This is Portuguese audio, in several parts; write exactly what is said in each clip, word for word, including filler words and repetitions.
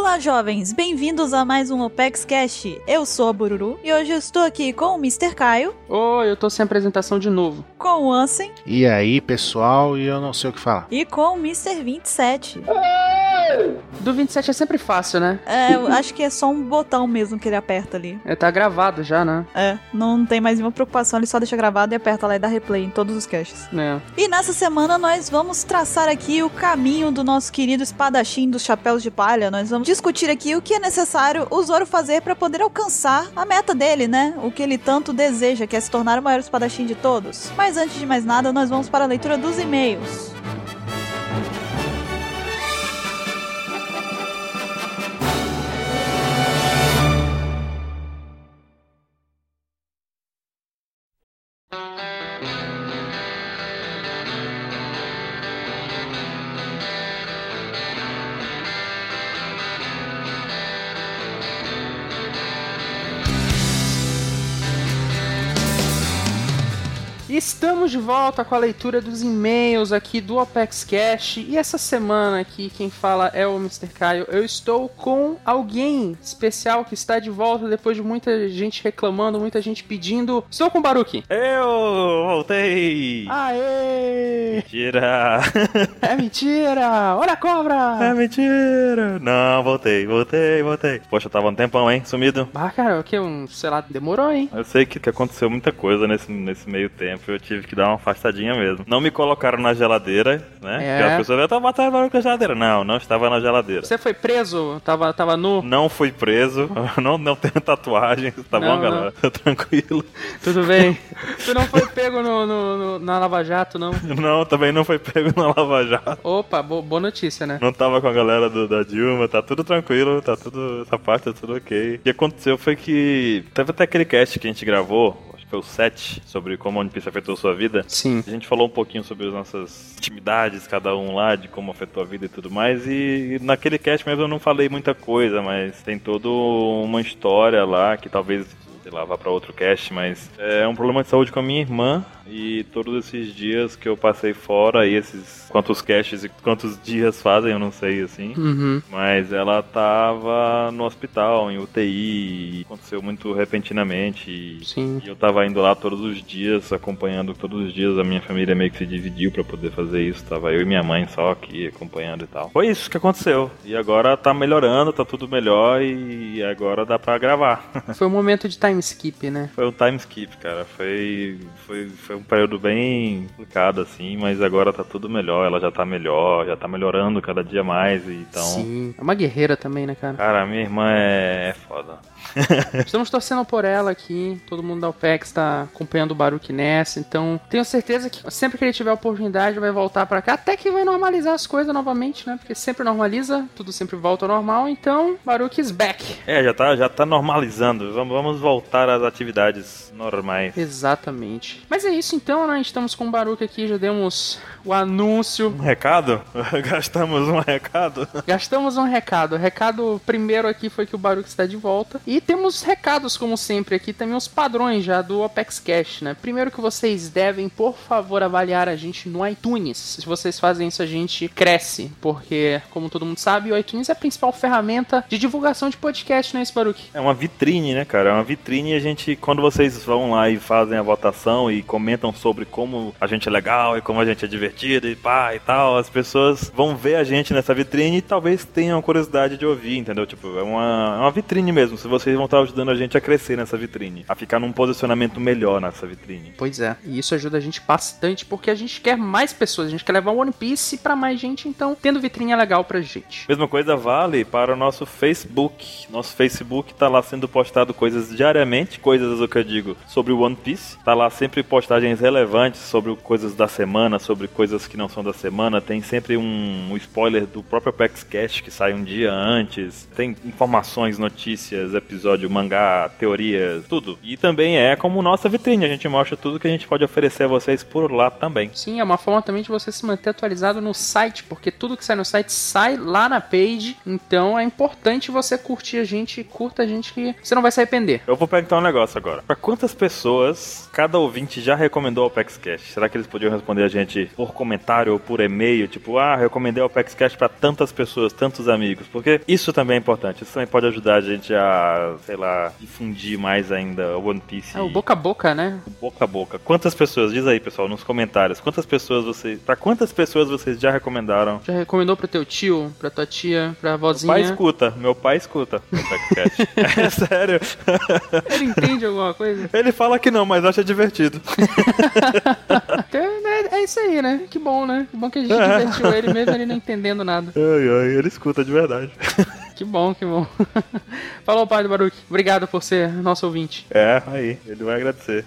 Olá, jovens! Bem-vindos a mais um Opex Cash. Eu sou a Bururu e hoje eu estou aqui com o mister Caio. Oi, eu tô sem apresentação de novo. Com o Ansem. E aí, pessoal, e eu não sei o que falar. E com o mister vinte e sete. Do vinte e sete é sempre fácil, né? É, eu acho que é só um botão mesmo que ele aperta ali. É, tá gravado já, né? É, não tem mais nenhuma preocupação, ele só deixa gravado e aperta lá e dá replay em todos os caches. É. E nessa semana nós vamos traçar aqui o caminho do nosso querido espadachim dos chapéus de palha. Nós vamos discutir aqui o que é necessário o Zoro fazer pra poder alcançar a meta dele, né? O que ele tanto deseja, que é se tornar o maior espadachim de todos. Mas antes de mais nada, nós vamos para a leitura dos e-mails. Estamos de volta com a leitura dos e-mails aqui do Opex Cash. E essa semana aqui quem fala é o mister Caio. Eu estou com alguém especial que está de volta depois de muita gente reclamando, muita gente pedindo. Estou com o Baruki. Eu voltei! Aê! Mentira! É mentira! Olha a cobra! É mentira! Não, voltei, voltei, voltei. Poxa, tava um tempão, hein? Sumido. Ah, cara, o que? Um, sei lá, demorou, hein? Eu sei que, que aconteceu muita coisa nesse, nesse meio tempo. Eu tive que dar uma afastadinha mesmo. Não me colocaram na geladeira, né? É. Porque as pessoas eu tava batendo barulho com a geladeira. Não, não estava na geladeira. Você foi preso? Tava, tava nu? Não fui preso. Não, não tenho tatuagem. Tá Não, bom, galera? Tá tranquilo. Tudo bem. Tu não foi pego no, no, no, na Lava Jato, não? Não, também não foi pego na Lava Jato. Opa, bo, boa notícia, né? Não tava com a galera do, da Dilma, tá tudo tranquilo, tá tudo, essa parte tá tudo ok. O que aconteceu foi que teve até aquele cast que a gente gravou, acho que foi o sete, sobre como One Piece afetou sua vida. Sim. A gente falou um pouquinho sobre as nossas intimidades, cada um lá, de como afetou a vida e tudo mais, e naquele cast mesmo eu não falei muita coisa, mas tem toda uma história lá que talvez, sei lá, vá pra outro cast, mas é um problema de saúde com a minha irmã. E todos esses dias que eu passei fora, e esses quantos caches e quantos dias fazem, eu não sei, assim. Uhum. Mas ela tava no hospital, em U T I, e aconteceu muito repentinamente. E, Sim. e eu tava indo lá todos os dias, acompanhando todos os dias. A minha família meio que se dividiu pra poder fazer isso. Tava eu e minha mãe só aqui acompanhando e tal. Foi isso que aconteceu. E agora tá melhorando, tá tudo melhor e agora dá pra gravar. Foi um momento de time skip, né? Foi um time skip, cara. Foi, foi, foi um período bem complicado, assim, mas agora tá tudo melhor, ela já tá melhor, já tá melhorando cada dia mais, e então... Sim, é uma guerreira também, né, cara? Cara, minha irmã é, é foda. Estamos torcendo por ela aqui, todo mundo da OPEX tá acompanhando o Baruki nessa, então tenho certeza que sempre que ele tiver oportunidade vai voltar pra cá, até que vai normalizar as coisas novamente, né, porque sempre normaliza, tudo sempre volta ao normal, então Baruki is back. É, já tá, já tá normalizando, vamos, vamos voltar às atividades normais. Exatamente. Mas é isso então, né, estamos com o Baruki aqui, já demos o anúncio. Um recado? Gastamos um recado? Gastamos um recado, o recado primeiro aqui foi que o Baruki está de volta. E temos recados, como sempre, aqui também os padrões já do Opex Cash, né? Primeiro que vocês devem, por favor, avaliar a gente no iTunes. Se vocês fazem isso, a gente cresce, porque, como todo mundo sabe, o iTunes é a principal ferramenta de divulgação de podcast, né, Baruki? É uma vitrine, né, cara? É uma vitrine e a gente, quando vocês vão lá e fazem a votação e comentam sobre como a gente é legal e como a gente é divertido e pá e tal, as pessoas vão ver a gente nessa vitrine e talvez tenham curiosidade de ouvir, entendeu? Tipo, é uma, é uma vitrine mesmo. Se vocês vão estar ajudando a gente a crescer nessa vitrine, a ficar num posicionamento melhor nessa vitrine. Pois é, e isso ajuda a gente bastante, porque a gente quer mais pessoas, a gente quer levar o One Piece pra mais gente, então tendo vitrine é legal pra gente. Mesma coisa vale para o nosso Facebook. Nosso Facebook tá lá sendo postado coisas diariamente, coisas, o que eu digo, sobre o One Piece. Tá lá sempre postagens relevantes sobre coisas da semana, sobre coisas que não são da semana. Tem sempre um, um spoiler do próprio Apex Cash que sai um dia antes. Tem informações, notícias, episódios, episódio, mangá, teorias, tudo. E também é como nossa vitrine, a gente mostra tudo que a gente pode oferecer a vocês por lá também. Sim, é uma forma também de você se manter atualizado no site, porque tudo que sai no site sai lá na page, então é importante você curtir a gente, curta a gente que você não vai se arrepender. Eu vou perguntar um negócio agora. Pra quantas pessoas cada ouvinte já recomendou o ApexCast? Será que eles podiam responder a gente por comentário ou por e-mail? Tipo, ah, recomendei o ApexCast pra tantas pessoas, tantos amigos. Porque isso também é importante. Isso também pode ajudar a gente a, sei lá, difundir mais ainda o One Piece. É o boca a boca, né? O boca a boca. Quantas pessoas, diz aí, pessoal, nos comentários, quantas pessoas vocês, pra quantas pessoas vocês já recomendaram? Já recomendou pro teu tio, pra tua tia, pra vozinha? Meu pai escuta, meu pai escuta o ApexCast. É sério. Ele entende alguma coisa? Ele fala que não, mas acha divertido. é, é isso aí, né? Que bom, né? Que bom que a gente divertiu ele mesmo ele não entendendo nada. Ai, ai, ele escuta de verdade. Que bom, que bom. Falou, pai do Baruch. Obrigado por ser nosso ouvinte. É, aí, ele vai agradecer.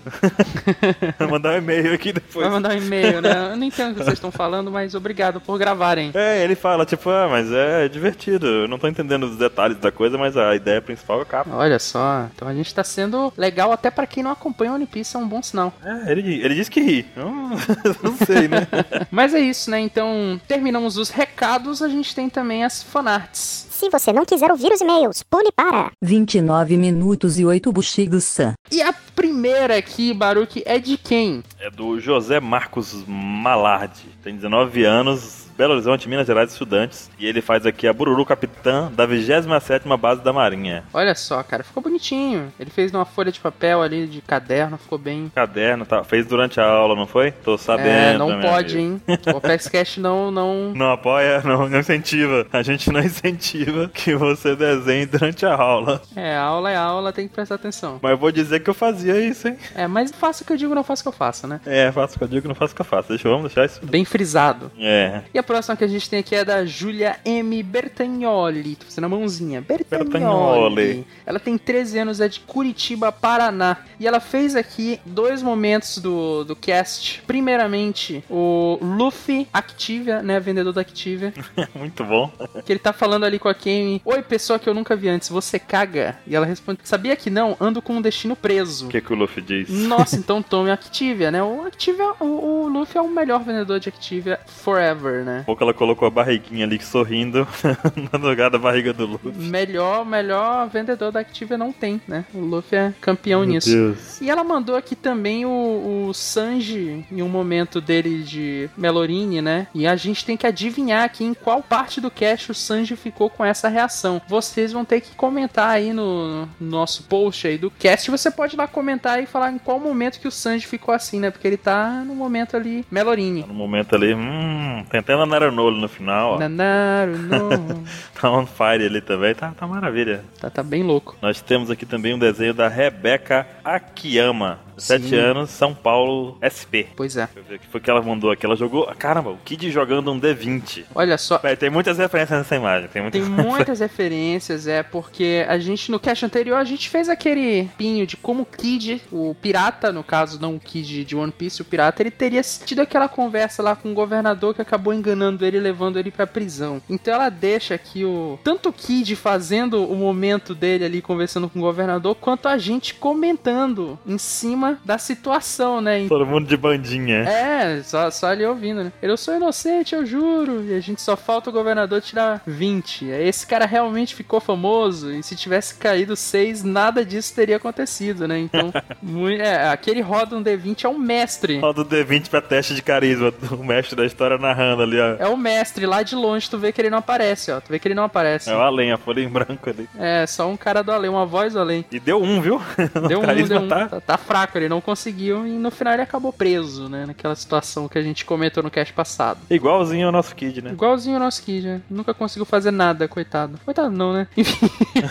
Vai mandar um e-mail aqui depois. Vai mandar um e-mail, né? Eu não entendo o que vocês estão falando, mas obrigado por gravarem. É, ele fala, tipo, ah, mas é divertido. Eu não tô entendendo os detalhes da coisa, mas a ideia principal é a capa. Olha só, então a gente tá sendo legal até pra quem não acompanha o One Piece, é um bom sinal. É, ele, ele disse que ri. Não, não sei, né? Mas é isso, né? Então, terminamos os recados, a gente tem também as fanarts. Se você não quiser ouvir os e-mails, pule para vinte e nove minutos e oito Bushido-san. E a primeira aqui, Baruch, é de quem? É do José Marcos Malardi. Tem dezenove anos, Belo Horizonte, Minas Gerais, estudantes. E ele faz aqui a Bururu Capitã da vigésima sétima Base da Marinha. Olha só, cara, ficou bonitinho. Ele fez numa folha de papel ali, de caderno, ficou bem... Caderno, tá? Fez durante a aula, não foi? Tô sabendo. É, não pode, hein? O ApexCast não, não... Não apoia, não, não incentiva. A gente não incentiva que você desenhe durante a aula. É, a aula é aula, tem que prestar atenção. Mas eu vou dizer que eu fazia isso, hein? É, mas faça o que eu digo, não faça o que eu faço, né? É, faço o que eu digo, não faço o que eu faço. Deixa eu, vamos deixar isso... Bem frisado. É. E a próxima que a gente tem aqui é da Júlia M. Bertagnoli. Tô fazendo a mãozinha. Bertagnoli. Bertagnoli. Ela tem treze anos, é de Curitiba, Paraná. E ela fez aqui dois momentos do, do cast. Primeiramente, o Luffy Activia, né? Vendedor da Activia. Muito bom. Que ele tá falando ali com a Kemi. Oi, pessoa que eu nunca vi antes, você caga? E ela responde, sabia que não? Ando com um destino preso. O que, que o Luffy diz? Nossa, então tome Activia, né? O Activia, o, o Luffy é o melhor vendedor de Activia forever, né? Pouco ela colocou a barriguinha ali sorrindo no lugar da barriga do Luffy. Melhor, melhor vendedor da Activia não tem, né? O Luffy é campeão Meu nisso. Deus. E ela mandou aqui também o, o Sanji em um momento dele de Melorini, né? E a gente tem que adivinhar aqui em qual parte do cast o Sanji ficou com essa reação. Vocês vão ter que comentar aí no, no nosso post aí do cast. Você pode ir lá comentar e falar em qual momento que o Sanji ficou assim, né? Porque ele tá no momento ali Melorini. Tá no momento ali, hum, tem até Naranolo no final, ó. Nanaruno. Tá on fire ali também, tá, tá maravilha. Tá, tá bem louco. Nós temos aqui também um desenho da Rebeca Akiyama. sete anos, São Paulo, S P. Pois é. Deixa eu ver o que foi que ela mandou aqui. Ela jogou... Caramba, o Kid jogando um D vinte. Olha só. Pera, tem muitas referências nessa imagem. Tem muitas, tem muitas referências, é, porque a gente, no cast anterior, a gente fez aquele pinho de como o Kid, o pirata, no caso, não o Kid de One Piece, o pirata, ele teria tido aquela conversa lá com o governador que acabou enganando ele e levando ele pra prisão. Então ela deixa aqui o... tanto o Kid fazendo o momento dele ali, conversando com o governador, quanto a gente comentando em cima da situação, né? Todo mundo de bandinha. É, só, só ali ouvindo, né? Eu sou inocente, eu juro. E a gente só falta o governador tirar vinte. Esse cara realmente ficou famoso. E se tivesse caído seis, nada disso teria acontecido, né? Então, muito, é, aquele roda um D vinte é um mestre. Roda um D vinte pra teste de carisma. O mestre da história narrando ali, ó. É o mestre. Lá de longe tu vê que ele não aparece, ó. Tu vê que ele não aparece. É o além, a folha em branco ali. É, só um cara do além, uma voz do além. E deu um, viu? Deu um, deu um. Tá... Tá, tá fraco, ele não conseguiu. E no final ele acabou preso, né? Naquela situação que a gente comentou no cast passado. Igualzinho ao nosso Kid, né? Igualzinho ao nosso Kid, né? Nunca conseguiu fazer nada, coitado. Coitado não, né? Enfim.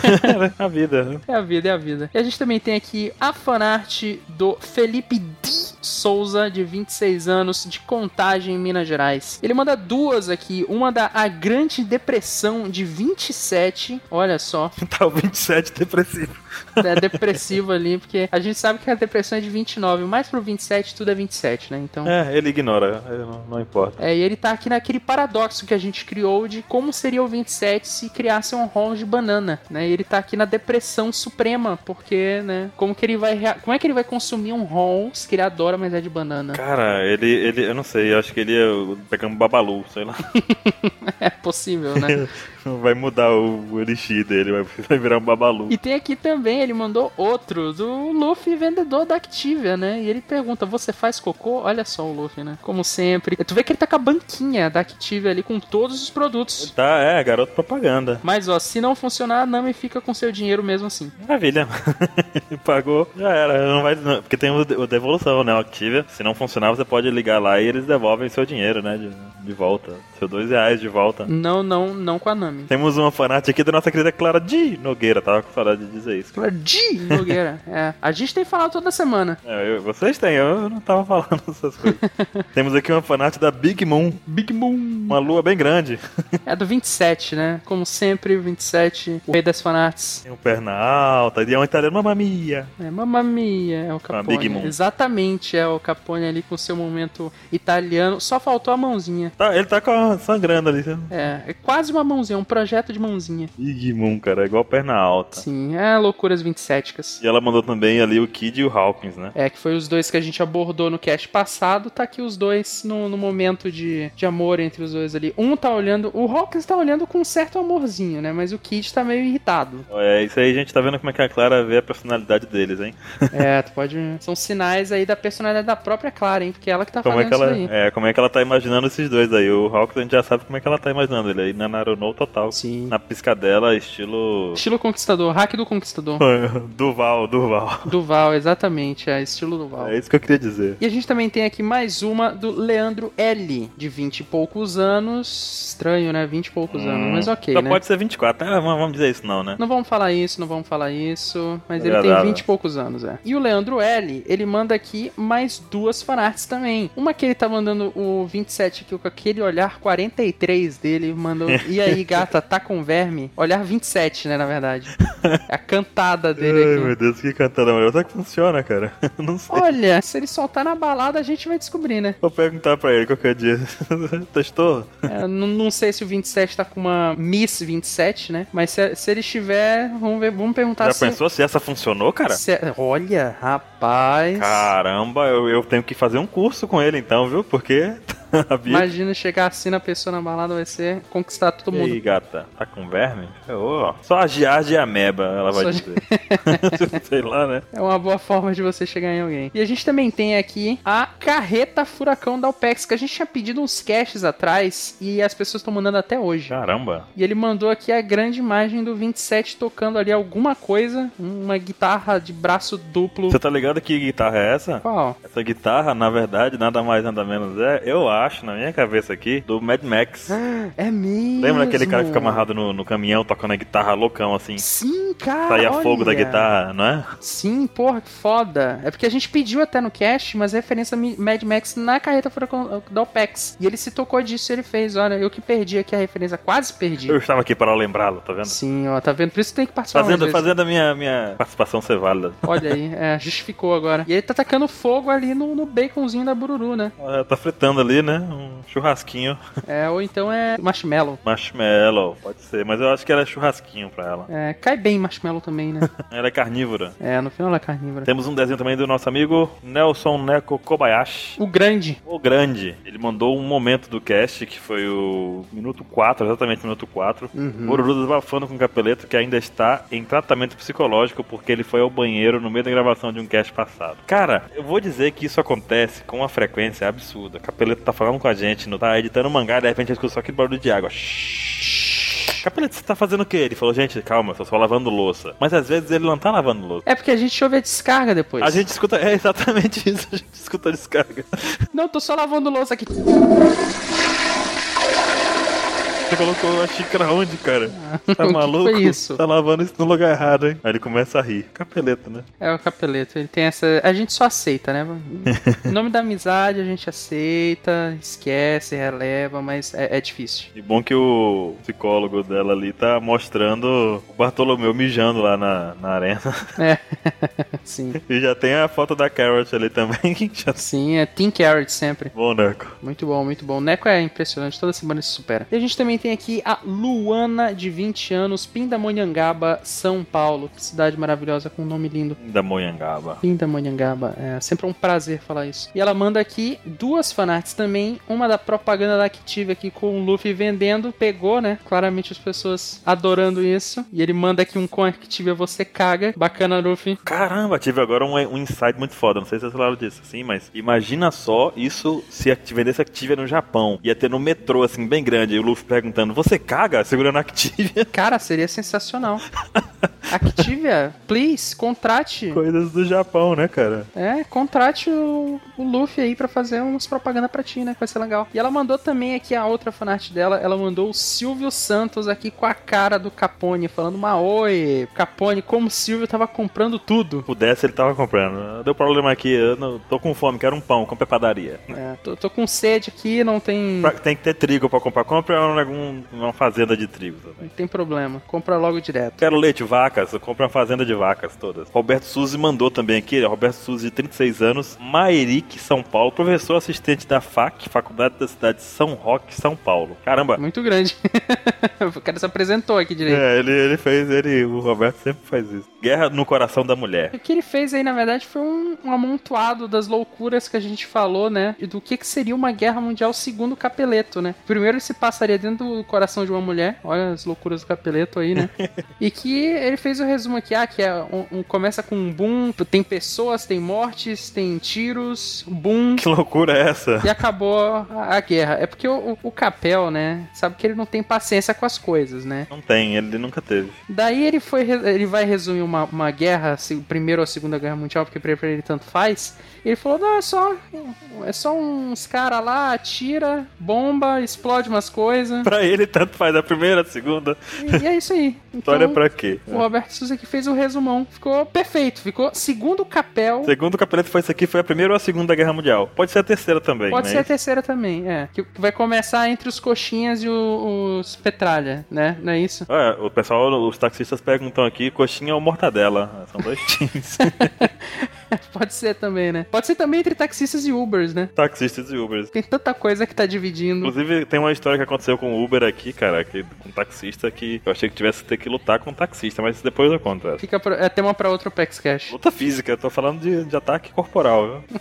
É a vida, né? É a vida, é a vida. E a gente também tem aqui a fanart do Felipe D. Souza, de vinte e seis anos, de Contagem, Minas Gerais. Ele manda duas aqui, uma da A Grande Depressão, de vinte e sete, olha só. Tá o vinte e sete depressivo. É depressivo ali, porque a gente sabe que a depressão é de vinte e nove, mas pro vinte e sete tudo é vinte e sete, né? Então... É, ele ignora, não, não importa. É, e ele tá aqui naquele paradoxo que a gente criou de como seria o vinte e sete se criasse um ROM de banana, né? E ele tá aqui na depressão suprema, porque, né, como que ele vai rea... como é que ele vai consumir um ROM que ele adora, mas é de banana? Cara, ele, ele eu não sei, eu acho que ele ia pegar um babalu, sei lá. É possível, né? Vai mudar o elixir dele, vai virar um babalu. E tem aqui também, ele mandou outro do Luffy, vendedor da Activia, né? E ele pergunta, você faz cocô? Olha só o Luffy, né? Como sempre. Tu vê que ele tá com a banquinha da Activia ali com todos os produtos. Tá, é, garoto propaganda. Mas, ó, se não funcionar, a Nami fica com seu dinheiro mesmo assim. Maravilha. Pagou, já era. Não vai, não, porque tem o, o devolução, né? O Activia. Se não funcionar, você pode ligar lá e eles devolvem seu dinheiro, né? De, de volta. Seu dois reais de volta. Não, não, não com a Nami. Temos uma fanática aqui da nossa querida Clara de Nogueira, tava com saudade de dizer isso. Clara de Nogueira, é. A gente tem falado toda semana. É, eu, vocês têm, eu não tava falando essas coisas. Temos aqui uma fanática da Big Moon. Big Moon. Uma lua bem grande. É do vinte e sete, né? Como sempre, vinte e sete, o rei das fanarts. Tem um perna alta, e é um italiano, mamma mia. É, mamma mia, é o Capone. Big Moon. Exatamente, é o Capone ali com seu momento italiano. Só faltou a mãozinha. Tá, ele tá com a sangrando ali. É, é quase uma mãozinha, um projeto de mãozinha. Big Moon, cara, é igual perna alta. Sim, é loucuras vinte e séticas. E ela mandou também ali o Kid e o Hawkins, né? É, que foi os dois que a gente abordou no cast passado. Tá aqui os dois no, no momento de, de amor entre os dois ali. Um tá olhando, o Hawkins tá olhando com um certo amorzinho, né? Mas o Kid tá meio irritado. É, isso aí a gente tá vendo como é que a Clara vê a personalidade deles, hein? É, tu pode... São sinais aí da personalidade da própria Clara, hein? Porque ela que tá como fazendo é que ela, isso aí. É, como é que ela tá imaginando esses dois aí. O Hawkins a gente já sabe como é que ela tá imaginando ele aí na Naruto total. Sim. Na piscadela, estilo... Estilo Conquistador, hack do Conquistador. Duval, Duval. Duval, exatamente, é estilo Duval. É isso que eu queria dizer. E a gente também tem aqui mais uma do Leandro L, de vinte e poucos anos. Estranho, né? vinte e poucos hum, anos, mas ok, só né? pode ser vinte e quatro, ah, vamos dizer isso não, né? Não vamos falar isso, não vamos falar isso, mas é ele agradável. tem vinte e poucos anos, é. E o Leandro L, ele manda aqui mais duas fanarts também. Uma que ele tá mandando o vinte e sete aqui com aquele olhar quarenta e três dele, mandou, e aí gata, tá com verme? Olhar vinte e sete, né, na verdade. É a cantada dele Ai, aqui. meu Deus, que cantada melhor. Será que funciona, cara? Não sei. Olha, se ele soltar na balada, a gente vai descobrir, né? Vou perguntar pra ele qualquer dia. Testou? É, não, não sei se o vinte e sete tá com uma Miss vinte e sete, né? Mas se, se ele estiver, vamos ver, vamos perguntar Já se... Já pensou se essa funcionou, cara? Se, olha, rapaz... Caramba, eu, eu tenho que fazer um curso com ele então, viu? Porque... Imagina chegar assim na pessoa na balada, vai ser conquistar todo mundo. E aí, gata, tá com verme? Oh, só a Giar de ameba, ela vai Só dizer. Sei lá, né? É uma boa forma de você chegar em alguém. E a gente também tem aqui a carreta furacão da Alpex, que a gente tinha pedido uns caches atrás e as pessoas estão mandando até hoje. Caramba. E ele mandou aqui a grande imagem do vinte e sete tocando ali alguma coisa, uma guitarra de braço duplo. Você tá ligado que guitarra é essa? Qual? Essa guitarra, na verdade, nada mais nada menos é, eu acho, na minha cabeça aqui, do Mad Max. É mesmo? Lembra aquele cara que fica amarrado no, no caminhão tocando a guitarra loucão assim? Sim, cara. Saía olha. fogo da guitarra, não é? Sim, porra, que foda. É porque a gente pediu até no cast, mas referência a Mad Max na carreta furacão da Alpex. E ele se tocou disso e ele fez. Olha, eu que perdi aqui a referência, quase perdi. Eu estava aqui para lembrá-lo, tá vendo? Sim, ó, tá vendo? Por isso que tem que participar. Fazendo, fazendo a minha, minha participação ser válida. Olha aí, é, justificou agora. E ele tá tacando fogo ali no, no baconzinho da Bururu, né? É, tá fritando ali, né? Um churrasquinho. É, ou então é marshmallow. Marshmallow, pode ser. Mas eu acho que era churrasquinho pra ela. É, cai bem marshmallow também, né? Ela é carnívora. É, no final ela é carnívora. Temos um desenho também do nosso amigo Nelson Neko Kobayashi. O grande. O grande. Ele mandou um momento do cast, que foi o minuto quatro, exatamente o minuto quatro. Uhum. Bururu desabafando com o Capeleto, que ainda está em tratamento psicológico porque ele foi ao banheiro no meio da gravação de um cast passado. Cara, eu vou dizer que isso acontece com uma frequência absurda. O Capeleto tá falando com a gente, não tá editando um mangá, e de repente a gente escuta só aquele barulho de água. Shhh. Capeleto, você tá fazendo o quê? Ele falou, gente, calma, tô só lavando louça. Mas às vezes ele não tá lavando louça. É porque a gente ouve a descarga depois. A gente escuta, é exatamente isso, a gente escuta a descarga. Não, tô só lavando louça aqui. Você colocou a xícara onde, cara? Tá O que maluco? foi isso? Tá lavando isso no lugar errado, hein? Aí ele começa a rir. Capeleta, né? É o Capeleto, ele tem essa... A gente só aceita, né? Em nome da amizade a gente aceita, esquece, releva, mas é, é difícil. E bom que o psicólogo dela ali tá mostrando o Bartolomeu mijando lá na, na arena. É, sim. E já tem a foto da Carrot ali também. Já... Sim, é Team Carrot sempre. Bom, Neco. Muito bom, muito bom. O Neco é impressionante, toda semana ele se supera. E a gente também tem aqui a Luana, de vinte anos, Pindamonhangaba, São Paulo. Que cidade maravilhosa, com um nome lindo. Da Monhangaba. Pindamonhangaba, é sempre um prazer falar isso. E ela manda aqui duas fanarts também, uma da propaganda da Active aqui com o Luffy vendendo, pegou, né? Claramente as pessoas adorando isso. E ele manda aqui um com Activia você caga. Bacana, Luffy. Caramba, tive agora um, um insight muito foda. Não sei se vocês falaram disso, assim, mas imagina só isso se a- vendesse Activia no Japão. Ia ter no metrô, assim, bem grande. E o Luffy perguntando, você caga? Segurando a Activia. Cara, seria sensacional. Activia, please, contrate. Coisas do Japão, né, cara? É, contrate o, o Luffy aí pra fazer umas propaganda pra ti, né? Que vai ser legal. E ela mandou também aqui a outra fanart dela. Ela mandou o Silvio Santos aqui com a cara do Capone, falando uma oi, Capone, como o Silvio tava comprando tudo. Se pudesse, ele tava comprando. Deu problema aqui, eu não, tô com fome, quero um pão, compre padaria. É, tô, tô com sede aqui, não tem, Pra- Tem que ter trigo pra comprar. Compre um, uma fazenda de trigo também. não tem problema. Compra logo direto. Quero leite, vacas, eu compro uma fazenda de vacas todas. Roberto Suzy mandou também aqui, Roberto Suzy, de trinta e seis anos, Maerique, São Paulo, professor assistente da F A C, Faculdade da Cidade de São Roque, São Paulo. Caramba! Muito grande. O cara se apresentou aqui direito. É, ele, ele fez, ele, o Roberto sempre faz isso. Guerra no Coração da Mulher. O que ele fez aí, na verdade, foi um, um amontoado das loucuras que a gente falou, né? E do que, que seria uma guerra mundial segundo o Capeleto, né? Primeiro ele se passaria dentro do coração de uma mulher. Olha as loucuras do Capeleto aí, né? E que ele fez o resumo aqui, ah, que é um, um- começa com um boom, tem pessoas, tem mortes, tem tiros, boom. Que loucura é essa? E acabou a, a guerra. É porque o, o, o Capel, né? Sabe que ele não tem paciência com as coisas, né? Não tem, ele nunca teve. Daí ele foi, ele vai resumir uma, uma guerra, se, primeira ou segunda guerra mundial, porque pra ele tanto faz. Ele falou, não, é só, é só uns caras lá, atira, bomba, explode umas coisas. Pra ele, tanto faz a primeira, a segunda. E, e é isso aí. História Então, pra quê? o Roberto Souza que fez o resumão. Ficou perfeito. Ficou segundo o Capel. Segundo o Capeleto foi isso aqui, foi a primeira ou a segunda guerra mundial. Pode ser a terceira também, Pode né? ser a terceira também, é. Que vai começar entre os coxinhas e o- os petralha, né? Não é isso? Olha, o pessoal, os taxistas perguntam aqui, coxinha ou mortadela? São dois times. Pode ser também, né? Pode ser também entre taxistas e Ubers, né? Taxistas e Ubers. Tem tanta coisa que tá dividindo. Inclusive, tem uma história que aconteceu com o Uber aqui, cara, que, com um taxista, que eu achei que tivesse que ter que lutar com um taxista, mas depois eu conto essa. Fica pra, é tema pra outro Pex Cash. Luta física, eu tô falando de, de ataque corporal, viu?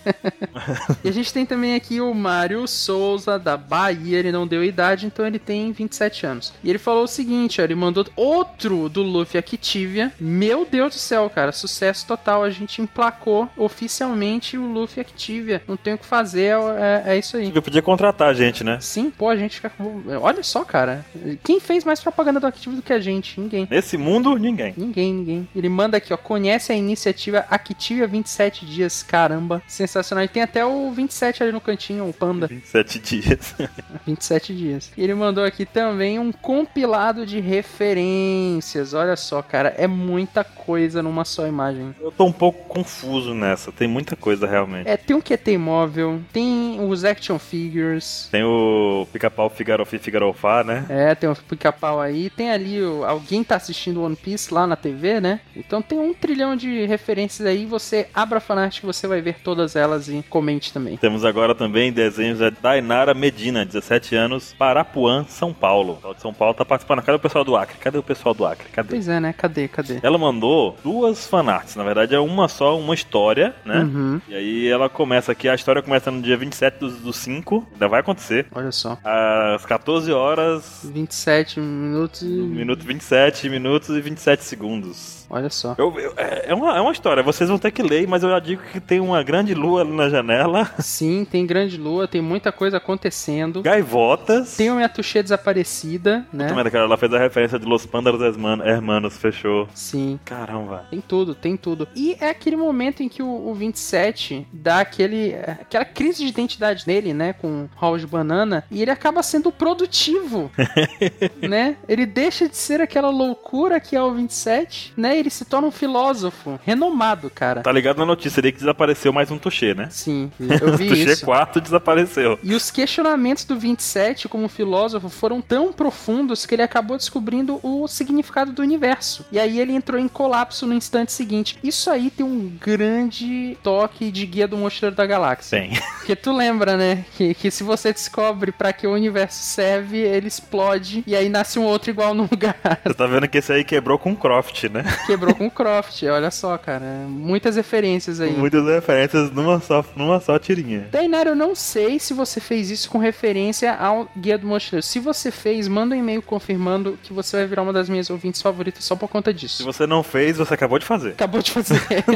E a gente tem também aqui o Mário Souza, da Bahia. Ele não deu idade, então ele tem vinte e sete anos. E ele falou o seguinte, ó, ele mandou outro do Luffy Activia. Meu Deus do céu, cara, sucesso total. A gente emplacou oficialmente o Luffy Activia. Não tem o que fazer, é, é isso aí. Eu podia contratar a gente, né? Sim, pô, a gente fica... Olha só, cara. Quem fez mais propaganda do Activia do que a gente? Ninguém. Nesse mundo, ninguém. Ninguém, ninguém. Ele manda aqui, ó. Conhece a iniciativa Activia vinte e sete dias. Caramba, sensacional. E tem até o vinte e sete ali no cantinho, o Panda. vinte e sete dias. vinte e sete dias. E ele mandou aqui também um compilado de referências. Olha só, cara. É muita coisa numa só imagem. Eu tô um pouco confuso nessa. Tem muita coisa, realmente. É, tem um Q T móvel. Tem os action figures. Tem o Pica-Pau Figaro Fi Figaro Fá, né? É, tem o pica-pau aí. Tem ali, o, alguém tá assistindo One Piece lá na T V, né? Então tem um trilhão de referências aí. Você abra a fanart que você vai ver todas elas e comente também. Temos agora também desenhos da Dainara Medina, dezessete anos, Parapuã, São Paulo. O pessoal de São Paulo tá participando. Cadê o pessoal do Acre? Cadê o pessoal do Acre? Cadê? Pois é, né? Cadê? Cadê? Ela mandou duas fanarts, na verdade é uma só, uma história, né? Uhum. E aí ela começa aqui, a história começa no dia vinte e sete do cinco, ainda vai acontecer, Olha só. às quatorze horas, vinte e sete minutos e... minuto vinte e sete minutos e vinte e sete segundos. Olha só. Eu, eu- é, é uma, é uma história, vocês vão ter que ler, mas eu já digo que tem uma grande lua ali na janela, Sim, tem grande lua, tem muita coisa acontecendo. gaivotas. Tem uma Yatuxê desaparecida, né? Também, cara, ela fez a referência de Los Pándaros Hermanos, Hermanos, fechou. Sim. Caramba. Tem tudo, tem tudo. E é aquele momento momento em que o, o vinte e sete dá aquele, aquela crise de identidade nele, né, com Howard Banana, e ele acaba sendo produtivo, né? Ele deixa de ser aquela loucura que é o vinte e sete, né? Ele se torna um filósofo renomado, cara. Tá ligado na notícia ali que desapareceu mais um Touché, né? Sim, eu vi o Touché isso. quatro desapareceu. E os questionamentos do vinte e sete como filósofo foram tão profundos que ele acabou descobrindo o significado do universo. E aí ele entrou em colapso no instante seguinte. Isso aí tem um grande toque de Guia do Mochileiro da Galáxia. Tem. Porque tu lembra, né? Que, que se você descobre pra que o universo serve, ele explode e aí nasce um outro igual no lugar. Você tá vendo que esse aí quebrou com o Croft, né? Quebrou com o Croft, olha só, cara. Muitas referências aí. Muitas referências numa só, numa só tirinha. Dainara, eu não sei se você fez isso com referência ao Guia do Mochileiro. Se você fez, manda um e-mail confirmando que você vai virar uma das minhas ouvintes favoritas só por conta disso. Se você não fez, você acabou de fazer. Acabou de fazer.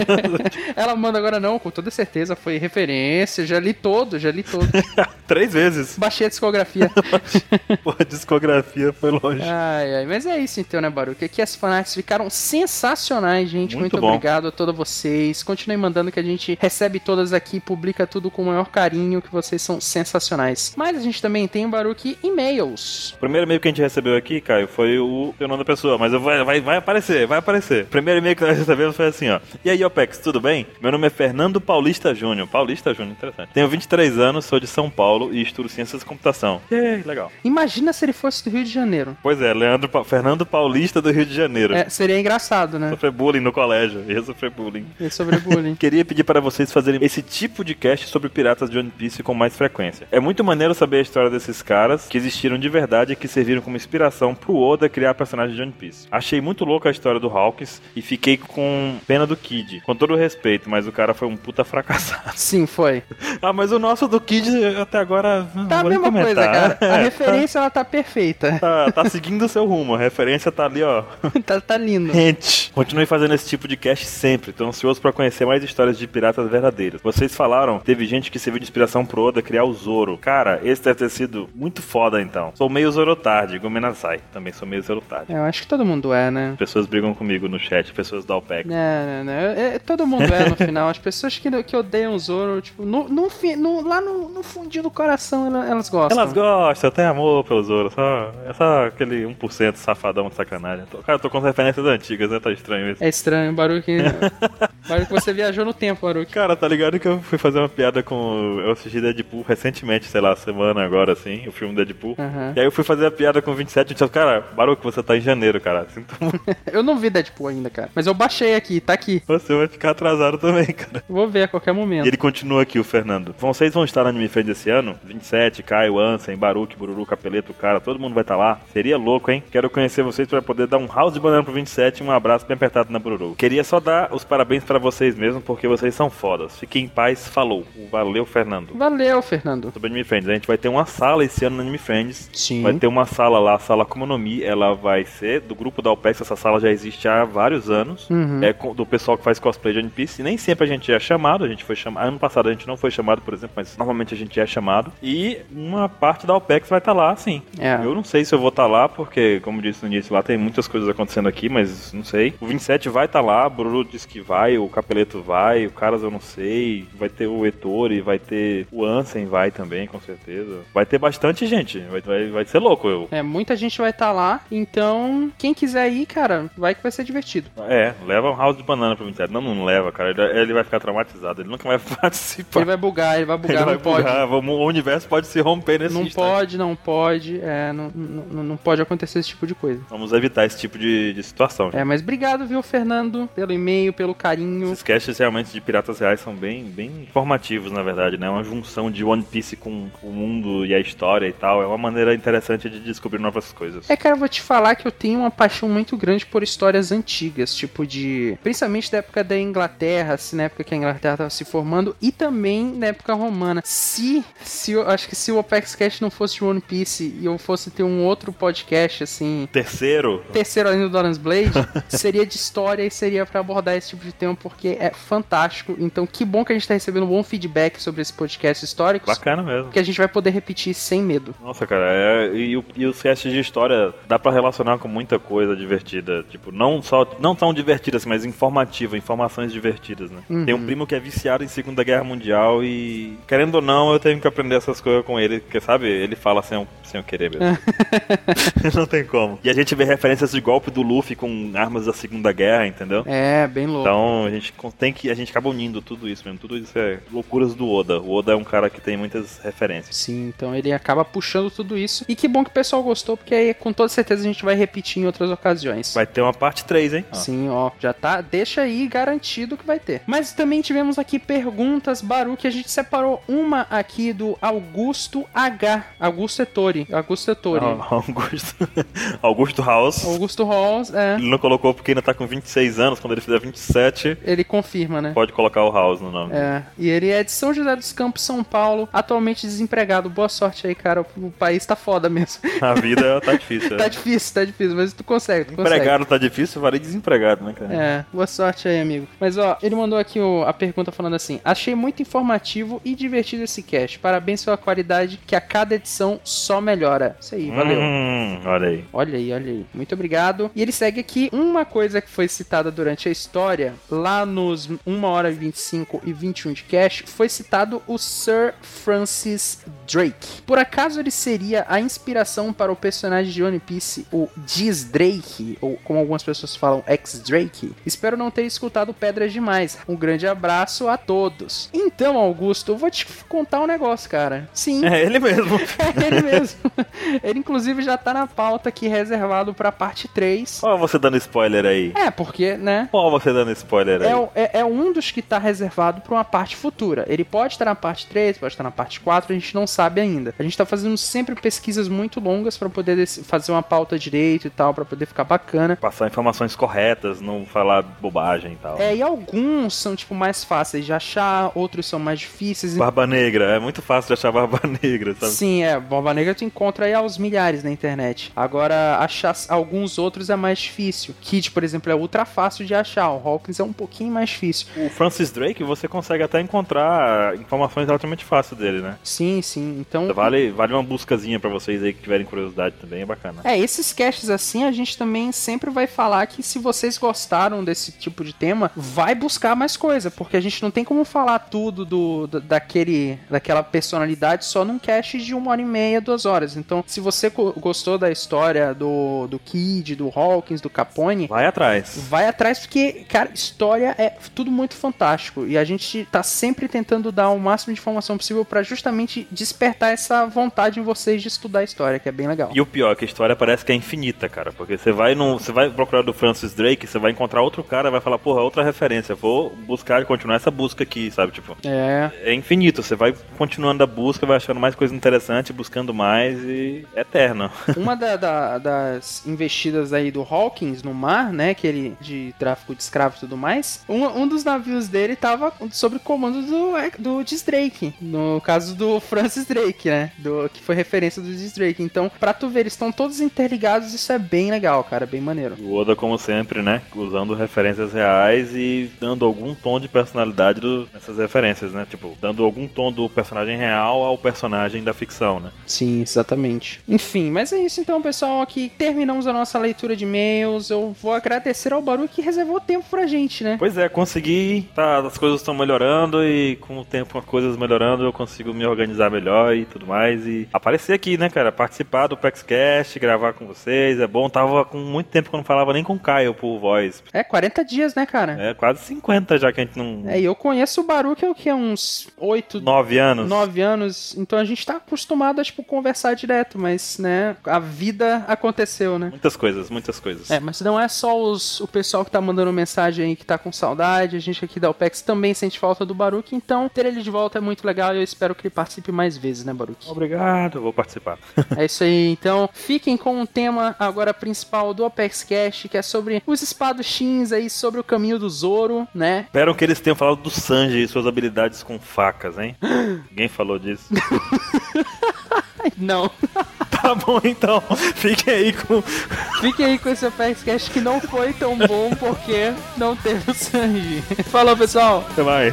Ela manda agora não, com toda certeza, foi referência, já li todo, já li todo. Três vezes. Baixei a discografia. Pô, a discografia foi longe. Ai, ai, mas é isso então, né, Baruch? Aqui as fanarts ficaram sensacionais, gente. Muito Muito bom. obrigado a todos vocês. Continuem mandando que a gente recebe todas aqui, publica tudo com o maior carinho, que vocês são sensacionais. Mas a gente também tem, Baruch, e-mails. O primeiro e-mail que a gente recebeu aqui, Caio, foi o seu nome da pessoa, mas eu vai, vai, vai aparecer, vai aparecer. O primeiro e-mail que nós recebemos foi assim, ó. E aí, Opex, tudo bem? Meu nome é Fernando Paulista Júnior. Paulista Júnior, interessante. Tenho vinte e três anos, sou de São Paulo e estudo Ciências da Computação. Yay, legal. Imagina se ele fosse do Rio de Janeiro. Pois é, Leandro pa... Fernando Paulista do Rio de Janeiro. É, seria engraçado, né? Sofrer bullying no colégio. Ia sofrer bullying. E sobre bullying. Queria pedir para vocês fazerem esse tipo de cast sobre piratas de One Piece com mais frequência. É muito maneiro saber a história desses caras que existiram de verdade e que serviram como inspiração pro Oda criar personagens de One Piece. Achei muito louca a história do Hawks e fiquei com pena do Kid. Com todo o respeito, mas o cara foi um puta fracassado. Sim, foi. Ah, mas o nosso do Kid até agora... Não Tá a vou nem mesma coisa, comentar. cara. A É, referência, ela tá perfeita. Tá, tá seguindo o seu rumo. A referência tá ali, ó. tá, tá lindo. Gente, continue fazendo esse tipo de cast sempre. Tô ansioso pra conhecer mais histórias de piratas verdadeiros. Vocês falaram, teve gente que serviu de inspiração pro Oda criar o Zoro. Cara, esse deve ter sido muito foda, então. Sou meio Zorotardi, Gomenasai. Também sou meio Zorotardi. Eu acho que todo mundo é, né? Pessoas brigam comigo no chat, pessoas da OPEC. Não, não, não. É, todo mundo é no final. As pessoas que, que odeiam o Zoro, tipo, no, no, no, lá no, no fundinho do coração, elas, elas gostam. Elas gostam, eu tenho amor pelo Zoro. Só, é só aquele um por cento safadão de sacanagem. Tô, cara, eu tô com referências antigas, né? Tá estranho isso. É estranho, Baruch. Baruch, você viajou no tempo, Baruch. Cara, tá ligado que eu fui fazer uma piada com... Eu assisti Deadpool recentemente, sei lá, semana agora, assim, o filme Deadpool. Uhum. E aí eu fui fazer a piada com vinte e sete e disse, cara, Baruch, você tá em janeiro, cara. Sinto muito. Eu não vi Deadpool ainda, cara. Mas eu baixei aqui, tá aqui. Você vai ficar atrasado também, cara. Vou ver a qualquer momento. E ele continua aqui, o Fernando. Vocês vão estar no Anime Friends esse ano? vinte e sete, Caio, Ansem, Baruch, Bururu, Capeleto, cara, todo mundo vai estar lá. Seria louco, hein? Quero conhecer vocês pra poder dar um house de banana pro vinte e sete e um abraço bem apertado na Bururu. Queria só dar os parabéns pra vocês mesmo, porque vocês são fodas. Fiquem em paz, falou. Valeu, Fernando. Valeu, Fernando. Sobre Anime Friends, a gente vai ter uma sala esse ano no Anime Friends. Sim. Vai ter uma sala lá, a sala Akuma no Mi. Ela vai ser do grupo da OPEX. Essa sala já existe há vários anos. Uhum. É do pessoal que faz cosplay de One Piece. E nem sempre a gente é chamado. A gente foi chamado. Ano passado a gente não foi chamado, por exemplo, mas normalmente a gente é chamado. E uma parte da OPEX vai estar lá, sim. É. Eu não sei se eu vou estar lá, porque, como disse no início, lá tem muitas coisas acontecendo aqui, mas não sei. O vinte e sete vai estar lá, o Bruru disse que vai, o Capeleto vai, o Caras eu não sei. Vai ter o Ettore, vai ter o Ansem vai também, com certeza. Vai ter bastante gente. Vai, vai, vai ser louco, eu. É, muita gente vai estar lá. Então, quem quiser ir, cara, vai que vai ser divertido. É, leva um house de banana pro vinte e sete. Não, não leva, cara. Ele, ele vai ficar traumatizado. Ele nunca vai participar. Ele vai bugar, ele vai bugar, ele não vai pode. bugar. O universo pode se romper nesse Não instante. pode, não pode. É, não, não, não pode acontecer esse tipo de coisa. Vamos evitar esse tipo de, de situação. É, mas obrigado, viu, Fernando, pelo e-mail, pelo carinho. Esses casts realmente de Piratas Reais são bem, bem informativos, na verdade, né? Uma junção de One Piece com o mundo e a história e tal. É uma maneira interessante de descobrir novas coisas. É, cara, eu vou te falar que eu tenho uma paixão muito grande por histórias antigas, tipo de... Principalmente da época da Inglaterra, assim, na época que a Inglaterra estava se formando, e também na época época romana. Se, se eu acho que se o OpexCast não fosse de One Piece e eu fosse ter um outro podcast, assim... Terceiro? Terceiro além do Doran's Blade, seria de história e seria pra abordar esse tipo de tema, porque é fantástico. Então, que bom que a gente tá recebendo um bom feedback sobre esse podcast histórico. Bacana mesmo. Que a gente vai poder repetir sem medo. Nossa, cara, é, e, e os casts de história dá pra relacionar com muita coisa divertida. Tipo, não só não tão divertidas, mas informativa, informações divertidas, né? Uhum. Tem um primo que é viciado em Segunda Guerra Mundial e, querendo ou não, eu tenho que aprender essas coisas com ele, porque, sabe, ele fala sem, sem eu querer mesmo. Não tem como. E a gente vê referências de golpe do Luffy com armas da Segunda Guerra, entendeu? É, bem louco. Então, a gente tem que, a gente acaba unindo tudo isso mesmo. Tudo isso é loucuras do Oda. O Oda é um cara que tem muitas referências. Sim, então ele acaba puxando tudo isso. E que bom que o pessoal gostou, porque aí com toda certeza a gente vai repetir em outras ocasiões. Vai ter uma parte três, hein? Sim, ó, já tá, deixa aí garantido que vai ter. Mas também tivemos aqui perguntas, Baru, que a gente separou uma aqui do Augusto H. Augusto Ettore. Augusto Ettore. Ah, Augusto. Augusto House. Augusto House, é. Ele não colocou porque ainda tá com vinte e seis anos, quando ele fizer vinte e sete... Ele confirma, né? Pode colocar o House no nome. É, e ele é de São José dos Campos, São Paulo, atualmente desempregado. Boa sorte aí, cara, o país tá foda mesmo. A vida tá difícil. Tá é. difícil, tá difícil, mas tu consegue, tu Empregado consegue. tá difícil, vale desempregado, né, cara? É, boa sorte aí, amigo. Mas, ó, ele mandou aqui o, a pergunta falando assim: achei muito informativo e divertido esse cast. Parabéns pela qualidade que a cada edição só melhora. Isso aí, valeu. Hum, olha aí. Olha aí, olha aí. Muito obrigado. E ele segue aqui uma coisa que foi citada durante a história, lá nos uma hora e vinte e cinco e vinte e um de cast, foi citado o Sir Francis Drake. Por acaso ele seria a inspiração para o personagem de One Piece, o Diz Drake, ou como algumas pessoas falam, X-Drake? Espero não ter escutado pedras demais. Um grande abraço a todos. Então, Augusto, eu vou te contar um negócio, cara. Sim. É ele mesmo. É ele mesmo. Ele, inclusive, já tá na pauta aqui reservado pra parte três. Olha você dando spoiler aí. É, porque, né? Olha você dando spoiler aí. É, é, é um dos que tá reservado pra uma parte futura. Ele pode estar na parte três, pode estar na parte quatro, a gente não sabe ainda. A gente tá fazendo sempre pesquisas muito longas pra poder fazer uma pauta direito e tal, pra poder ficar bacana. Passar informações corretas, não falar bobagem e tal. É, e alguns são, tipo, mais fáceis de achar, outros são mais difíceis. Barba Negra, é muito fácil de achar Barba Negra, sabe? Sim, é, Barba Negra tu encontra aí aos milhares na internet. Agora, achar alguns outros é mais difícil. Kid, por exemplo, é ultra fácil de achar, o Hawkins é um pouquinho mais difícil. O Francis Drake, você consegue até encontrar informações relativamente fáceis dele, né? Sim, sim, então... Vale, vale uma buscazinha pra vocês aí que tiverem curiosidade também, é bacana. É, esses casts assim, a gente também sempre vai falar que se vocês gostaram desse tipo de tema, vai buscar mais coisa, porque a gente não tem como falar tudo do, do daquele, daquela personalidade só num cast de uma hora e meia, duas horas. Então, se você gostou da história do, do Kid, do Hawkins, do Capone, vai atrás. Vai atrás porque, cara, história é tudo muito fantástico e a gente tá sempre tentando dar o máximo de informação possível pra justamente despertar essa vontade em vocês de estudar a história, que é bem legal. E o pior é que a história parece que é infinita, cara, porque você vai no, você vai procurar do Francis Drake, você vai encontrar outro cara, vai falar, porra, outra referência, vou buscar e continuar essa busca aqui, sabe, tipo, é, é infinito, você vai continuando a busca, vai achando mais coisa interessante, buscando mais e é eterno. Uma da, da, das investidas aí do Hawkins no mar, né, que ele de tráfico de escravos e tudo mais, um, um dos navios dele tava sob comando do, do Diz Drake, no caso do Francis Drake, né, do, que foi referência do Diz Drake. Então, pra tu ver, eles estão todos interligados, isso é bem legal, cara, bem maneiro. O Oda, como sempre, né, usando referências reais e dando algum tom de personalidade do, nessas referências, né, tipo, dando algum tom do personagem real ao personagem da ficção, né. Sim, exatamente. Enfim, mas é isso então, pessoal, aqui terminamos a nossa leitura de e-mails. Eu vou agradecer ao Baru que reservou tempo pra gente, né? Pois é, consegui, tá, as coisas estão melhorando e com o tempo as coisas melhorando eu consigo me organizar melhor e tudo mais e aparecer aqui, né, cara, participar do PaxCast, gravar com vocês, é bom, tava com muito tempo que eu não falava nem com o Caio por voz. É, quarenta dias, né, cara? É, quase cinquenta já que a gente não... É, e eu conheço o Baru que é o que, uns oito... nove anos. nove anos, então a gente tá acostumado a, tipo, conversar direto, mas, né, a vida aconteceu, né? Muitas coisas, muitas coisas. É, mas não é só os, o pessoal que tá mandando mensagem aí que tá com saudade, a gente aqui da OPEX também sente falta do Baruch, então ter ele de volta é muito legal e eu espero que ele participe mais mais vezes, né, Baruch? Obrigado, eu vou participar. É isso aí, então fiquem com o tema agora principal do Apex Cash, que é sobre os espadachins aí, sobre o caminho do Zoro, né? Espero que eles tenham falado do Sanji e suas habilidades com facas, hein? Ninguém falou disso. Não. Tá bom, então. Fiquem aí com... Fiquem aí com esse Apex Cash que não foi tão bom porque não teve o Sanji. Falou, pessoal. Até mais.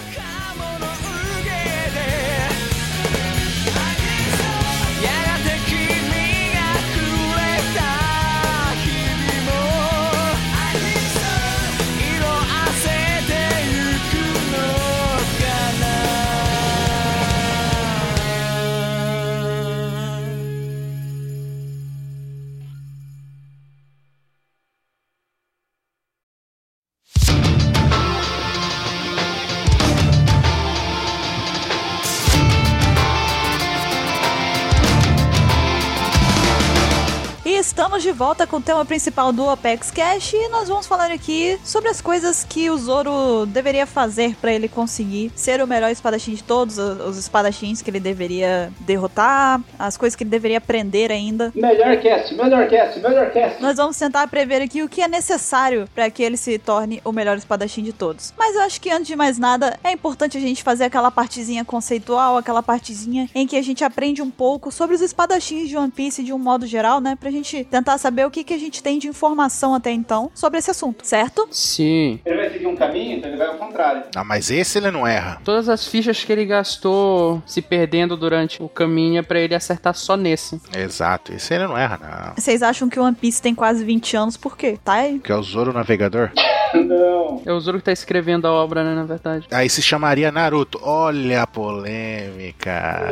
Estamos de volta com o tema principal do Apex Cash e nós vamos falar aqui sobre as coisas que o Zoro deveria fazer pra ele conseguir ser o melhor espadachim de todos os espadachins que ele deveria derrotar, as coisas que ele deveria aprender ainda. Melhor cast, melhor cast, melhor cast. Nós vamos tentar prever aqui o que é necessário pra que ele se torne o melhor espadachim de todos. Mas eu acho que antes de mais nada, é importante a gente fazer aquela partezinha conceitual, aquela partezinha em que a gente aprende um pouco sobre os espadachins de One Piece de um modo geral, né? Pra gente tentar saber o que, que a gente tem de informação até então sobre esse assunto, certo? Sim. Ele vai seguir um caminho, então ele vai ao contrário. Ah, mas esse ele não erra. Todas as fichas que ele gastou se perdendo durante o caminho é pra ele acertar só nesse. Exato, esse ele não erra, não. Vocês acham que o One Piece tem quase vinte anos, por quê? Tá aí? Que é o Zoro Navegador? Não. É o Zoro que tá escrevendo a obra, né, na verdade. Aí se chamaria Naruto. Olha a polêmica.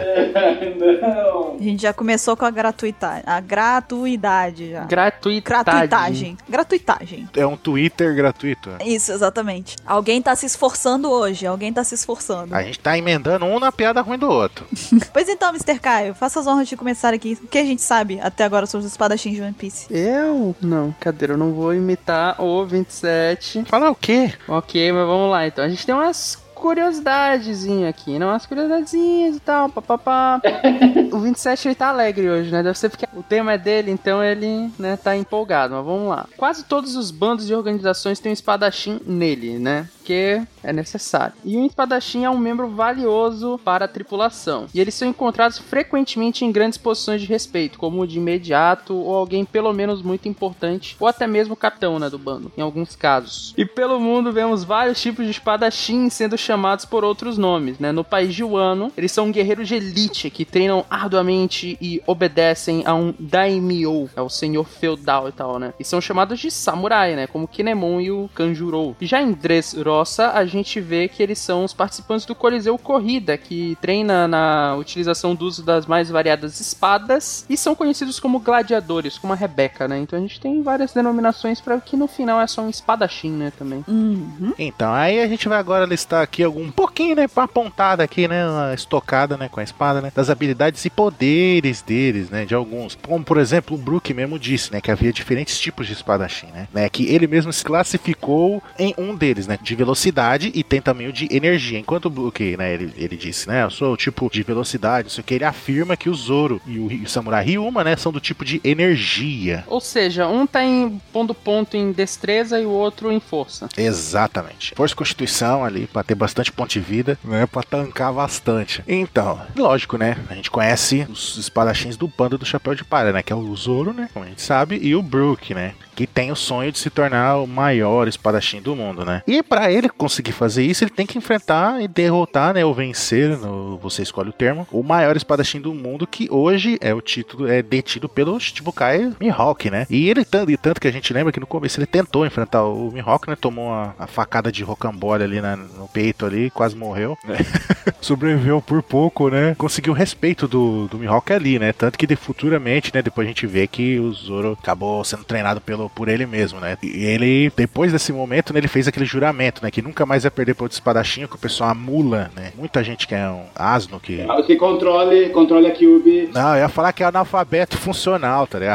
Não. A gente já começou com a gratuitagem. A gratuidade já. Gratuitagem. Gratuitagem. Gratuitagem. É um Twitter gratuito. Isso, exatamente. Alguém tá se esforçando hoje. Alguém tá se esforçando. A gente tá emendando um na piada ruim do outro. Pois então, mister Caio, faça as honras de começar aqui. O que a gente sabe até agora sobre os espadachins de One Piece? Eu? Não, cadê? Eu não vou imitar o vinte e sete. Fala o quê? Ok, mas vamos lá então. A gente tem umas curiosidadezinhas aqui, né? Umas curiosidadezinhas e tal, papapá. O vinte e sete ele tá alegre hoje, né? Deve ser porque o tema é dele, então ele, né, tá empolgado. Mas vamos lá. Quase todos os bandos e organizações têm um espadachim nele, né? Porque é necessário. E um espadachim é um membro valioso para a tripulação. E eles são encontrados frequentemente em grandes posições de respeito, como o de imediato ou alguém pelo menos muito importante, ou até mesmo o capitão, né, do bando, em alguns casos. E pelo mundo vemos vários tipos de espadachim sendo chamados por outros nomes, né? No país de Wano, eles são guerreiros de elite que treinam arduamente e obedecem a um daimyo, é o senhor feudal e tal, né? E são chamados de samurai, né? Como Kinemon e o Kanjuro. Já em Dressrosa, a gente vê que eles são os participantes do Coliseu Corrida, que treina na utilização do uso das mais variadas espadas e são conhecidos como gladiadores, como a Rebeca, né? Então a gente tem várias denominações para que no final é só um espadachim, né? Também. Uhum. Então, aí a gente vai agora listar aqui algum um pouquinho, né, uma pontada aqui, né, uma estocada, né, com a espada, né, das habilidades e poderes deles, né, de alguns. Como, por exemplo, o Brook mesmo disse, né, que havia diferentes tipos de espadachim, né, né, que ele mesmo se classificou em um deles, né, de velocidade e tem também o de energia. Enquanto o Brook, né, ele, ele disse, né, eu sou o tipo de velocidade, isso que ele afirma que o Zoro e o, e o Samurai Ryuma, né, são do tipo de energia. Ou seja, um tá em pondo ponto em destreza e o outro em força. Exatamente. Força e constituição ali, pra ter bastante ponto de vida, né, pra tancar bastante. Então, lógico, né, a gente conhece os espadachins do bando do Chapéu de Palha, né, que é o Zoro, né, como a gente sabe, e o Brook, né, que tem o sonho de se tornar o maior espadachim do mundo, né. E pra ele conseguir fazer isso, ele tem que enfrentar e derrotar, né, ou vencer, no, você escolhe o termo, o maior espadachim do mundo, que hoje é o título, é detido pelo Shichibukai Mihawk, né. E ele, tanto, e tanto que a gente lembra que no começo ele tentou enfrentar o Mihawk, né, tomou uma, uma facada de rocambole ali na, no peito ali, quase morreu, né? Sobreviveu por pouco, né? Conseguiu o respeito do, do Mihawk ali, né? Tanto que de, futuramente, né? Depois a gente vê que o Zoro acabou sendo treinado pelo, por ele mesmo, né? E ele, depois desse momento, né? Ele fez aquele juramento, né? Que nunca mais ia perder para outro espadachim, que o pessoal amula, né? Muita gente que é um asno que... Que controle, controle a Cube. Não, eu ia falar que é analfabeto funcional, tá ligado?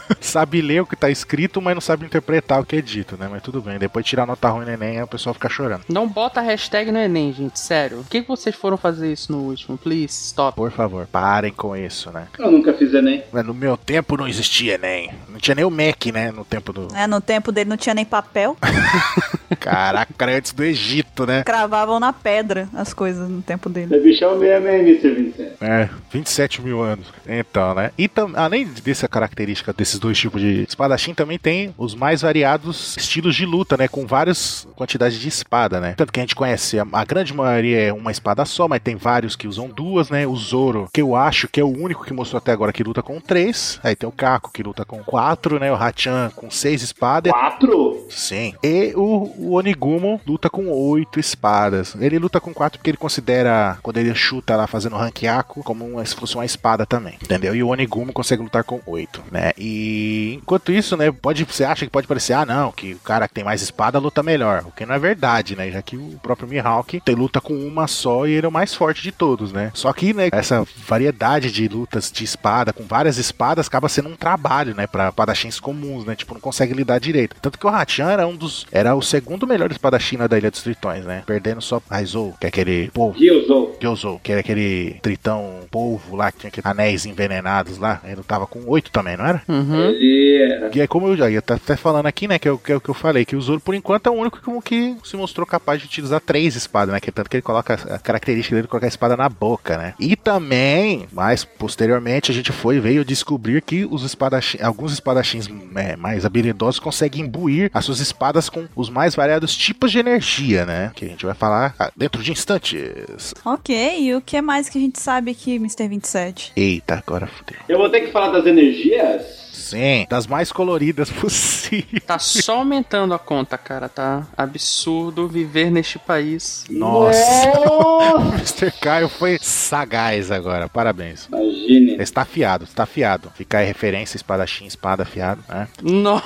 sabe ler o que tá escrito, mas não sabe interpretar o que é dito, né? Mas tudo bem. Depois de tirar nota ruim no Enem, aí o pessoal fica chorando. Não bota hashtag no Enem, gente, sério. Por que que vocês foram fazer isso no último? Please, stop. Por favor, parem com isso, né? Eu nunca fiz Enem. Mas no meu tempo não existia Enem. Não tinha nem o M E C, né? No tempo do... É, no tempo dele não tinha nem papel. Caraca, o cara é antes do Egito, né? Cravavam na pedra as coisas no tempo dele. É bichão mesmo, hein, mister Vincent? É, vinte e sete mil anos. Então, né? E tam, além dessa característica desses dois tipos de espadachim, também tem os mais variados estilos de luta, né? Com várias quantidades de espada, né? Tanto que a gente conhece, a, a grande maioria é uma espada só, mas tem vários que usam duas, né? O Zoro, que eu acho que é o único que mostrou até agora que luta com três. Aí tem o Kako, que luta com quatro, né? O Hachan com seis espadas. Quatro? Sim. E o, o Onigumo luta com oito espadas. Ele luta com quatro porque ele considera, quando ele chuta lá fazendo Rankiaku, como uma, se fosse uma espada também. Entendeu? E o Onigumo consegue lutar com oito, né? E enquanto isso, né? Pode, você acha que pode parecer, ah, não, que o cara que tem mais espada luta melhor. O que não é verdade, né? Já que o próprio Mihawk tem luta com uma só e ele é o mais forte de todos, né? Só que, né? Essa variedade de lutas de espada com várias espadas acaba sendo um trabalho, né? Pra espadachins comuns, né? Tipo, não consegue lidar direito. Tanto que o Hachan era um dos... Era o segundo melhor espadachim da Ilha dos Tritões, né? Perdendo só Raizou, que é aquele polvo. Gyuzou. Gyuzou, que era aquele tritão polvo lá, que tinha aqueles anéis envenenados lá. Ele tava com oito também, não era? Uhum. Ele era. E aí, como eu já ia tá até falando aqui, né? Que é o que, é o que eu falei, que o Zoro, por enquanto, é o único que, que se mostrou capaz de utilizar três espadas, né? Que tanto que ele coloca a característica dele de colocar a espada na boca, né? E também, mais posteriormente, a gente foi veio descobrir que os espadachins, alguns espadachins é, mais habilidosos conseguem imbuir as suas espadas com os mais variados tipos de energia, né? Que a gente vai falar dentro de instantes. Ok, e o que mais que a gente sabe aqui, mister vinte e sete? Eita, agora fodeu. Eu vou ter que falar das energias? Sim, das mais coloridas possíveis. Tá só aumentando a conta, cara. Tá absurdo viver neste país. Nossa. Nossa. mister Caio foi sagaz agora. Parabéns. Imagine. Está afiado, está afiado. Fica aí referência, espadachim, espada afiado, né? No-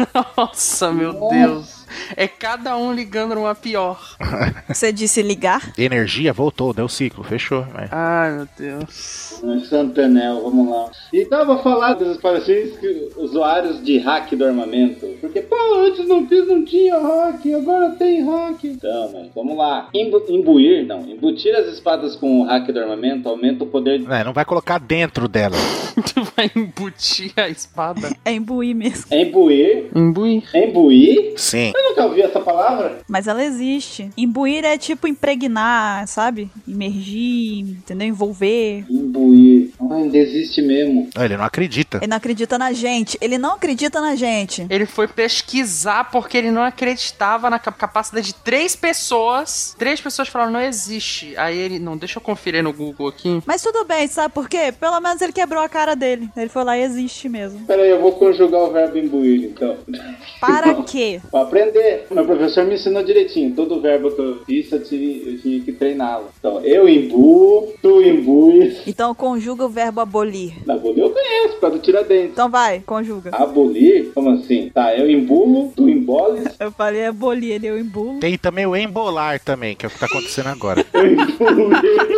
Nossa, meu Deus. É cada um ligando numa pior. Você disse ligar? Energia voltou, deu ciclo, fechou. Mas... Ai, meu Deus. Santanel, vamos lá. Então eu vou falar dos espadachins que usuários de hack do armamento. Porque, pô, antes não fiz, não tinha hack, agora tem hack. Então, mas vamos lá. Imbu imbuir, não. Embutir as espadas com o hack do armamento aumenta o poder de... É, não vai colocar dentro dela. Tu vai embutir a espada. É imbuir mesmo. Embuir? Embuir? Embuir? Sim. Eu nunca ouvi essa palavra. Mas ela existe. Imbuir é tipo impregnar, sabe? Imergir, entendeu? Envolver. Imbuir. Ah, ainda existe mesmo. Ele não acredita. Ele não acredita na gente. Ele não acredita na gente. Ele foi pesquisar porque ele não acreditava na cap- capacidade de três pessoas. Três pessoas falaram, não existe. Aí ele, não, deixa eu conferir no Google aqui. Mas tudo bem, sabe por quê? Pelo menos ele quebrou a cara dele. Ele foi lá e existe mesmo. Peraí, eu vou conjugar o verbo imbuir, então. Para quê? Pra aprender. Meu professor me ensinou direitinho. Todo verbo que eu fiz, eu tinha, eu tinha que treiná-lo. Então, eu imbuo, tu imbues. Então conjuga o verbo abolir. Abolir eu conheço, por causa do Tiradentes. Então vai, conjuga. Abolir? Como assim? Tá, eu embulo, tu emboles. Eu falei abolir, ele eu embulo. Tem também o embolar também, que é o que tá acontecendo agora. Eu embulo.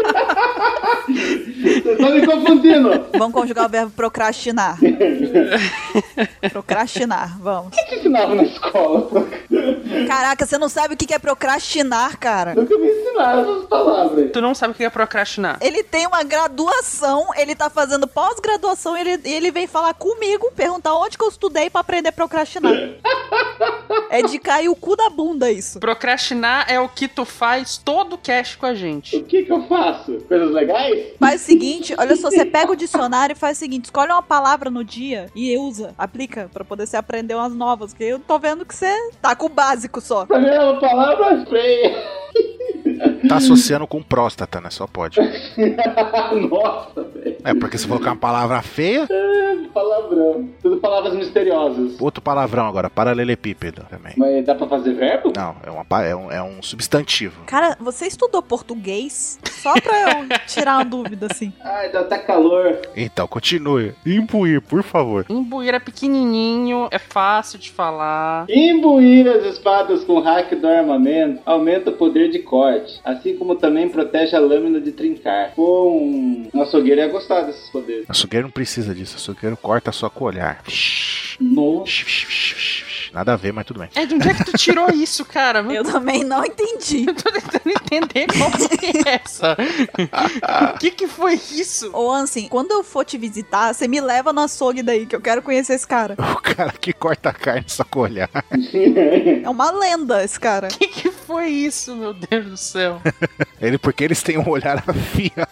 Vocês estão me confundindo. Vamos conjugar o verbo procrastinar. Procrastinar, vamos. O que te ensinava na escola? Caraca, você não sabe o que é procrastinar, cara. Nunca me ensinaram essas palavras. Tu não sabe o que é procrastinar. Ele tem uma graduação, ele tá fazendo pós-graduação e ele, ele vem falar comigo, perguntar onde que eu estudei pra aprender a procrastinar. É de cair o cu da bunda isso. Procrastinar é o que tu faz todo cast com a gente. O que que eu faço? Coisas legais? Faz o seguinte, olha só, você pega o dicionário e faz o seguinte, escolhe uma palavra no dia e usa, aplica, pra poder você aprender umas novas, porque eu tô vendo que você tá com o básico só. Pra mim é uma palavra feia. Tá associando com próstata, né? Só pode. Nossa, velho. É, porque se colocar uma palavra feia, É, palavrão. Tudo palavras misteriosas. outro palavrão agora, paralelepípedo também. Mas dá pra fazer verbo? Não, é, uma, pa- é, um, é um substantivo. Cara, você estudou português? Só pra eu tirar uma dúvida, assim. Ai, dá até calor. Então, continue. Imbuir, por favor. Imbuir é pequenininho, é fácil de falar. Imbuir as espadas com hack do armamento aumenta o poder de corte. assim como também protege a lâmina de trincar. Pô, um, um açougueiro ia gostar desses poderes. Açougueiro não precisa disso, açougueiro corta só com o olhar. Nossa. Nada a ver, mas tudo bem. É, de onde é que tu tirou isso, cara? Eu também não entendi. Eu tô tentando entender qual que é essa. O que que foi isso? Ô, Ansem, quando eu for te visitar, você me leva no açougue daí, que eu quero conhecer esse cara. O cara que corta a carne só com o olhar. É uma lenda, esse cara. O que que foi isso, meu Deus do céu? Ele, porque eles têm um olhar afiado.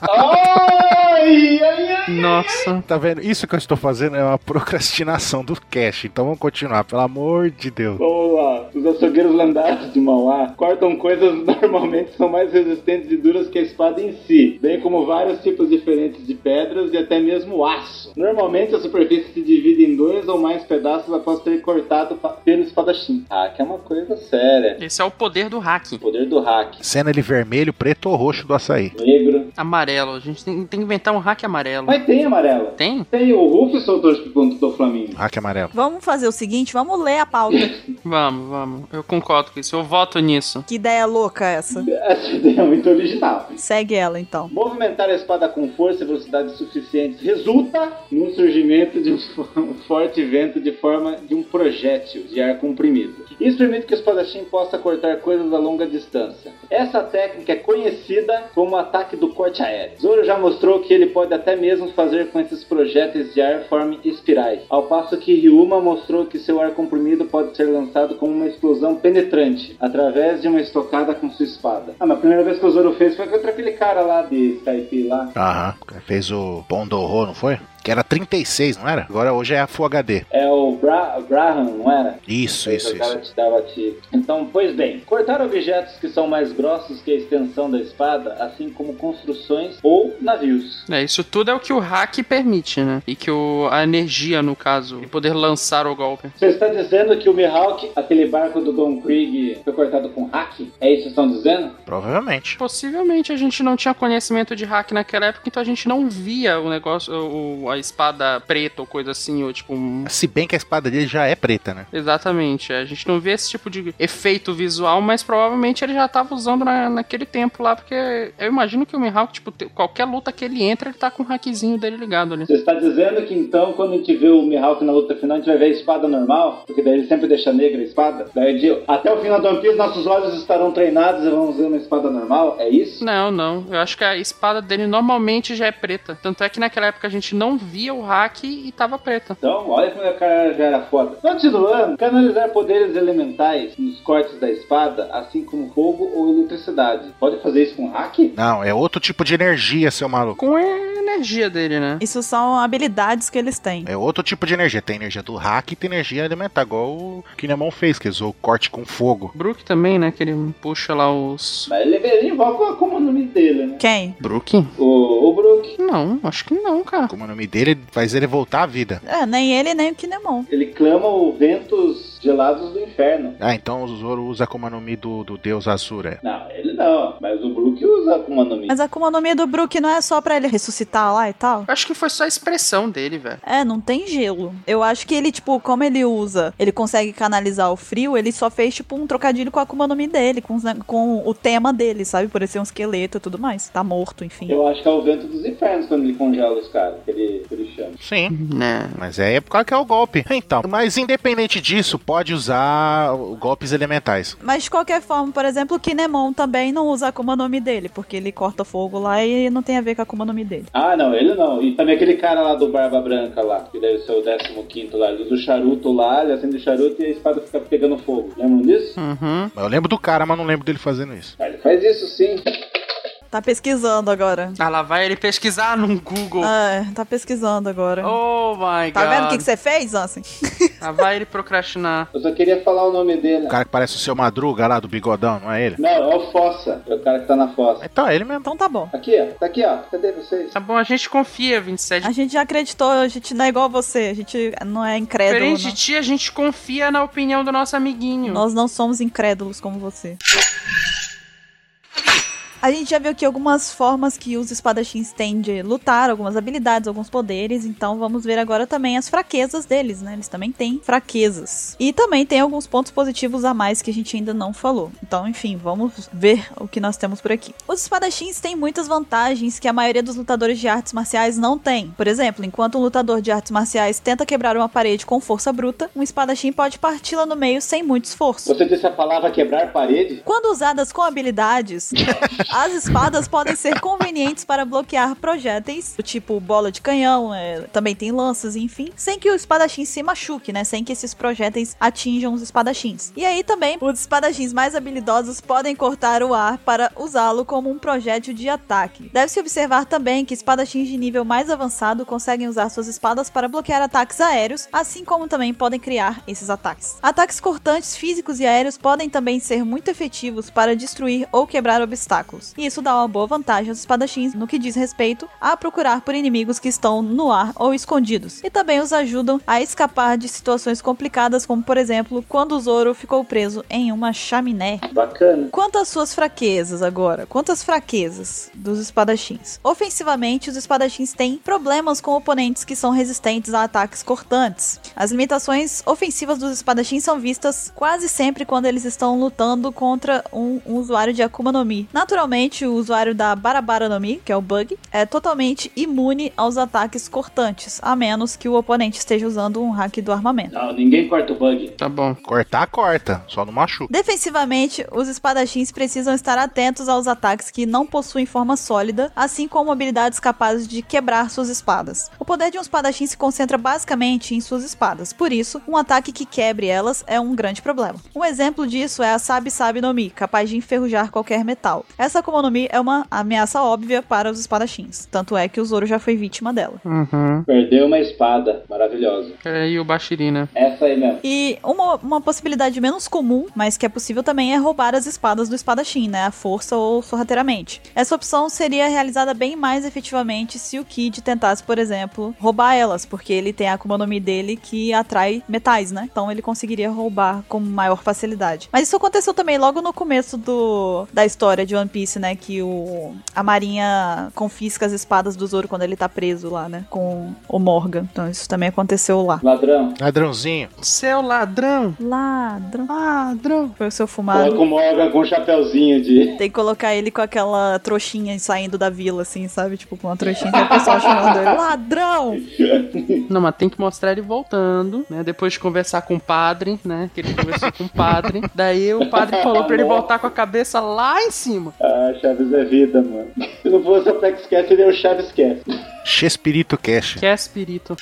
Ai, ai, ai. Nossa. Tá vendo? Isso que eu estou fazendo é uma procrastinação do cast. Então vamos continuar, pelo amor de Deus. Vamos lá. Os açougueiros lendários de Mauá cortam coisas normalmente são mais resistentes e duras que a espada em si, bem como vários tipos diferentes de pedras e até mesmo aço. Normalmente a superfície se divide em dois ou mais pedaços após ter cortado pelo espadachim. Hack é uma coisa séria. Esse é o poder do hack. O poder do hack. Sendo ele vermelho, preto ou roxo do açaí. Negro. Amarelo. A gente tem, tem que inventar um hack amarelo. Mas tem amarelo. Tem? Tem o Rufus soltou do Flamengo. Hack amarelo. Vamos fazer o seguinte, vamos ler a pauta. Vamos, vamos. Eu concordo com isso. Eu voto nisso. Que ideia louca essa. Essa ideia é muito original. Segue ela, então. Movimentar a espada com força e velocidade suficientes resulta no surgimento de um forte vento de forma de um projétil de ar comprimido. Isso permite que o espadachim possa cortar coisas a longa distância. Essa técnica é conhecida como ataque do corte aéreo. Zoro já mostrou que ele pode até mesmo fazer com esses projéteis de ar forme espirais, ao passo que Ryuma mostrou que seu ar comprimido pode ser lançado como uma explosão penetrante, através de uma estocada com sua espada. Ah, mas a primeira vez que o Zoro fez foi contra aquele cara lá de Skype lá. Aham, fez o Bondorro, não foi? Que era trinta e seis, não era? Agora hoje é a Full H D. É o Bra Braham, não era? Isso, Esse isso, cara isso. te dava tiro. Então, pois bem, cortar objetos que são mais grossos que a extensão da espada, assim como construções ou navios. É, isso tudo é o que o hack permite, né? E que o, a energia, no caso, de poder lançar o golpe. Você está dizendo que o Mihawk, aquele barco do Don Krieg, foi cortado com hack? É isso que estão dizendo? Provavelmente. Possivelmente a gente não tinha conhecimento de hack naquela época, então a gente não via o negócio, o, a espada preta ou coisa assim, ou tipo... Um... Se bem que a espada dele já é preta, né? Exatamente, a gente não vê esse tipo de efeito visual, mas provavelmente ele já tava usando na, naquele tempo lá, porque eu imagino que o Mihawk, tipo, qualquer luta que ele entra, ele tá com o hackzinho dele ligado ali. Você está dizendo que então, quando a gente vê o Mihawk na luta final, a gente vai ver a espada normal? Porque daí ele sempre deixa negra a espada? Daí de, até o final do One Piece, nossos olhos estarão treinados e vamos ver uma espada normal? É isso? Não, não. Eu acho que a espada dele normalmente já é preta. Tanto é que naquela época a gente não via o hack e tava preta. Então, olha como o cara já era foda. Continuando, canalizar poderes elementais nos cortes da espada, assim como fogo ou eletricidade. Pode fazer isso com hack? Não, é outro tipo de energia, seu maluco. Com a energia dele, né? Isso são habilidades que eles têm. É outro tipo de energia. Tem energia do hack e tem energia elementar, igual o Kinemon fez, que usou o corte com fogo. Brook também, né? Que ele puxa lá os... Mas ele, ele invoca o Akuma no Mi dele, né? Quem? Brook? O, o Brook. Não, acho que não, cara. Como o nome dele faz ele voltar à vida. É, nem ele, nem o Kinemon. Ele clama o ventos gelados do inferno. Ah, então o Zoro usa como nome do, do deus Azura. Não, ele não. Mas o Brook usa Akuma no Mi. Mas a Akuma no Mi do Brook não é só pra ele ressuscitar lá e tal? Eu acho que foi só a expressão dele, velho. É, não tem gelo. Eu acho que ele, tipo, como ele usa, ele consegue canalizar o frio, ele só fez, tipo, um trocadilho com a Akuma no Mi dele, com, com o tema dele, sabe? Por ele ser um esqueleto e tudo mais. Tá morto, enfim. Eu acho que é o vento dos infernos quando ele congela os caras, que ele, que ele chama. Sim. Né? Mas é por causa que é o golpe. Então, mas independente disso, pode usar golpes elementais. Mas de qualquer forma, por exemplo, o Kinemon também não usa a Akuma no Mi dele, porque ele corta fogo lá e não tem a ver com a Akuma no Mi dele. Ah, não, ele não. E também aquele cara lá do Barba Branca lá, que deve ser o décimo quinto lá. Ele usa o charuto lá, ele acende o charuto e a espada fica pegando fogo. Lembram disso? Uhum. Eu lembro do cara, mas não lembro dele fazendo isso. Ah, ele faz isso sim. Tá pesquisando agora. Ah, lá vai ele pesquisar no Google. É, tá pesquisando agora. Oh my Tá god. vendo o que, que você fez, Ansem? Lá vai ele procrastinar. Eu só queria falar o nome dele. O cara que parece o seu Madruga lá do bigodão, não é ele? Não, é o Fossa. É o cara que tá na fossa. Então é ele mesmo. Então tá bom. Aqui, ó. Tá aqui, ó. Cadê vocês? Tá bom, a gente confia, vinte e sete. A gente já acreditou, a gente não é igual a você, a gente não é incrédulo. Diferente Não. de ti, a gente confia na opinião do nosso amiguinho. Nós não somos incrédulos como você. A gente já viu aqui algumas formas que os espadachins têm de lutar, algumas habilidades, alguns poderes, então vamos ver agora também as fraquezas deles, né? Eles também têm fraquezas. E também tem alguns pontos positivos a mais que a gente ainda não falou. Então, enfim, vamos ver o que nós temos por aqui. Os espadachins têm muitas vantagens que a maioria dos lutadores de artes marciais não tem. Por exemplo, enquanto um lutador de artes marciais tenta quebrar uma parede com força bruta, um espadachim pode parti-la no meio sem muito esforço. Você disse a palavra quebrar parede? Quando usadas com habilidades, as espadas podem ser convenientes para bloquear projéteis, do tipo bola de canhão, é, também tem lanças, enfim, sem que o espadachim se machuque, né? Sem que esses projéteis atinjam os espadachins. E aí também, os espadachins mais habilidosos podem cortar o ar para usá-lo como um projétil de ataque. Deve-se observar também que espadachins de nível mais avançado conseguem usar suas espadas para bloquear ataques aéreos, assim como também podem criar esses ataques. Ataques cortantes físicos e aéreos podem também ser muito efetivos para destruir ou quebrar obstáculos. E isso dá uma boa vantagem aos espadachins no que diz respeito a procurar por inimigos que estão no ar ou escondidos. E também os ajudam a escapar de situações complicadas, como por exemplo, quando o Zoro ficou preso em uma chaminé. Bacana. Quanto às suas fraquezas agora, quantas fraquezas dos espadachins? Ofensivamente, os espadachins têm problemas com oponentes que são resistentes a ataques cortantes. As limitações ofensivas dos espadachins são vistas quase sempre quando eles estão lutando contra um, um usuário de Akuma no Mi. Naturalmente, o usuário da Barabara no Mi, que é o Bug, é totalmente imune aos ataques cortantes, a menos que o oponente esteja usando um hack do armamento. Não, ninguém corta o Bug. Tá bom. Cortar, corta. Só não machuca. Defensivamente, os espadachins precisam estar atentos aos ataques que não possuem forma sólida, assim como habilidades capazes de quebrar suas espadas. O poder de um espadachim se concentra basicamente em suas espadas, por isso, um ataque que quebre elas é um grande problema. Um exemplo disso é a Sabi Sabi no Mi, capaz de enferrujar qualquer metal. Essa Akuma no Mi é uma ameaça óbvia para os espadachins, tanto é que o Zoro já foi vítima dela. Uhum. Perdeu uma espada. Maravilhosa. É, e o Bashiri, né? Essa aí mesmo. E uma, uma possibilidade menos comum, mas que é possível também, é roubar as espadas do espadachim, né? A força ou sorrateiramente. Essa opção seria realizada bem mais efetivamente se o Kid tentasse, por exemplo, roubar elas, porque ele tem a Akuma no Mi dele que atrai metais, né? Então ele conseguiria roubar com maior facilidade. Mas isso aconteceu também logo no começo do, da história de One Piece, né? Que o, a marinha confisca as espadas do Zoro quando ele tá preso lá, né? Com o Morgan. Então isso também aconteceu lá. Ladrão. Ladrãozinho. Seu ladrão! Ladrão. Ladrão! Foi o seu fumado. Coloca o Morgan com um chapeuzinho de... Tem que colocar ele com aquela trouxinha saindo da vila, assim, sabe? Tipo, com uma trouxinha que o pessoal chamando ele. Ladrão! Não, mas tem que mostrar ele voltando, né? Depois de conversar com o padre, né? Que ele conversou com o padre. Daí o padre falou pra ele voltar com a cabeça lá em cima. Ah, Chaves é vida, mano. Se não fosse o Apex Cash, seria o Chaves Cash. Chespirito Cash. Que é espírito.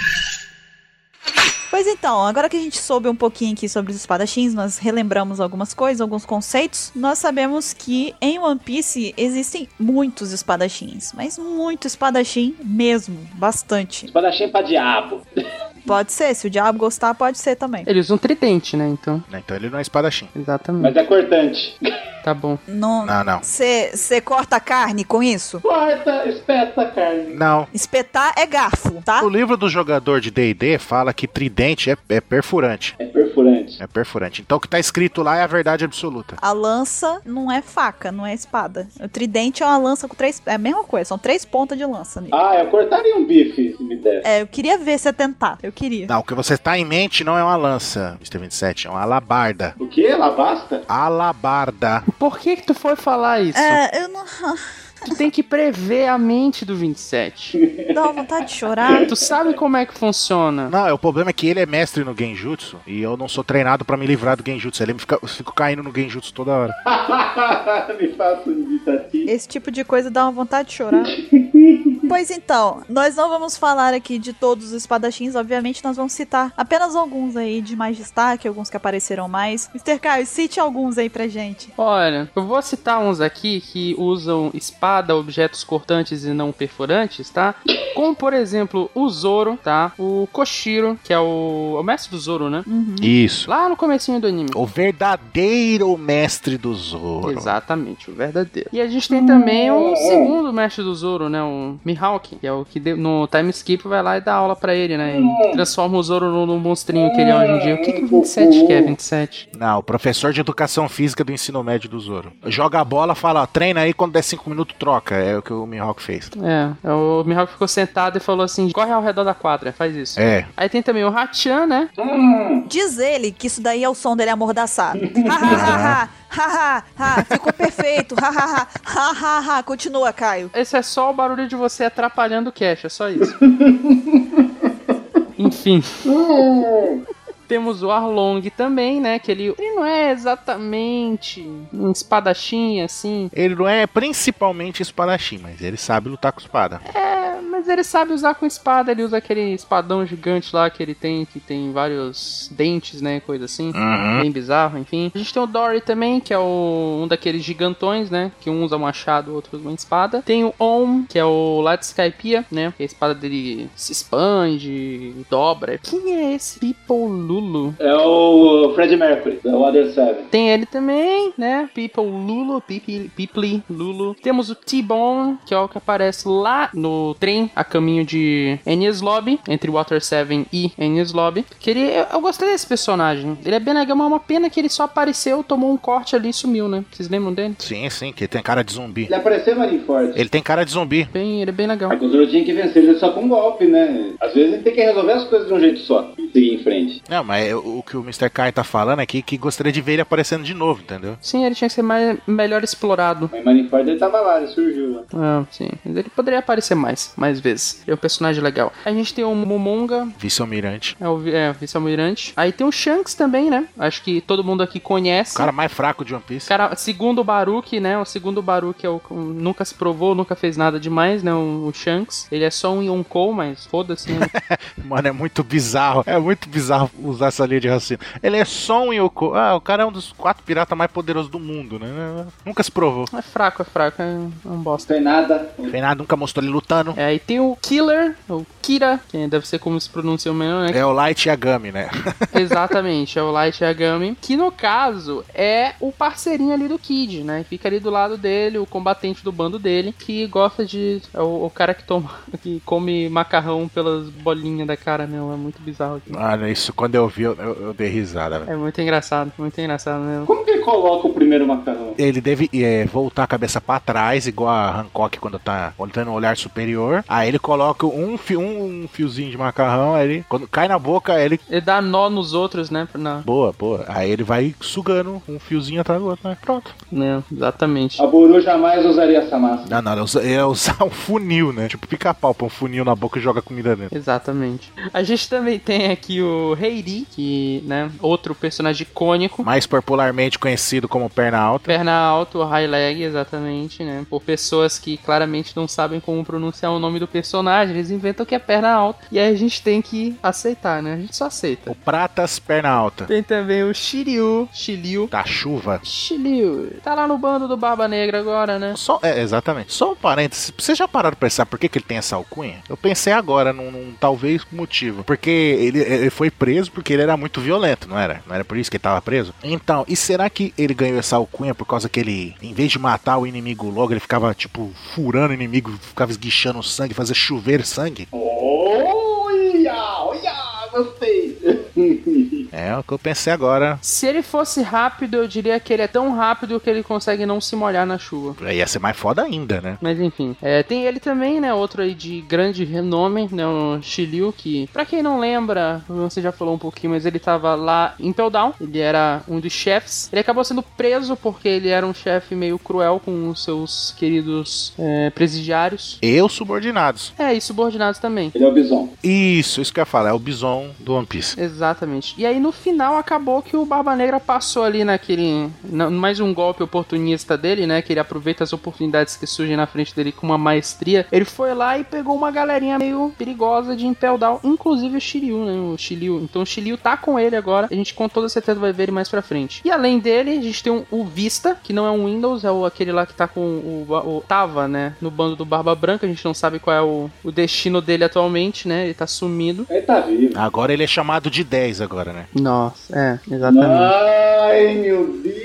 Pois então, agora que a gente soube um pouquinho aqui sobre os espadachins, nós relembramos algumas coisas, alguns conceitos, nós sabemos que em One Piece existem muitos espadachins, mas muito espadachim mesmo, bastante. Espadachim pra diabo. Pode ser, se o diabo gostar, pode ser também. Ele usa um tridente, né? Então. Então ele não é espadachim. Exatamente. Mas é cortante. Tá bom. Não, Não, não. Você corta carne com isso? Corta, espeta a carne. Não. Espetar é garfo, tá? O livro do jogador de D e D fala que tridente é, é perfurante. É perfurante. É perfurante. Então o que tá escrito lá é a verdade absoluta. A lança não é faca, não é espada. O tridente é uma lança com três... É a mesma coisa, são três pontas de lança nele. Ah, eu cortaria um bife se me desse. É, eu queria ver você tentar. Eu queria. Não, o que você tá em mente não é uma lança, mister vinte e sete, é uma alabarda. O quê? Alabasta? Alabarda. Por que que tu foi falar isso? É, eu não... Tu tem que prever a mente do vinte e sete. Dá uma vontade de chorar. Tu sabe como é que funciona. Não, o problema é que ele é mestre no Genjutsu e eu não sou treinado pra me livrar do Genjutsu. Ele me fica, eu fico caindo no Genjutsu toda hora. Me faça um imitativo. Esse tipo de coisa dá uma vontade de chorar. Pois então, nós não vamos falar aqui de todos os espadachins, obviamente nós vamos citar apenas alguns aí de mais destaque, alguns que apareceram mais. mister Caio, cite alguns aí pra gente. Olha, eu vou citar uns aqui que usam espada, objetos cortantes e não perfurantes, tá? Como, por exemplo, o Zoro, tá? O Koshiro, que é o, o mestre do Zoro, né? Uhum. Isso. Lá no comecinho do anime. O verdadeiro mestre do Zoro. Exatamente, o verdadeiro. E a gente tem também o segundo mestre do Zoro, né? O Mihawk, que é o que deu, no time skip vai lá e dá aula pra ele, né? E transforma o Zoro no, no monstrinho que ele é hoje em dia. O que que o vinte e sete quer, vinte e sete? Não, o professor de educação física do ensino médio do Zoro. Joga a bola, fala, ó, treina aí, quando der cinco minutos, troca. É o que o Mihawk fez. É, o Mihawk ficou sentado e falou assim, corre ao redor da quadra, faz isso. É. Aí tem também o Hachan, né? Diz ele que isso daí é o som dele amordaçado. Ha, ha, ha, ha. Ha, ha, ha, ficou perfeito. Ha, ha, ha, ha, ha, ha. Continua, Caio. Esse é só o barulho de você atrapalhando o cash, é só isso. Enfim. Temos o Arlong também, né? Que ele, ele não é exatamente um espadachim, assim. Ele não é principalmente espadachim, mas ele sabe lutar com espada. É, mas ele sabe usar com espada. Ele usa aquele espadão gigante lá que ele tem, que tem vários dentes, né? Coisa assim. Uhum. Bem bizarro, enfim. A gente tem o Dory também, que é o, um daqueles gigantões, né? Que um usa um machado, o outro usa uma espada. Tem o Om, que é o lá de Skypiea, né? Que a espada dele se expande, dobra. Quem é esse People Lulu? É o Fred Mercury, da Water seven. Tem ele também, né? People Lulu, People, People Lulu. Temos o T-Bone, que é o que aparece lá no trem a caminho de Enies Lobby, entre Water seven e Enies Lobby. Que ele, eu, eu gostei desse personagem. Ele é bem legal, mas é uma pena que ele só apareceu, tomou um corte ali e sumiu, né? Vocês lembram dele? Sim, sim, que ele tem cara de zumbi. Ele apareceu em Marineford. Ele tem cara de zumbi. Bem, ele é bem legal. A Zoro tinha que vencer ele só com um golpe, né? Às vezes ele tem que resolver as coisas de um jeito só e seguir em frente. Não, mas o que o mister Kai tá falando é que, que gostaria de ver ele aparecendo de novo, entendeu? Sim, ele tinha que ser mais, melhor explorado. Mas em Marineford ele tava lá, ele surgiu lá. Ah, sim. Mas ele poderia aparecer mais, mais vezes. Ele é um personagem legal. A gente tem o Momonga. Vice-almirante. É o, é, o vice-almirante. Aí tem o Shanks também, né? Acho que todo mundo aqui conhece. O cara mais fraco de One Piece. Cara, segundo o Baruch, né? O segundo Baruch é o que nunca se provou, nunca fez nada demais, né? O, o Shanks. Ele é só um Yonkou, mas foda-se, né? Mano, é muito bizarro. É muito bizarro usar essa linha de raciocínio. Ele é só um Yonkou. Ah, o cara é um dos quatro piratas mais poderosos do mundo, né? Nunca se provou. É fraco, é fraco. É um bosta. Não tem nada. Não tem nada, nunca mostrou ele lutando. É, e tem o Killer, o Kira, que deve ser como se pronuncia o menor, né? É o Light Yagami, né? Exatamente, é o Light Yagami, que no caso é o parceirinho ali do Kid, né? Fica ali do lado dele, o combatente do bando dele, que gosta de... É o, o cara que toma, que come macarrão pelas bolinhas da cara, meu, é muito bizarro aqui. Mano, isso quando eu vi, eu, eu, eu dei risada, velho. É muito engraçado, muito engraçado mesmo. Como que ele coloca o primeiro macarrão? Ele deve é, voltar a cabeça pra trás, igual a Hancock quando tá olhando um olhar superior. Aí ele coloca um, fio, um, um fiozinho de macarrão, aí ele, quando cai na boca, ele... Ele dá nó nos outros, né? Na... Boa, boa. Aí ele vai sugando um fiozinho atrás do outro, né? Pronto. É, exatamente. A Boru jamais usaria essa massa. Não, não, é usar um funil, né? Tipo pica-pau, põe um funil na boca e joga comida dentro. Exatamente. A gente também tem aqui o Heiri, que, né, outro personagem icônico. Mais popularmente conhecido como Perna Alta. Perna Alta, o High Leg, exatamente, né? Por pessoas que claramente não sabem como pronunciar o nome do personagem, eles inventam que é Perna Alta. E aí a gente tem que aceitar, né? A gente só aceita. O Pratas Perna Alta. Tem também o Shiryu, Shiryu. Da chuva. Shiryu. Tá lá no bando do Barba Negra agora, né? Só, é, exatamente. Só um parênteses. Vocês já pararam pra pensar por que, que ele tem essa alcunha? Eu pensei agora num, num talvez motivo. Porque ele, ele foi preso porque ele era muito violento, não era? Não era por isso que ele tava preso? Então, e será que ele ganhou essa alcunha por causa que ele, em vez de matar o inimigo logo, ele ficava, tipo, furando o inimigo, ficava esguichando sangue, fazia chover sangue? Olha, olha, gostei. É o que eu pensei agora. Se ele fosse rápido, eu diria que ele é tão rápido que ele consegue não se molhar na chuva. Ia ser mais foda ainda, né? Mas enfim, é, tem ele também, né, outro aí de grande renome, né, o Shiryu, que pra quem não lembra, você já falou um pouquinho, mas ele tava lá em Impel Down, ele era um dos chefes. Ele acabou sendo preso porque ele era um chefe meio cruel com os seus queridos é, presidiários. E os subordinados. É, e subordinados também. Ele é o Bison. Isso, isso que eu ia falar, é o Bison do One Piece. Exatamente. E aí no final acabou que o Barba Negra passou ali naquele... Na, mais um golpe oportunista dele, né? Que ele aproveita as oportunidades que surgem na frente dele com uma maestria. Ele foi lá e pegou uma galerinha meio perigosa de Impel Down, inclusive o Shiryu, né? O Shiryu. Então o Shiryu tá com ele agora. A gente com toda certeza vai ver ele mais pra frente. E além dele, a gente tem um, o Vista, que não é um Windows, é o, aquele lá que tá com o, o... Tava, né? No bando do Barba Branca. A gente não sabe qual é o, o destino dele atualmente, né? Ele tá sumido. Ele tá vivo. Agora ele é chamado de dez agora, né? Nossa, é, exatamente. Ai, meu Deus.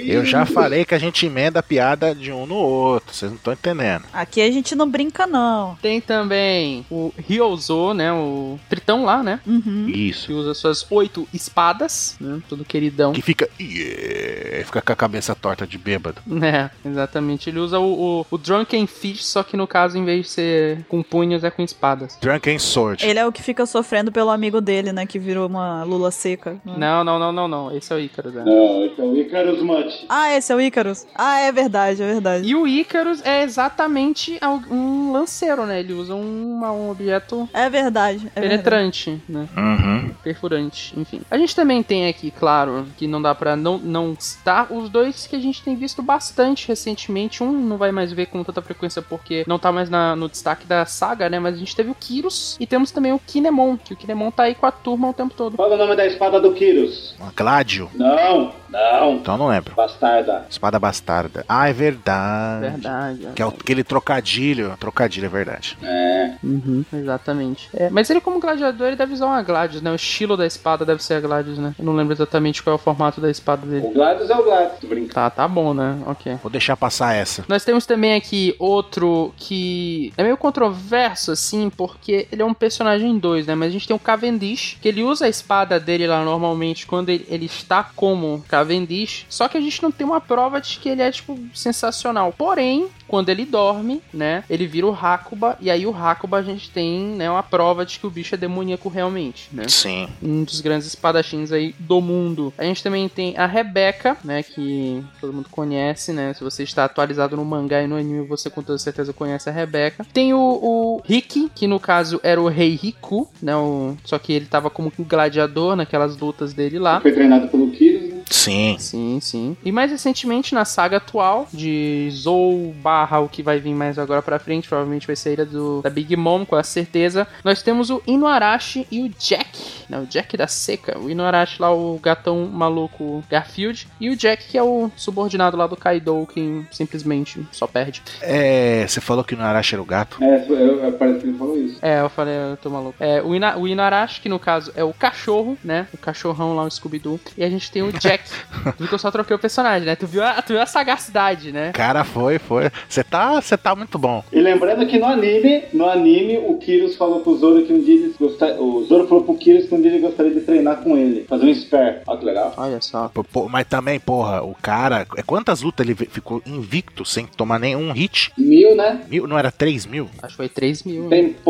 Eu já falei que a gente emenda a piada de um no outro, vocês não estão entendendo. Aqui a gente não brinca, não. Tem também o Ryozo, né? O tritão lá, né? Uhum. Isso. Que usa suas oito espadas, né? Todo queridão. Que fica... Yeah, fica com a cabeça torta de bêbado. É, exatamente. Ele usa o, o, o Drunken Fish, só que no caso, em vez de ser com punhos, é com espadas. Drunken Sword. Ele é o que fica sofrendo pelo amigo dele, né? Que virou uma lula seca. Não, não, não, não, não. Esse é o Icarus, né? Não, esse é o Icarus Mutt. Ah, esse é o Icarus? Ah, é verdade, é verdade. E o Icarus é exatamente um lanceiro, né? Ele usa um, um objeto É verdade, é verdade. penetrante, né? Uhum. Perfurante, enfim. A gente também tem aqui, claro, que não dá pra não, não citar os dois que a gente tem visto bastante recentemente. Um não vai mais ver com tanta frequência porque não tá mais na, no destaque da saga, né? Mas a gente teve o Kyrus e temos também o Kinemon, que o Kinemon tá aí com a turma o tempo todo. Qual é o nome da espada do Kyrus? Uma Gladio. Não, não. Então não lembro. Bastarda. Espada bastarda. Ah, é verdade. Verdade. Que é o- aquele trocadilho. Trocadilho, é verdade. É. Uhum, exatamente. É, mas ele como gladiador, ele deve usar uma Gladius, né? O estilo da espada deve ser a Gladius, né? Eu não lembro exatamente qual é o formato da espada dele. O Gladius é o Gladius. Tô brincando. Tá, tá bom, né? Ok. Vou deixar passar essa. Nós temos também aqui outro que é meio controverso, assim, porque ele é um personagem em dois, né? Mas a gente tem o Cavendish, que ele usa a espada dele lá normalmente quando ele, ele está como Cavendish, só que a gente não tem uma prova de que ele é, tipo, sensacional. Porém, quando ele dorme, né, ele vira o Hakuba, e aí o Hakuba a gente tem, né, uma prova de que o bicho é demoníaco realmente, né? Sim. Um dos grandes espadachins aí do mundo. A gente também tem a Rebecca, né, que todo mundo conhece, né? Se você está atualizado no mangá e no anime, você com toda certeza conhece a Rebecca. Tem o, o Riki, que no caso era o Rei Riku, né? O, só que ele tava como um gladiador naquelas lutas dele lá. Foi treinado pelo Kyrus, né? Sim. Sim, sim. E mais recentemente, na saga atual de Zou barra o que vai vir mais agora pra frente, provavelmente vai ser a ilha do, da Big Mom, com a certeza, nós temos o Inuarashi e o Jack, né? O Jack da seca. O Inuarashi lá, o gatão maluco Garfield, e o Jack, que é o subordinado lá do Kaido, que simplesmente só perde. É, você falou que o Narashi era o gato. É, eu, eu, parece que ele falou isso. É, eu falei, eu tô maluco. É, o, Ina, o Inuarashi, que no caso é o cachorro, né? O cachorrão lá, o Scooby-Doo. E a gente tem o Jack. Tu viu que eu só troquei o personagem, né? Tu viu a, tu viu a sagacidade, né? Cara, foi, foi. Você tá, você tá muito bom. E lembrando que no anime, no anime, o Kyrus falou pro Zoro que um dia ele gostaria, o Zoro falou pro Kyrus que um dia ele gostaria de treinar com ele, fazer um spare. Olha que legal. Olha só. Pô, pô, mas também, porra, o cara... é quantas lutas ele ficou invicto sem tomar nenhum hit? Mil, né? Mil, não era três mil? Acho que foi três mil. Hein?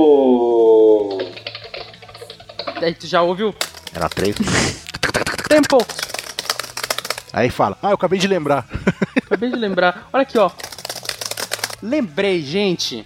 Tempo. Aí tu já ouviu? Era três mil. Tempo! Aí fala, ah, eu acabei de lembrar. Acabei de lembrar. Olha aqui, ó. Lembrei, gente.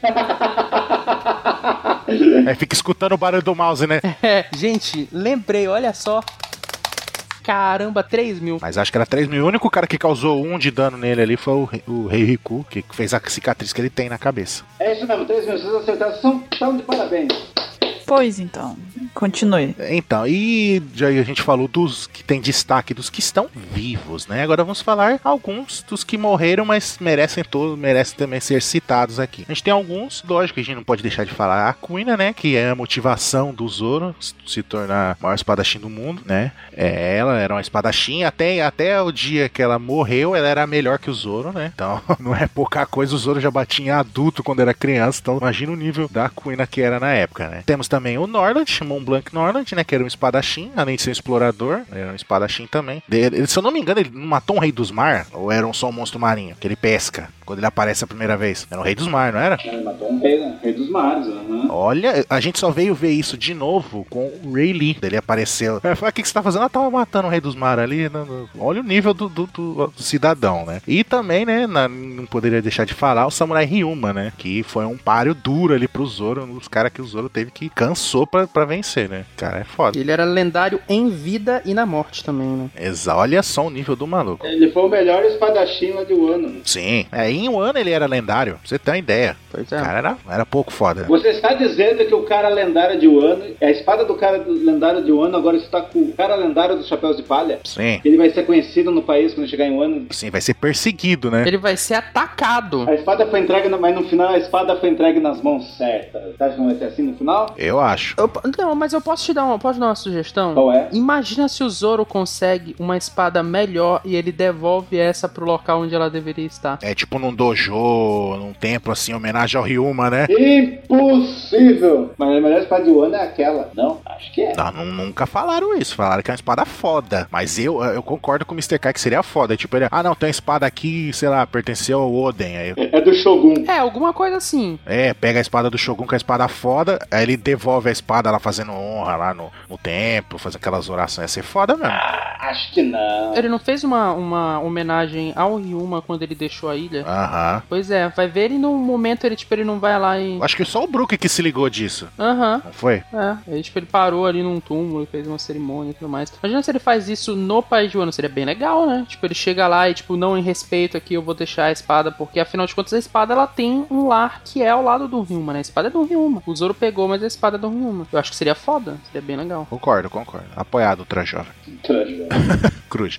Aí fica escutando o barulho do mouse, né? É, gente, lembrei, olha só. Caramba, três mil. Mas acho que era três mil. O único cara que causou um de dano nele ali foi o, Rei- o Rei Riku, que fez a cicatriz que ele tem na cabeça. É isso mesmo, três mil. Vocês acertaram, são, são de parabéns. Pois então, continue. Então, e já a gente falou dos que tem destaque, dos que estão vivos, né? Agora vamos falar alguns dos que morreram, mas merecem todos, merecem também ser citados aqui. A gente tem alguns, lógico que a gente não pode deixar de falar a Kuina, né? Que é a motivação do Zoro se tornar o maior espadachim do mundo, né? É, ela era uma espadachim, até, até o dia que ela morreu, ela era melhor que o Zoro, né? Então, não é pouca coisa, o Zoro já batia em adulto quando era criança, então imagina o nível da Kuina que era na época, né? Temos também o Norland, Mont Blanc Norland, né? Que era um espadachim, além de ser um explorador, era um espadachim também. Ele, se eu não me engano, ele não matou um rei dos mar, ou era um só um monstro marinho, que ele pesca, quando ele aparece a primeira vez. Era um rei dos mar, não era? Ele matou um rei, né? Rei dos mares, aham. Olha, a gente só veio ver isso de novo com o Ray Lee. Ele apareceu. Eu falei, o que, que você tá fazendo? Ah, tava matando o rei dos mar ali. Olha o nível do, do, do, do cidadão, né? E também, né, na, não poderia deixar de falar o Samurai Ryuma, né? Que foi um páreo duro ali pro Zoro, um dos caras que o Zoro teve que cansou pra, pra vencer, né? Cara, é foda. Ele era lendário em vida e na morte também, né? Exa, olha só o nível do maluco. Ele foi o melhor espadachim lá de Wano. Sim, é, em um ano ele era lendário, pra você ter uma ideia. Pois é. O cara era, era pouco foda. Você está dizendo que o cara lendário de Wano, a espada do cara do lendário de Wano agora está com o cara lendário dos chapéus de palha? Sim. Ele vai ser conhecido no país quando chegar em Wano? Sim, vai ser perseguido, né? Ele vai ser atacado. A espada foi entregue, mas no final a espada foi entregue nas mãos certas. Você acha que não vai ser assim no final? Eu acho. Eu, não, mas eu posso te dar uma, posso dar uma sugestão? Qual é? Imagina se o Zoro consegue uma espada melhor e ele devolve essa pro local onde ela deveria estar. É tipo num dojo, num templo assim, em homenagem ao Ryuma, né? Impossível! Mas a melhor espada de Wano é aquela. Não? Acho que é. Não, não, nunca falaram isso. Falaram que é uma espada foda. Mas eu, eu concordo com o mister Kai que seria foda. Tipo, ele, ah não, tem uma espada aqui, sei lá, pertenceu ao Oden. Aí, É do Shogun. É, alguma coisa assim. é, pega a espada do Shogun com a espada foda, aí ele devolve a espada lá fazendo honra lá no, no templo, fazendo aquelas orações. Ia ser foda mesmo. Ah, acho que não. Ele não fez uma, uma homenagem ao Ryuma quando ele deixou a ilha? Aham. Pois é, vai ver ele num momento, ele tipo, ele não vai lá e... Acho que só o Brook que se ligou disso. Aham. Não foi? É, aí tipo, ele parou ali num túmulo e fez uma cerimônia e tudo mais. Imagina se ele faz isso no país de Wano, seria bem legal, né? Tipo, ele chega lá e tipo, não, em respeito aqui eu vou deixar a espada, porque afinal de contas a espada ela tem um lar que é ao lado do Ryuma, né? A espada é do Ryuma. O Zoro pegou, mas a espada é do Ryuma. Eu acho que seria foda, seria bem legal. Concordo, concordo. Apoiado, Ultra Jovem. Traje. Cruz.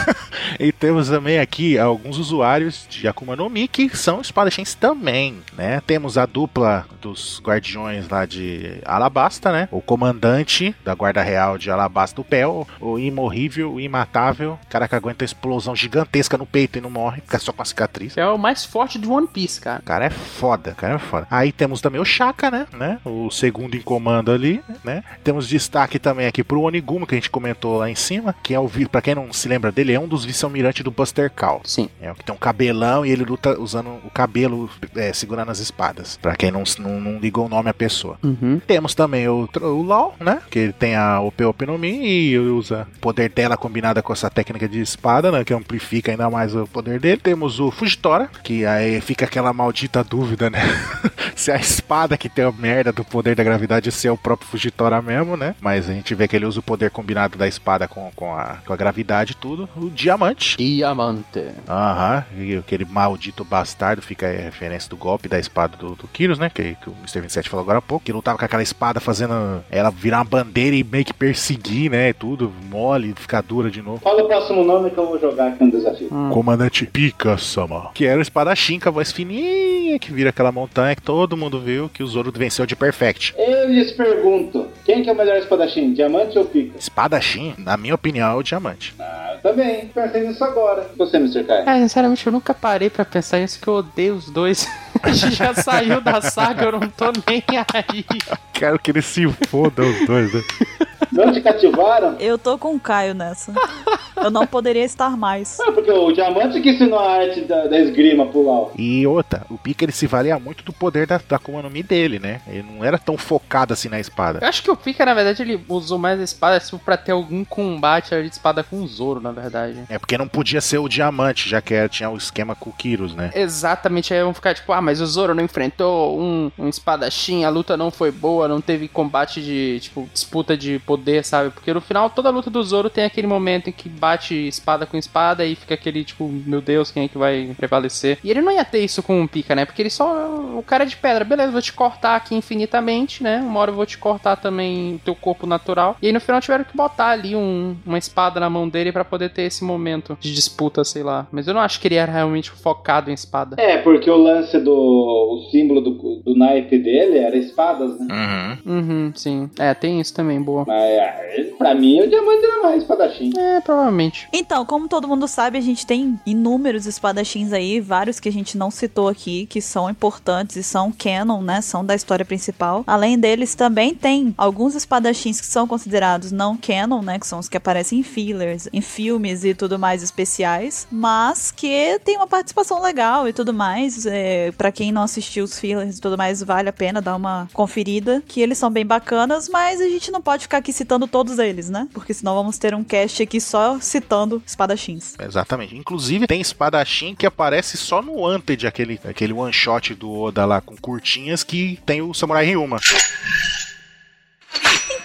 E temos também aqui alguns usuários de Akuma no Mi que são espadachins também, né? Temos a dupla dos guardiões lá de Alabasta, né? O comandante da guarda real de Alabasta do Pel, o imorrível, o imatável, cara que aguenta a explosão gigantesca no peito e não morre, fica só com a cicatriz. É o mais forte do One Piece, cara. O cara é foda, o cara é foda. Aí temos também o Shaka, né? né? O segundo em comando ali, né? Temos destaque também aqui pro Oniguma, que a gente comentou lá em cima, que é o, pra quem não se lembra dele, é um dos vice-almirantes do Buster Call. Sim. É o que tem um cabelão e ele luta usando o cabelo é, segurando as espadas. Pra quem não, não, não ligou o nome à pessoa. Uhum. Temos também o, o Law, né? Que ele tem a O P O P no Mi e usa o poder dela combinada com essa técnica de espada, né? Que amplifica ainda mais o poder dele. Temos o Fujitora, que aí fica aquela maldita dúvida, né? Se a espada que tem a merda do poder da gravidade se é o próprio Fujitora mesmo, né? Mas a gente vê que ele usa o poder combinado da espada com, com, a, com a gravidade e tudo. O Diamante. Diamante. Aham. E aquele maldito bastardo fica a referência do golpe da espada do, do Kyros, né? Que, que o mister vinte e sete falou agora há pouco. Que lutava com aquela espada fazendo ela virar uma bandeira e meio que perseguir, né? E tudo mole, ficar dura de novo. Fala o próximo nome que eu vou jogar aqui no desafio. Hum. Comandante Pika-sama. Que era o espadachim com a voz fininha que vira aquela montanha que todo mundo viu que o Zoro venceu de Perfect. Eu lhes pergunto, quem que é o melhor espadachim, Diamante ou Pica? Espadachim, na minha opinião, é o Diamante. Ah, eu também. Pensei nisso agora. Você, mister Kai? É, sinceramente, eu nunca parei pra pensar nisso, que eu odeio os dois. A gente já saiu da saga, eu não tô nem aí. Quero que eles se fodam os dois, né? Não te cativaram? Eu tô com o Caio nessa. Eu não poderia estar mais. Ah, porque o Diamante que ensinou a arte da, da esgrima pro Lau. E outra, o Pika ele se valia muito do poder da, da Akuma no Mi dele, né? Ele não era tão focado assim na espada. Eu acho que o Pika, na verdade, ele usou mais a espada tipo, pra ter algum combate ali de espada com o Zoro, na verdade. É porque não podia ser o Diamante, já que era, tinha o esquema com o Kyros, né? Exatamente, aí vão ficar tipo, ah, mas o Zoro não enfrentou um, um espadachim, a luta não foi boa, não teve combate de, tipo, disputa de poder, sabe? Porque no final, toda a luta do Zoro tem aquele momento em que bate espada com espada e fica aquele, tipo, meu Deus, quem é que vai prevalecer? E ele não ia ter isso com o Pika, né? Porque ele só, o cara é de pedra, beleza, vou te cortar aqui infinitamente, né? Uma hora eu vou te cortar também o teu corpo natural. E aí no final tiveram que botar ali um, uma espada na mão dele pra poder ter esse momento de disputa, sei lá. Mas eu não acho que ele era realmente focado em espada. É, porque o lance do... o símbolo do, do naipe dele era espadas, né? Uhum. Uhum, sim. É, tem isso também, boa. Mas é, pra mim o Diamante era mais espadachim. É, provavelmente. Então, como todo mundo sabe, a gente tem inúmeros espadachins aí, vários que a gente não citou aqui, que são importantes e são canon, né? São da história principal. Além deles, também tem alguns espadachins que são considerados não canon, né? Que são os que aparecem em fillers, em filmes e tudo mais especiais, mas que tem uma participação legal e tudo mais. É, pra quem não assistiu os fillers e tudo mais, vale a pena dar uma conferida, que eles são bem bacanas, mas a gente não pode ficar aqui citando todos eles, né? Porque senão vamos ter um cast aqui só citando espadachins. Exatamente. Inclusive tem espadachim que aparece só no Wanted, aquele, aquele one shot do Oda lá com curtinhas que tem o Samurai Ryuma. Então,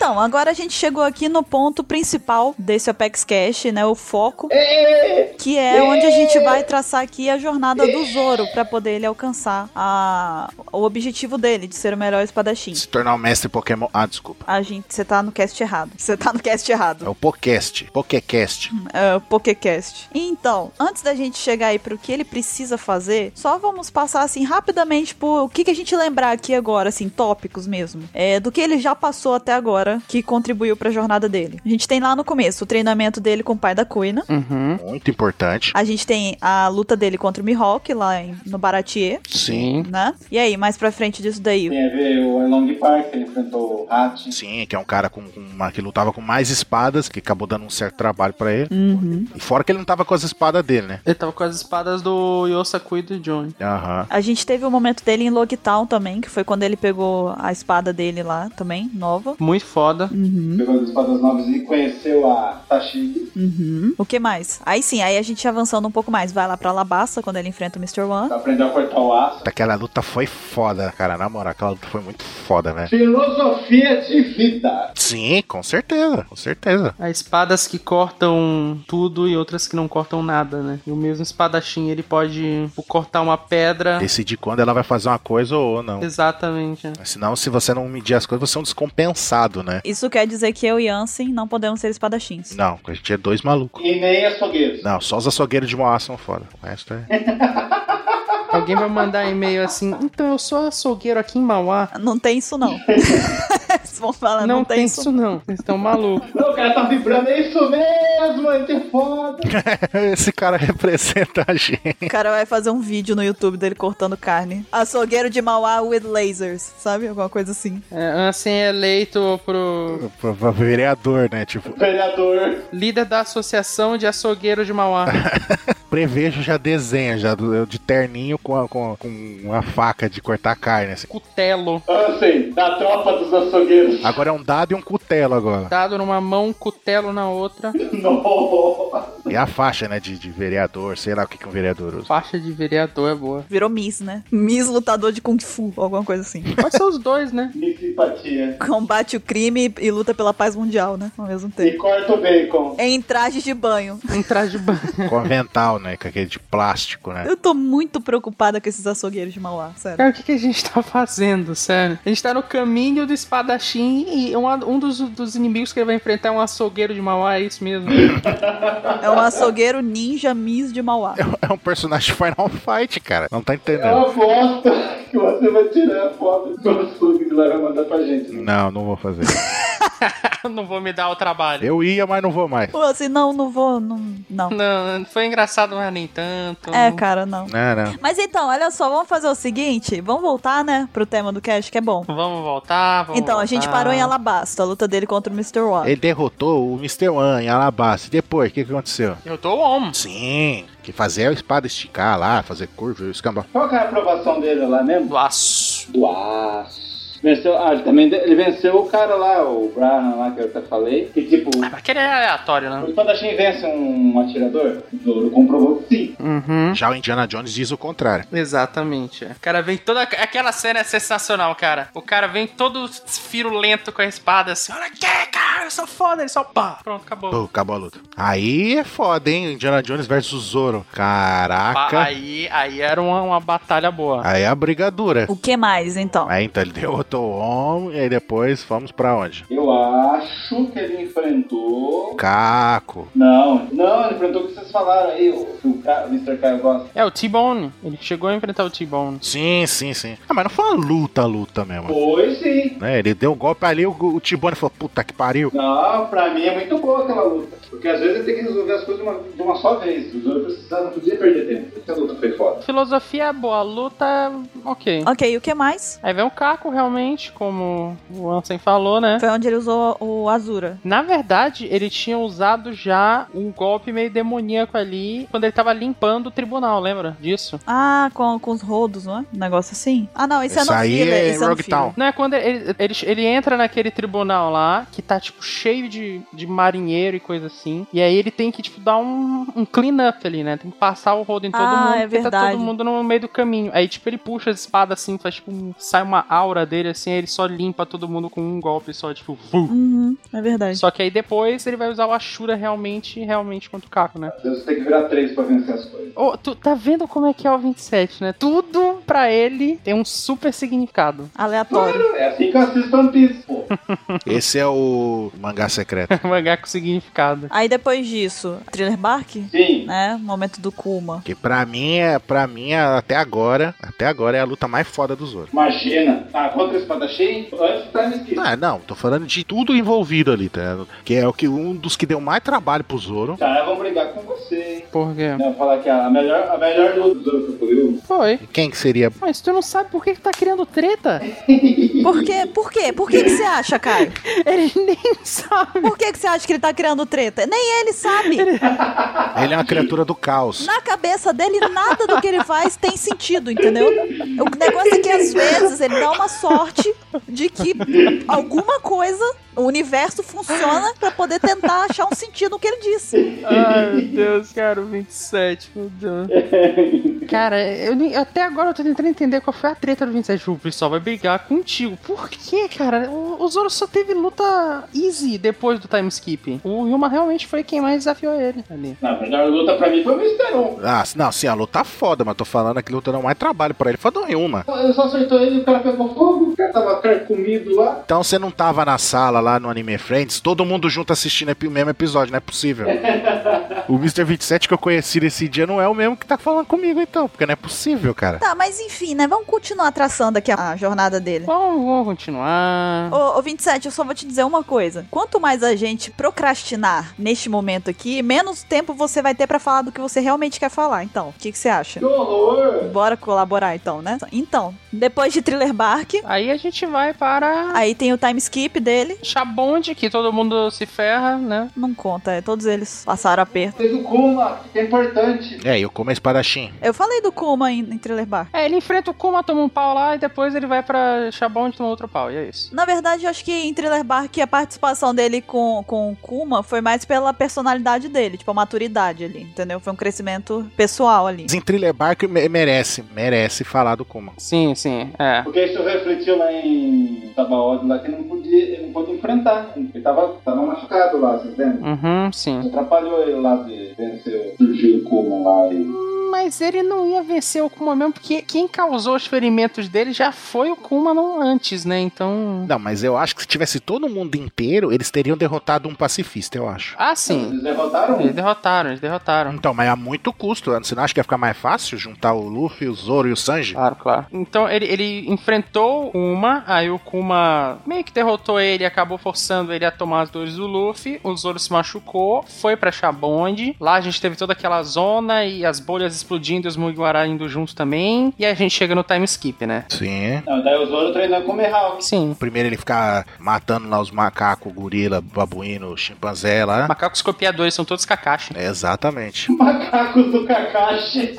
Então, agora a gente chegou aqui no ponto principal desse Apex Cash, né? O foco, que é onde a gente vai traçar aqui a jornada do Zoro pra poder ele alcançar a... o objetivo dele, de ser o melhor espadachim. Se tornar um mestre Pokémon. Ah, desculpa. A gente, você tá no cast errado. Você tá no cast errado. É o Pokécast. Pokécast. É o Pokécast. Então, antes da gente chegar aí pro que ele precisa fazer, só vamos passar assim rapidamente por o que, que a gente lembrar aqui agora, assim, tópicos mesmo. É, do que ele já passou até agora, que contribuiu pra jornada dele. A gente tem lá no começo o treinamento dele com o pai da Kuina. Uhum. Muito importante. A gente tem a luta dele contra o Mihawk lá em, no Baratier. Sim. Né? E aí, mais pra frente disso daí? Tem a ver o Long Park, que ele enfrentou o Hat. Sim, que é um cara com, com uma, que lutava com mais espadas, que acabou dando um certo trabalho pra ele. Uhum. E fora que ele não tava com as espadas dele, né? Ele tava com as espadas do Yosaku e do Johnny. Aham. A gente teve o momento dele em Logtown também, que foi quando ele pegou a espada dele lá também, nova. Muito foda. Uhum. Pegou as espadas novas e conheceu a Tashigi. Uhum. O que mais? Aí sim, aí a gente avançando um pouco mais. Vai lá pra Alabasta, quando ele enfrenta o mister One. Aprendeu a cortar o aço. Aquela luta foi foda, cara. Na moral, aquela luta foi muito foda, né? Filosofia de vida. Sim, com certeza. Com certeza. Há espadas que cortam tudo e outras que não cortam nada, né? E o mesmo espadachim, ele pode cortar uma pedra. Decidir quando ela vai fazer uma coisa ou não. Exatamente. Né? Senão, se você não medir as coisas, você é um descompensado, né? Isso quer dizer que eu e Ansem não podemos ser espadachins. Não, a gente é dois malucos. E nem açougueiros. Não, só os açougueiros de Moá são foda. O resto é... Alguém vai mandar e-mail assim, então eu sou açougueiro aqui em Mauá. Não tem isso não. Vocês vão falar, não, Não tem, tem isso. isso não. Vocês estão malucos. Não, o cara tá vibrando, é isso mesmo, é que foda. Esse cara representa a gente. O cara vai fazer um vídeo no YouTube dele cortando carne. Açougueiro de Mauá with lasers, sabe? Alguma coisa assim. É, Ansem é eleito pro Pra, pra vereador, né? Tipo, Vereador. líder da Associação de Açougueiros de Mauá. prevejo já desenha, já do- de terninho com, a, com, com uma faca de cortar carne, assim. Cutelo. Ansem, da tropa dos açougueiros. Agora é um dado e um cutelo agora. Dado numa mão, cutelo na outra. Nossa. E a faixa, né, de, de vereador, sei lá o que, que um vereador usa. Faixa de vereador é boa. Virou Miss, né? Miss lutador de Kung Fu, alguma coisa assim. Pode ser os dois, né? Que simpatia. Combate o crime e luta pela paz mundial, né? Ao mesmo E tempo. corta o bacon. Em trajes de banho. Um traje de banho. Convental, né, com aquele de plástico, né. Eu tô muito preocupada com esses açougueiros de Mauá, sério. Cara, o que, que a gente tá fazendo, sério? A gente tá no caminho do espadachim e um, um dos, dos inimigos que ele vai enfrentar é um açougueiro de Mauá, é isso mesmo? É um açougueiro ninja Miss de Mauá. É um personagem Final Fight, cara. Não tá É entendendo. uma foto que você vai tirar a foto do açougue e vai mandar pra gente. Né? Não, não vou fazer. Não vou me dar o trabalho. Eu ia, mas não vou mais. Pô, assim, não, não vou, não. Não. Não, foi engraçado, mas nem tanto. É, cara, não. Não, não. Mas então, olha só, vamos fazer o seguinte, vamos voltar, né, pro tema do cast, que é bom. Vamos voltar, vamos Então, a gente voltar. parou em Alabasta, a luta dele contra o mister One. Ele derrotou o mister One em Alabasta. E depois, o que, que aconteceu? Eu tô on. Sim, que fazer a espada esticar lá, fazer curva, escambau. Qual que é a aprovação dele lá mesmo? Do aço. Do aço. Venceu, ah, ele também ele venceu o cara lá, o Braham lá que eu até falei. Que tipo, Ah, mas aquele é aleatório, o né? espadachim vence um atirador? O Zoro comprovou que sim. Uhum. Já o Indiana Jones diz o contrário. Exatamente. é. O cara vem toda. Aquela cena é sensacional, cara. O cara vem todo firulento com a espada assim. Olha aqui, cara, eu sou foda. Ele só pá. Pronto, acabou. Pô, acabou a luta. Aí é foda, hein? Indiana Jones versus Zoro. Pá, Caraca. aí, aí era uma, uma batalha boa. Aí é a briga dura. O que mais, então? Aí então ele derrotou o homem e aí depois fomos pra onde? Eu acho que ele enfrentou. Caco. Não, não, ele enfrentou o que vocês falaram aí, o que o Ca- o mister Caio gosta. É, o T-Bone. Ele chegou a enfrentar o T-Bone. Sim, sim, sim. Ah, mas não foi uma luta, luta mesmo. Foi sim. Né? Ele deu um golpe ali, o, o Tibone falou, puta que pariu. Não, pra mim é muito boa aquela luta. Porque às vezes ele tem que resolver as coisas de uma, de uma só vez. O Zoro precisava, não podia perder tempo. Essa luta foi foda. A filosofia é boa, a luta é ok. Ok, e o que mais? Aí vem o Caco, realmente, como o Ansem falou, né? Foi onde ele usou o Azura. Na verdade, ele tinha usado já um golpe meio demoníaco ali quando ele tava limpando o tribunal, lembra disso? Ah, com, com os rodos, não é? Um negócio assim? Ah, não, esse, Esse é no aí filler. é esse é no Rogue filler. Town. Não é quando ele, ele, ele entra naquele tribunal lá, que tá tipo tipo, cheio de, de marinheiro e coisa assim. E aí ele tem que, tipo, dar um, um clean-up ali, né? Tem que passar o rodo em todo Ah, mundo, é porque tá verdade. todo mundo no meio do caminho. Aí, tipo, ele puxa as espadas assim, faz, tipo, um, sai uma aura dele, assim, aí ele só limpa todo mundo com um golpe só, tipo, vum. Uhum, é verdade. Só que aí depois ele vai usar o Ashura realmente, realmente contra o Kako, né? Você tem que virar três pra vencer as coisas. Oh, tu tá vendo como é que é o vinte e sete, né? Tudo pra ele tem um super significado. Aleatório. É assim que eu assisto One Piece, pô. Esse é o mangá secreto. Mangá com significado. Aí depois disso, Thriller Bark, Sim. né? Momento do Kuma. Que pra mim, é, pra mim é, até agora, até agora é a luta mais foda do Zoro. Imagina. Ah, contra o espadachim? Antes do time skip. Ah, não, tô falando de tudo envolvido ali, tá? Que é o que, um dos que deu mais trabalho pro Zoro. Cara, vão brigar com você, hein? Por quê? Eu vou falar que a melhor, a melhor luta do Zoro Kyokugyu. Foi. E quem que seria? Mas tu não sabe por que que tá criando treta? Por quê? Por quê? Por que que você acha, Caio? Ele nem sabe. Por que que você acha que ele tá criando treta? Nem ele sabe. Ele é uma criatura do caos. Na cabeça dele, nada do que ele faz tem sentido, entendeu? O negócio é que às vezes ele dá uma sorte de que alguma coisa, o universo funciona pra poder tentar achar um sentido no que ele disse. Ai, meu Deus, cara, o vinte e sete, meu Deus. Cara, eu, nem- até agora eu tô tentando entender qual foi a treta do vinte e sete. O pessoal vai brigar contigo. Por quê, cara? O, o Zoro só teve luta easy depois do time skip. O Ryuma realmente foi quem mais desafiou ele ali. Não, a melhor luta pra mim foi o mister Um. Ah, não, sim, a luta foda, mas tô falando que a luta deu mais trabalho pra ele. Foi do Ryuma. Ele só acertou ele, o cara pegou fogo, o cara tava carcomido lá. Então você não tava na sala lá no Anime Friends, todo mundo junto assistindo o mesmo episódio, não é possível. O mister vinte e sete que eu conheci nesse dia não é o mesmo que tá falando comigo então, porque não é possível, cara. Tá, mas enfim, né? Vamos continuar traçando aqui a jornada dele. Vamos, vamos continuar. Ô, ô, vinte e sete, eu só vou te dizer uma coisa. Quanto mais a gente procrastinar neste momento aqui, menos tempo você vai ter pra falar do que você realmente quer falar. Então, o que, que você acha? Que horror! Bora colaborar então, né? Então, depois de Thriller Bark, Aí a gente vai para aí tem o time skip dele. Shabond, que todo mundo se ferra, né? Não conta, é, todos eles passaram aperto. Fez o Kuma, que é importante. É, eu como espadachim. Eu falei do Kuma em, em Thriller Bark. É, ele enfrenta o Kuma, toma um pau lá e depois ele vai pra Shabond e toma outro pau, e é isso. Na verdade, eu acho que em Thriller Bark a participação dele com, com o Kuma foi mais pela personalidade dele, tipo a maturidade ali, entendeu? Foi um crescimento pessoal ali. Em Thriller Bark me- merece, merece falar do Kuma. Sim, sim, é. Porque isso refletiu lá em Tabaod, lá que ele não podia, ele não pôde enfrentar. Ele tava, tava machucado lá, vocês lembram? Uhum, sim. Atrapalhou ele lá de vencer, surgiu o Kuma lá e... Mas ele não ia vencer o Kuma mesmo, porque quem causou os ferimentos dele já foi o Kuma não antes, né? Então... Não, mas eu acho que se tivesse todo mundo inteiro, eles teriam derrotado um pacifista, eu acho. Ah, sim. Eles derrotaram? Eles derrotaram, eles derrotaram. Então, mas a muito custo. Você não acha que ia ficar mais fácil juntar o Luffy, o Zoro e o Sanji? Claro, claro. Então ele, ele enfrentou o Kuma, aí o Kuma meio que derrotou ele, acabou forçando ele a tomar as dores do Luffy, o Zoro se machucou, foi pra Shabond, lá a gente teve toda aquela zona e as bolhas explodindo e os Mugiwara indo junto também, e aí a gente chega no time skip, né? Sim. Não, daí o Zoro treinando com o Mihawk. Sim. Primeiro ele ficar matando lá os macacos, gorila, babuíno, chimpanzé lá. Macacos copiadores são todos Kakashi. É, exatamente. Macacos do Kakashi.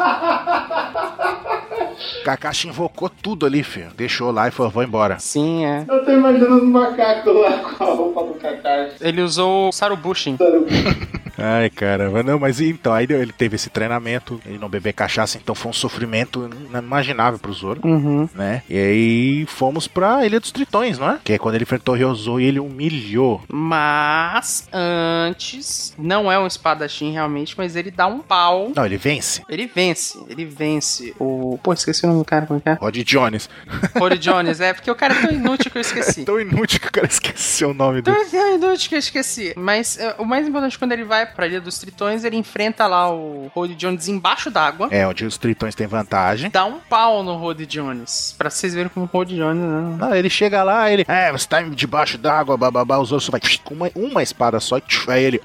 Kakashi invocou tudo ali, filho. Deixou lá e falou, vou embora. Sim, é. Eu tô imaginando os macacos lá com a roupa do Kakashi. Ele usou o Sarubushin. Ai, caramba. Não, mas então, aí ele teve esse treinamento, ele não beber cachaça, então foi um sofrimento inimaginável pro Zoro, Uhum. né? E aí fomos pra Ilha dos Tritões, não é? Que é quando ele enfrentou o Ryozou e ele humilhou. Mas, antes, não é um espadachim realmente, mas ele dá um pau. Não, ele vence. Ele vence, ele vence o... Pô, esqueci o nome do cara, como é que é? Rod Jones. Rory Jones, é, porque o cara é tão inútil que eu esqueci. Tão inútil que o cara esqueceu o nome dele. Tão tão inútil que eu esqueci. Mas é, o mais importante, quando ele vai pra Ilha dos Tritões, ele enfrenta lá o Rory Jones embaixo d'água. É, onde os Tritões têm vantagem. Dá um pau no Rory Jones. Pra vocês verem como o Rory Jones, né? Ah, ele chega lá, ele... É, você tá debaixo d'água, bababá, os outros só vai... Com uma, uma espada só, aí ele...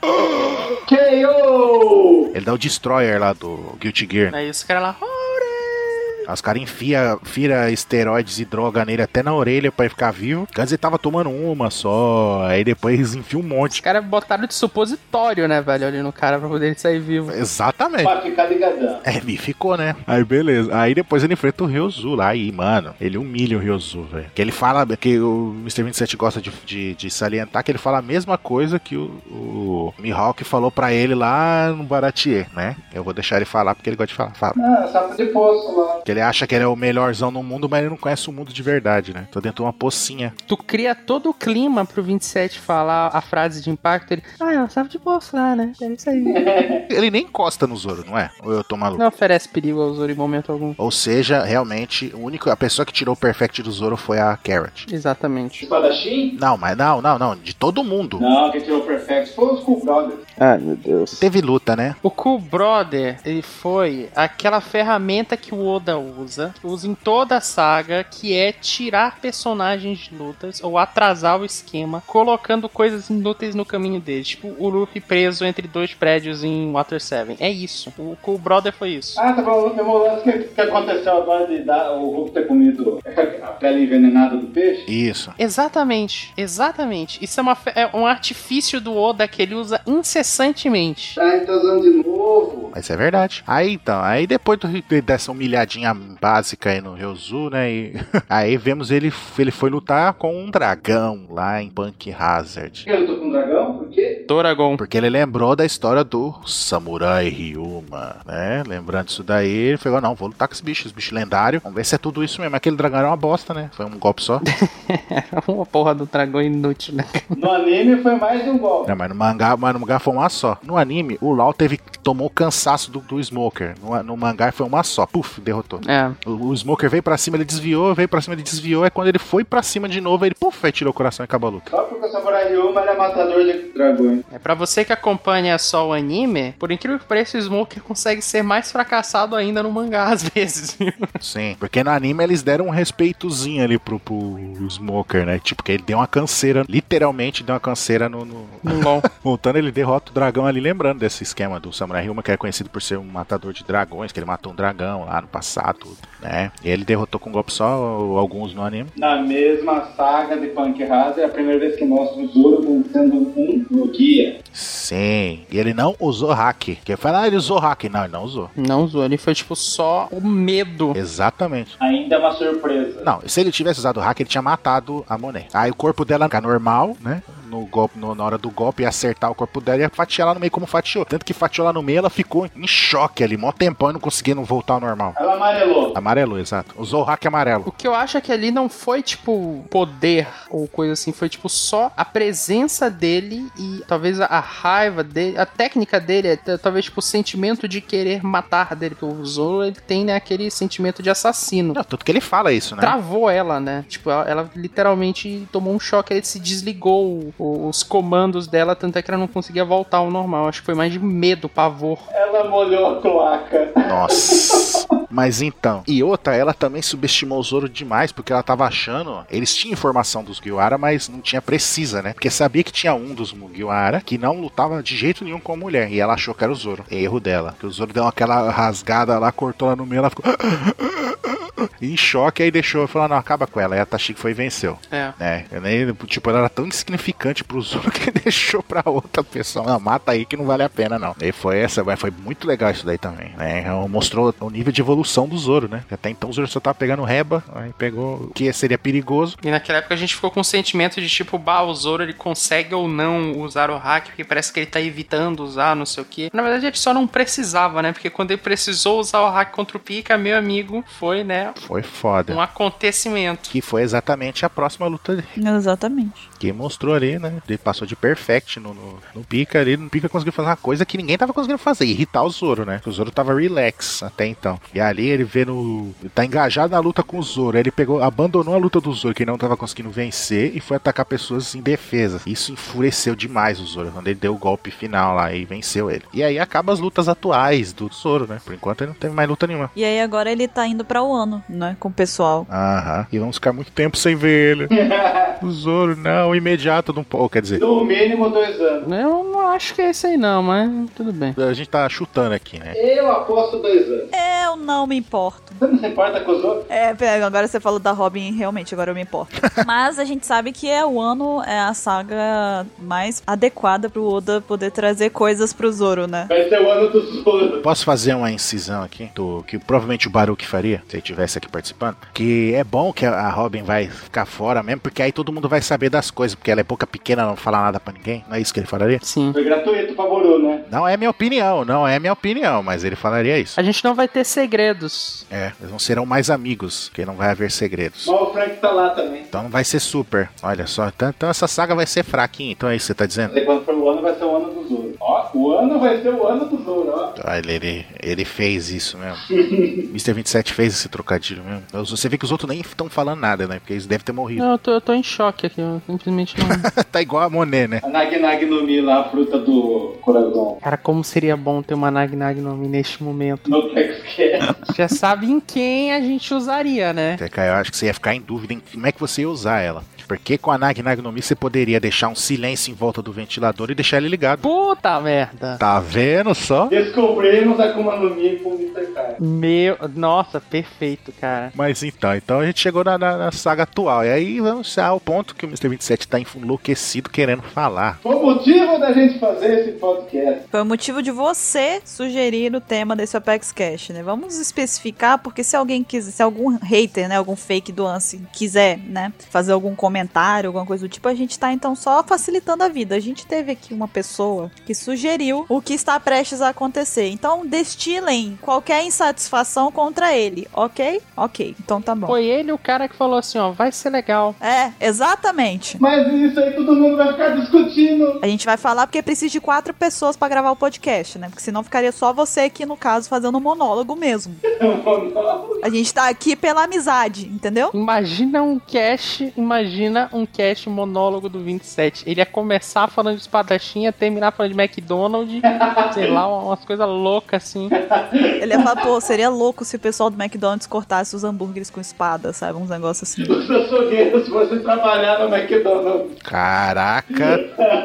K O! Ele dá o Destroyer lá do Guilty Gear. Aí os caras lá... Rory! Os caras enfiam enfia esteroides e droga nele até na orelha pra ele ficar vivo. Antes ele tava tomando uma só, aí depois enfia um monte. Os caras botaram de supositório, né, velho, ali no cara pra poder ele sair vivo. Exatamente. Pra ficar ligadão. É, me ficou, né? Aí beleza. Aí depois ele enfrenta o Ryozu lá. Aí, mano, ele humilha o Ryozu, velho. Que ele fala, que o mister vinte e sete gosta de, de, de salientar, que ele fala a mesma coisa que o, o Mihawk falou pra ele lá no Baratier, né? Eu vou deixar ele falar porque ele gosta de falar. Fala. Ah, sapo de poço lá. Que ele acha que ele é o melhorzão no mundo, mas ele não conhece o mundo de verdade, né? Tô dentro de uma pocinha. Tu cria todo o clima pro vinte e sete falar a frase de impacto, ele... Ah, é um sapo de poço lá, né? É isso aí. Ele nem encosta no Zoro, não é? Ou eu tô maluco? Não oferece perigo ao Zoro em momento algum. Ou seja, realmente, o único, a pessoa que tirou o Perfect do Zoro foi a Carrot. Exatamente. Espadachim? Não, mas não, não, não. De todo mundo. Não, quem tirou o Perfect foi os Cool Brothers. Ai, meu Deus. Teve luta, né? O Cool Brother, ele foi aquela ferramenta que o Oda usa, que usa em toda a saga, que é tirar personagens de lutas ou atrasar o esquema, colocando coisas inúteis no caminho dele. Tipo, o Luffy preso entre dois prédios em Water seven. É isso. O Cool Brother foi isso. Ah, tá falando do mesmo lance que, que aconteceu agora de dar o Hulk ter comido a pele envenenada do peixe? Isso. Exatamente. Exatamente. Isso é, uma, é um artifício do Oda que ele usa incessantemente. Ah, então usando de novo. Mas é verdade. Aí então, aí depois do, dessa humilhadinha básica aí no Ryozu, né? E, aí vemos ele, ele foi lutar com um dragão lá em Punk Hazard. Eu tô com um dragão? Por quê? Doragon. Porque ele lembrou da história do Samurai Ryuma, né? Lembrando isso daí, ele falou, não, vou lutar com esse bicho, esse bicho lendário. Vamos ver se é tudo isso mesmo. Aquele dragão era uma bosta, né? Foi um golpe só. Uma porra do dragão inútil, né? No anime foi mais de um golpe. Não, mas no mangá, mas no mangá foi uma só. No anime, o Law teve, tomou cansaço do, do Smoker. No, no mangá foi uma só. Puf, derrotou. É. O, o Smoker veio pra cima, ele desviou, veio pra cima, ele desviou. É quando ele foi pra cima de novo, ele puf, aí tirou o coração e acabou a luta. Só porque o Samurai Ryuma era matador de dragões. É, pra você que acompanha só o anime, por incrível que pareça, o Smoker consegue ser mais fracassado ainda no mangá, às vezes. Sim, porque no anime eles deram um respeitozinho ali pro, pro Smoker, né? Tipo, que ele deu uma canseira, literalmente deu uma canseira no... no... No LOL. Voltando, ele derrota o dragão ali, lembrando desse esquema do Samurai Ryuma, que é conhecido por ser um matador de dragões, que ele matou um dragão lá no passado, né? E ele derrotou com um golpe só alguns no anime. Na mesma saga de Punk Hazard, é a primeira vez que mostra o Zoro como sendo um Logia. Sim, e ele não usou hack. Que fala, ah, ele usou hack. Não, ele não usou. Não usou, ele foi tipo só o medo. Exatamente. Ainda é uma surpresa. Não, se ele tivesse usado hack, ele tinha matado a Monet. Aí o corpo dela fica normal, né? No golpe, no, na hora do golpe, ia acertar o corpo dela e ia fatiar lá no meio como fatiou. Tanto que fatiou lá no meio, ela ficou em choque ali, mó tempão e não conseguindo voltar ao normal. Ela amarelou. Amarelou, exato. Usou o hack amarelo. O que eu acho é que ali não foi, tipo, poder ou coisa assim. Foi, tipo, só a presença dele e talvez a, a raiva dele, a técnica dele, é, talvez, tipo, o sentimento de querer matar dele. Porque o Zoro, ele tem, né, aquele sentimento de assassino. Não, tanto que ele fala isso, né? Travou ela, né? Tipo, ela, ela literalmente tomou um choque, ele se desligou o, o, os comandos dela, tanto é que ela não conseguia voltar ao normal. Acho que foi mais de medo, pavor. Ela molhou a cloaca. Nossa. Mas então, e outra, ela também subestimou o Zoro demais, porque ela tava achando, eles tinham informação dos Mugiwara, mas não tinha precisa, né? Porque sabia que tinha um dos Mugiwara que não lutava de jeito nenhum com a mulher, e ela achou que era o Zoro. Erro dela. Que o Zoro deu aquela rasgada lá, cortou ela no meio, ela ficou em choque, aí deixou, falou, não, acaba com ela. Aí a Tashigi foi e venceu. É. Né? Nem, tipo, ela era tão insignificante pro Zoro que deixou pra outra pessoa. Não, mata aí que não vale a pena, não. E foi essa, foi muito legal isso daí também, né? Mostrou o nível de evolução do Zoro, né? Até então o Zoro só tava pegando reba, aí pegou o que seria perigoso. E naquela época a gente ficou com o sentimento de tipo, bah, o Zoro ele consegue ou não usar o hack, porque parece que ele tá evitando usar, não sei o que. Na verdade ele só não precisava, né? Porque quando ele precisou usar o hack contra o Pika, meu amigo, foi, né? Foi foda. Um acontecimento. Que foi exatamente a próxima luta dele. Exatamente. Que mostrou ali, né? Ele passou de perfect no, no, no Pika ali. No Pika conseguiu fazer uma coisa que ninguém tava conseguindo fazer, irritar o Zoro, né? Porque o Zoro tava relax até então. E ali ele vê no... Ele tá engajado na luta com o Zoro. Aí ele pegou, abandonou a luta do Zoro, que não tava conseguindo vencer, e foi atacar pessoas em defesa. Isso enfureceu demais o Zoro, quando ele deu o golpe final lá e venceu ele. E aí acaba as lutas atuais do Zoro, né? Por enquanto ele não teve mais luta nenhuma. E aí agora ele tá indo pra Wano. né, com o pessoal. Aham. E vamos ficar muito tempo sem ver ele. O Zoro, não, imediato não pode. Quer dizer, No mínimo dois anos. Eu não acho que é esse aí não, mas tudo bem. a gente tá chutando aqui, né? Eu aposto dois anos. Eu não me importo. Você não se importa com os outros? É, pera, agora você falou da Robin, realmente, agora eu me importo. Mas a gente sabe que é o ano, é a saga mais adequada pro Oda poder trazer coisas pro Zoro, né? Vai ser o ano do Zoro. Posso fazer uma incisão aqui? Do que provavelmente o Baruch faria, se ele estivesse aqui participando. Que é bom que a Robin vai ficar fora mesmo, porque aí todo mundo vai saber das coisas, porque ela é boca pequena, não fala nada pra ninguém. Não é isso que ele falaria? Sim. Foi gratuito pra Boru, né? Não é minha opinião, não é minha opinião, mas ele falaria isso. A gente não vai ter segredos. É, eles não serão mais amigos, porque não vai haver segredos. Mas o Frank tá lá também. Então não vai ser super. Olha só, então, então essa saga vai ser fraquinha, então é isso que você tá dizendo? Mas aí quando for o ano, vai ser o ano do Zoro. Ó, o ano vai ser o ano do Zoro, ó. Olha, ele, ele fez isso mesmo. mister vinte e sete fez esse trocadilho mesmo. Você vê que os outros nem estão falando nada, né? Porque eles devem ter morrido. Não, eu tô, eu tô em choque aqui, eu simplesmente não... Tá igual a Monet, né? A Nag Nag no Mi lá, a fruta do coração. Cara, como seria bom ter uma Nag Nag no Mi neste momento. No TextCast. Já sabe em quem a gente usaria, né? Cara, eu acho que você ia ficar em dúvida em como é que você ia usar ela. Porque com a Nag Nag no Mi você poderia deixar um silêncio em volta do ventilador e deixar ele ligado. Puta merda. Tá vendo só? Descobrimos a Akuma no Mi com o mister Kai. Meu... Nossa, perfeito, cara. Mas então, então a gente chegou na, na, na saga atual. E aí vamos ao ponto que o mister vinte e sete tá enlouquecido querendo falar. Foi o motivo da gente fazer esse podcast. Foi o motivo de você sugerir o tema desse Apex Cash, né? Vamos especificar, porque se alguém quiser, se algum hater, né, algum fake do Ansem quiser, né, fazer algum comentário, alguma coisa do tipo, a gente tá então só facilitando a vida. A gente teve aqui uma pessoa que sugeriu o que está prestes a acontecer. Então destilem qualquer insatisfação contra ele, ok? Ok, então tá bom. Foi ele o cara que falou assim, ó, vai ser legal. É, exatamente. Mas isso aí todo mundo vai ficar discutindo. A gente vai falar porque precisa de quatro pessoas pra gravar o podcast, né? Porque senão ficaria só você aqui, no caso, fazendo um monólogo mesmo. A gente tá aqui pela amizade, entendeu? Imagina um cast, imagina um cast monólogo do vinte e sete. Ele ia começar falando de espadachim, ia terminar falando de McDonald's, sei lá, umas coisas loucas assim. Ele ia falar, pô, seria louco se o pessoal do McDonald's cortasse os hambúrgueres com espada, sabe? Uns negócios assim. Os açougueiros fossem trabalhar no McDonald's. Caraca!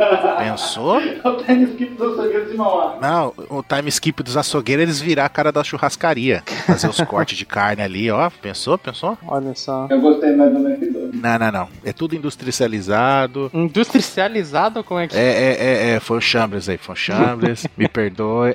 Pensou? O time skip dos açougueiros de Mauá. Não, o time skip dos açougueiros eles virar a cara da churrascaria. Fazer os cortes de carne ali, ó. Pensou? Pensou? Olha só. Eu gostei mais do McDonald's. Não, não, não. É tudo industrializado. Industrializado? Como é que... É, é, é, é. Foi o Chambres aí. Foi o Chambres. Me perdoe.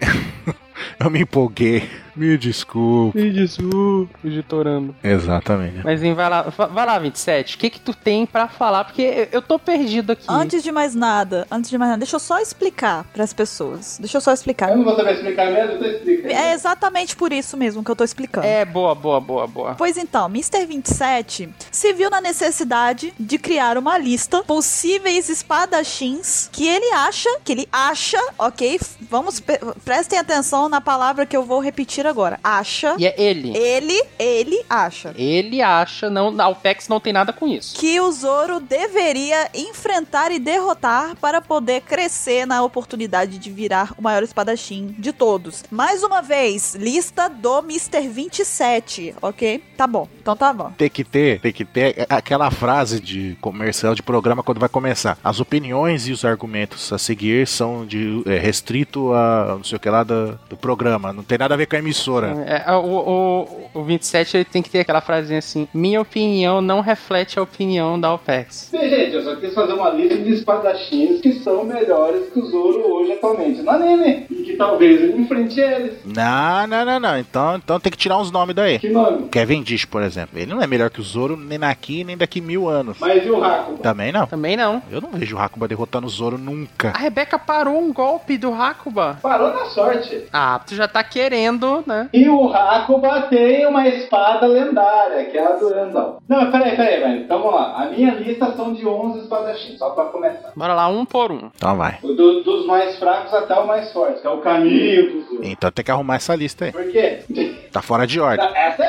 Eu me empolguei. Me desculpe. Me desculpe, editorando. Exatamente. Mas hein, vai lá, vai lá, vinte e sete. O que que tu tem pra falar? Porque eu tô perdido aqui. Antes de mais nada, antes de mais nada, deixa eu só explicar pras pessoas. Deixa eu só explicar. Eu não vou saber explicar mesmo, eu tô explicando. É exatamente por isso mesmo que eu tô explicando. É, boa, boa, boa, boa. Pois então, mister vinte e sete se viu na necessidade de criar uma lista possíveis espadachins que ele acha, que ele acha, ok? Vamos, prestem atenção na palavra que eu vou repetir agora. Acha. E é ele. Ele, ele acha. Ele acha, não, a Alpex não tem nada com isso. Que o Zoro deveria enfrentar e derrotar para poder crescer na oportunidade de virar o maior espadachim de todos. Mais uma vez, lista do mister vinte e sete, ok? Tá bom, então tá bom. Tem que ter, tem que ter aquela frase de comercial de programa quando vai começar. As opiniões e os argumentos a seguir são de é, restrito a não sei o que lá do, do programa. Não tem nada a ver com a emissora. É, o, o, o vinte e sete ele tem que ter aquela frasinha assim: minha opinião não reflete a opinião da Alpex. Bem, gente, eu só quis fazer uma lista de espadachins que são melhores que o Zoro hoje atualmente no anime. E que talvez ele enfrente eles. Não, não, não, não. Então, então tem que tirar uns nomes daí. Que nome? Kevin Dish, por exemplo. Ele não é melhor que o Zoro nem daqui nem daqui mil anos. Mas e o Hakuba? Também não. Também não. Eu não vejo o Hakuba derrotando o Zoro nunca. A Rebeca parou um golpe do Hakuba. Parou na sorte. Ah, tu já tá querendo, né? E o Hakuba tem uma espada lendária, que é a do Randall. Não, mas peraí, peraí, velho. Então vamos lá. A minha lista são de onze espadachins, só pra começar. Bora lá, um por um. Então vai. O do, dos mais fracos até o mais forte, que é o caminho do Zoro. Então tem que arrumar essa lista aí. Por quê? Tá fora de ordem. Essa é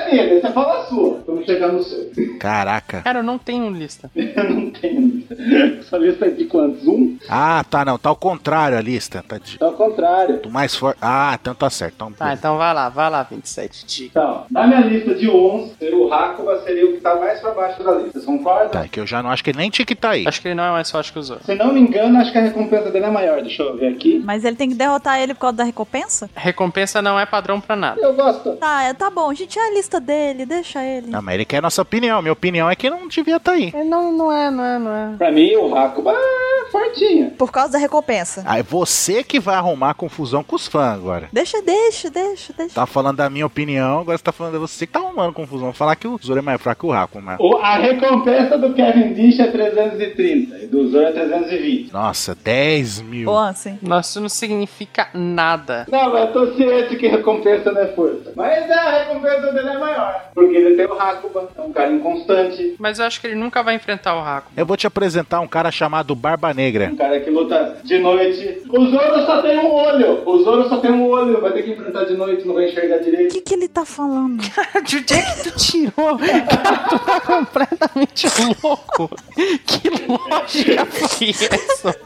a minha, daí você fala a sua, quando chegar no seu. Caraca. Cara, eu não tenho lista. Eu não tenho lista. Essa lista é de quantos? Um? Ah, tá, não. Tá ao contrário a lista. Tá de... Ao contrário. do mais forte. Ah, então tá certo. Então, Tá, então vai lá, vai lá, vinte e sete, diga. Então, na minha lista de onze, o Hakuba seria o que tá mais pra baixo da lista. Vocês concordam? Tá, que eu já não acho que ele nem tinha que estar aí. Acho que ele não é mais forte que os outros. Se não me engano, acho que a recompensa dele é maior. Deixa eu ver aqui. Mas ele tem que derrotar ele por causa da recompensa? Recompensa não é padrão pra nada. Eu gosto. Tá, é, tá bom, a gente é a lista dele, deixa ele. Não, mas ele quer a nossa opinião. Minha opinião é que não devia estar aí. É, Não, não é, não é, não é. Pra mim, o Hakuba é fortinho. Por causa da recompensa. Ah, é você que vai arrumar confusão com os fãs agora. Deixa, deixa, deixa, deixa. Tá falando da minha opinião, agora você tá falando de você que tá arrumando confusão. Falar que o Zoro é mais fraco que o Haku, mas... O- a recompensa do Kevin Dish é trezentos e trinta e do Zoro é trezentos e vinte. Nossa, dez mil. Ô, assim. Nossa, isso não significa nada. Não, mas eu tô ciente que recompensa não é força. Mas a recompensa dele é maior. Porque ele tem o Hakuba, é um cara inconstante. Mas eu acho que ele nunca vai enfrentar o Haku. Eu vou te apresentar um cara chamado Barba Negra. Um cara que luta de noite. O Zoro só tem um olho. O Zoro só tem um olho. Vai ter que enfrentar de noite, não vai enxergar O direito. que que ele tá falando? De onde é que tu tirou? Cara, tu tá completamente louco. Que lógica foi essa?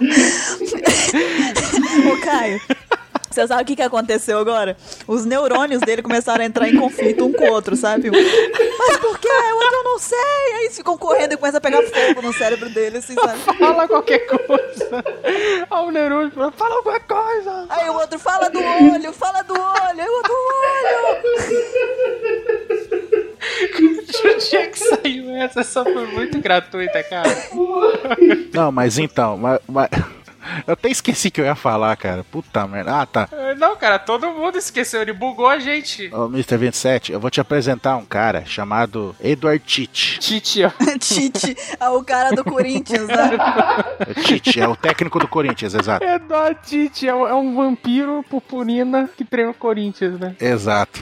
Ô, Caio, você sabe o que que aconteceu agora? Os neurônios dele começaram a entrar em conflito um com o outro, sabe? Mas por quê? O outro eu não sei. Aí eles ficam correndo e começam a pegar fogo no cérebro dele, assim, sabe? Fala qualquer coisa. Olha o neurônio falando, fala alguma coisa. Aí o outro fala do olho, fala do olho, aí o outro olho. De onde é que saiu essa? Essa foi muito gratuita, cara. Não, mas então, mas, mas- eu até esqueci que eu ia falar, cara. Puta merda. Ah, tá. Não, cara, todo mundo esqueceu. Ele bugou a gente. Ô, mister vinte e sete, eu vou te apresentar um cara chamado Edward Tite. Tite, ó. Tite, é o cara do Corinthians, né? Tite é o técnico do Corinthians, exato. Eduardo Tite é um, é um vampiro purpurina que treina o Corinthians, né? Exato.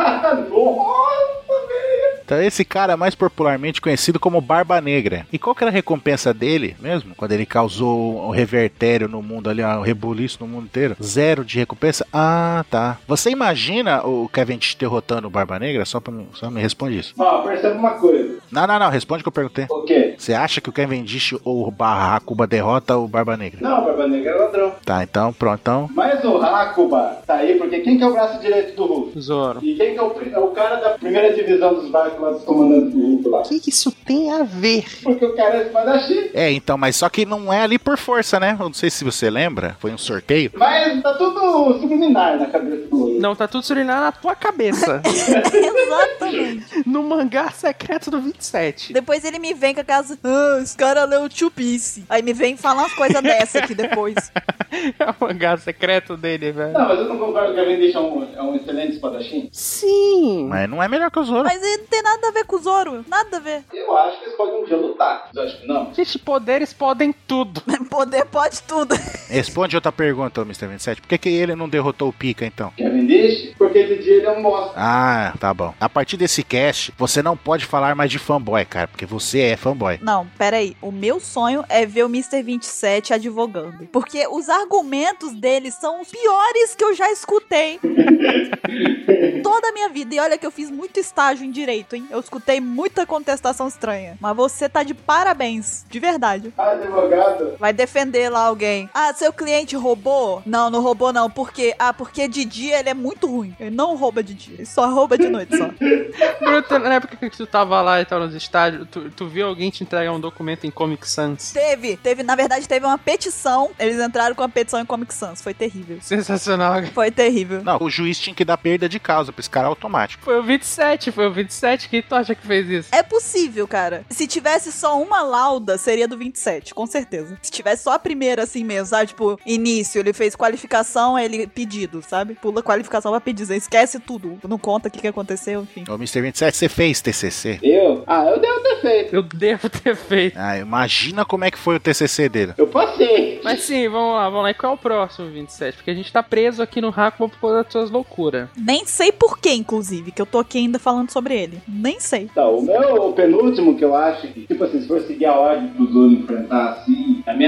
Nossa, velho. Então esse cara é mais popularmente conhecido como Barba Negra. E qual que era a recompensa dele mesmo? Quando ele causou o revertério no mundo ali, o rebuliço no mundo inteiro? Zero de recompensa? Ah, tá. Você imagina o Kevin Dish derrotando o Barba Negra? Só, pra mim, só me responde isso. Ó, percebe uma coisa. Não, não, não. Responde o que eu perguntei. O quê? Você acha que o Kevin Dish ou o Barra Hakuba derrota o Barba Negra? Não, o Barba Negra é ladrão. Tá, então, pronto. Então, Mas o Hakuba tá aí porque quem que é o braço direito do Hulk? Zoro. E quem que é o, pri- é o cara da primeira divisão dos barcos lá dos comandantes do Hulk lá? O que, que isso tem a ver? Porque o cara é espadachim. é, então, mas só que não é ali por força, né? Eu não sei se você lembra. Foi um sorteio. Mas tá tudo subliminar na cabeça do Hulk. Não, tá tudo surinado na tua cabeça. Exatamente. No mangá secreto do vinte e sete. Depois ele me vem com a casa, ah, os caras leu Two Piece. Aí me vem falar umas coisas dessa aqui depois. É o mangá secreto dele, velho. Não, mas eu não concordo que a Kevin Dish é um, é um excelente espadachim. Sim. Mas não é melhor que o Zoro. Mas ele não tem nada a ver com o Zoro, nada a ver. Eu acho que eles podem um dia lutar. Você acha que não? Gente, poderes podem tudo. Poder pode tudo. Responde outra pergunta, mister vinte e sete. Por que, que ele não derrotou o Pika, então? Kevin Dish? Porque esse dia ele é um bosta. Ah, tá bom. A partir desse cast, você não pode falar mais de fanboy, cara, porque você é fanboy. Não, peraí. O meu sonho é ver o mister vinte e sete advogando. Porque os argumentos dele são os piores que eu já escutei. Toda a minha vida. E olha que eu fiz muito estágio em direito, hein? Eu escutei muita contestação estranha. Mas você tá de parabéns. De verdade. Advogado? Vai defender lá alguém. Ah, seu cliente roubou? Não, não roubou não. Por quê? Ah, porque de dia ele é muito ruim. Ele não rouba de dia. Ele só rouba de noite só. Bruto, na época que tu tava lá e tal nos estádios, tu, tu viu alguém te entregar um documento em Comic Sans? Teve. Teve, na verdade, teve uma petição. Eles entraram com a petição em Comic Sans. Foi terrível. Sensacional. Foi terrível. Não, o juiz tinha que dar perda de causa pra esse cara automático. Foi o vinte e sete, foi o vinte e sete. Quem tu acha que fez isso? É possível, cara. Se tivesse só uma lauda, seria do vinte e sete, com certeza. Se tivesse só a primeira, assim mesmo, sabe? Tipo, início, ele fez qualificação, ele pedido, sabe? Pula qualificação pra pedir. Você esquece tudo. Não conta o que, que aconteceu, enfim. Ô, mister vinte e sete, você fez T C C? Eu? Ah, eu devo ter feito. Eu devo ter feito. Ah, imagina como é que foi o T C C dele. Eu passei. Mas sim, vamos lá, vamos lá. E qual é o próximo vinte e sete? Porque a gente tá preso aqui no Hakuba por causa das suas loucuras. Nem sei por que, inclusive, que eu tô aqui ainda falando sobre ele. Nem sei. Então, o meu penúltimo que eu acho que, tipo assim, se for seguir a ordem pro Zoro enfrentar assim, a minha lista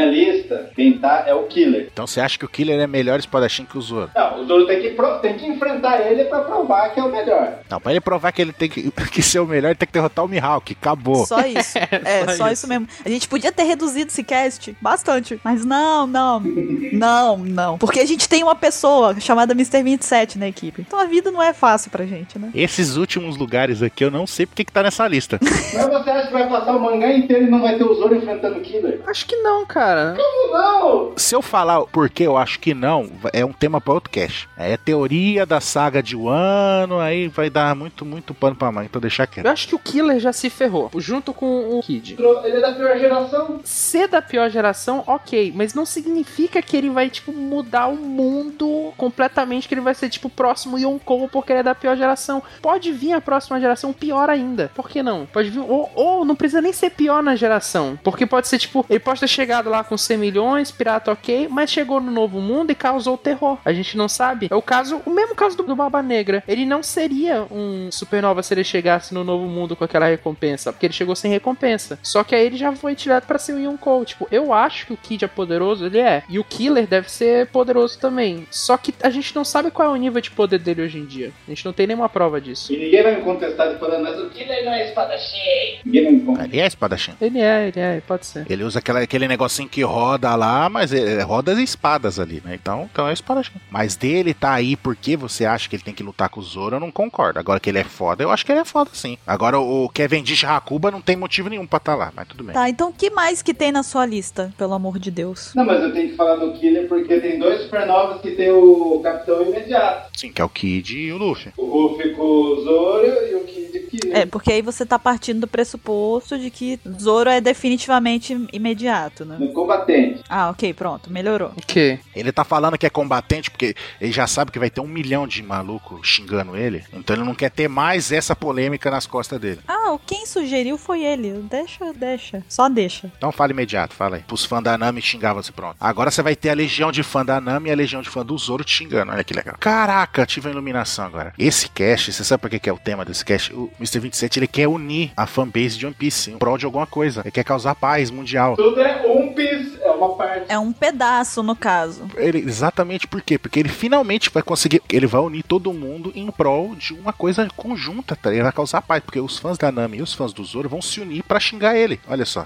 lista, quem tá é o Killer. Então você acha que o Killer é melhor espadachim que o Zoro? Não, o Zoro tem que, pro, tem que enfrentar ele pra provar que é o melhor. Não, pra ele provar que ele tem que, que ser o melhor, ele tem que derrotar o Mihawk. Acabou. Só isso. É, só, só isso. isso mesmo. A gente podia ter reduzido esse cast bastante. Mas não, não. Não, não. Porque a gente tem uma pessoa chamada mister vinte e sete na equipe. Então a vida não é fácil pra gente, né? Esses últimos lugares aqui eu não sei porque que tá nessa lista. Mas você acha que vai passar o mangá inteiro e não vai ter o Zoro enfrentando o Killer? Acho que não, cara. Como não? Se eu falar por que eu acho que não, é um tema pra outro cast. É teoria da saga de Wano, aí vai dar muito, muito pano pra mãe, então deixa quieto. Eu acho que o Killer já se ferrou, junto com o Kid. Ele é da pior geração. Ser da pior geração, ok, mas não significa que ele vai, tipo, mudar o mundo completamente, que ele vai ser, tipo, próximo Yonkou porque ele é da pior geração. Pode vir a próxima geração pior ainda. Por que não? Pode vir, ou, ou não precisa nem ser pior na geração, porque pode ser, tipo, ele pode ter chegado lá com cem milhões, pirata ok, mas chegou no novo mundo e causou terror. A gente não sabe. É o caso, o mesmo caso do, do Barba Negra. Ele não seria um supernova se ele chegasse no novo mundo com aquela recompensa, porque ele chegou sem recompensa. Só que aí ele já foi tirado pra ser o Yonkou. Tipo, eu acho que o Kid é poderoso, ele é. E o Killer deve ser poderoso também. Só que a gente não sabe qual é o nível de poder dele hoje em dia. A gente não tem nenhuma prova disso. E ninguém vai me contestar de falando, mas o Killer não é espadachim. Ninguém vai me contestar. Ele é espadachim. Ele é, ele é, pode ser. Ele usa aquela, aquele negocinho que roda lá, mas é, roda as espadas ali, né? Então, então é espadachim. Mas dele tá aí porque você acha que ele tem que lutar com o Zoro, eu não concordo. Agora que ele é foda, eu acho que ele é foda sim. Agora o Cavendish Hakuba não tem motivo nenhum pra estar tá lá, mas tudo bem. Tá, então o que mais que tem na sua lista, pelo amor de Deus? Não, mas eu tenho que falar do Killer porque tem dois supernovas que tem o Capitão Imediato. Sim, que é o Kid e o Luffy. O Luffy com o Zoro e o Kid e o Killer. É, porque aí você tá partindo do pressuposto de que Zoro é definitivamente imediato, né? No combatente. Ah, ok, pronto, melhorou. Ok. Ele tá falando que é combatente porque ele já sabe que vai ter um milhão de maluco xingando ele, então ele não quer ter mais essa polêmica nas costas dele. Ah, quem sugeriu foi ele. Deixa, deixa. Só deixa. Então fala imediato, fala aí. Pros fãs da Nami xingar você, pronto. Agora você vai ter a legião de fã da Nami e a legião de fã do Zoro te xingando. Olha que legal. Caraca, tive a iluminação agora. Esse cast, você sabe por que que é o tema desse cast? O mister vinte e sete, ele quer unir a fanbase de One Piece em prol de alguma coisa. Ele quer causar paz mundial. Tudo é One Piece, é uma parte. É um pedaço, no caso. Ele, exatamente por quê? Porque ele finalmente vai conseguir, ele vai unir todo mundo em prol de uma coisa conjunta, tá? Ele vai causar paz, porque os fãs da Nami e os fãs do Zoro vão se unir pra xingar ele. Olha só.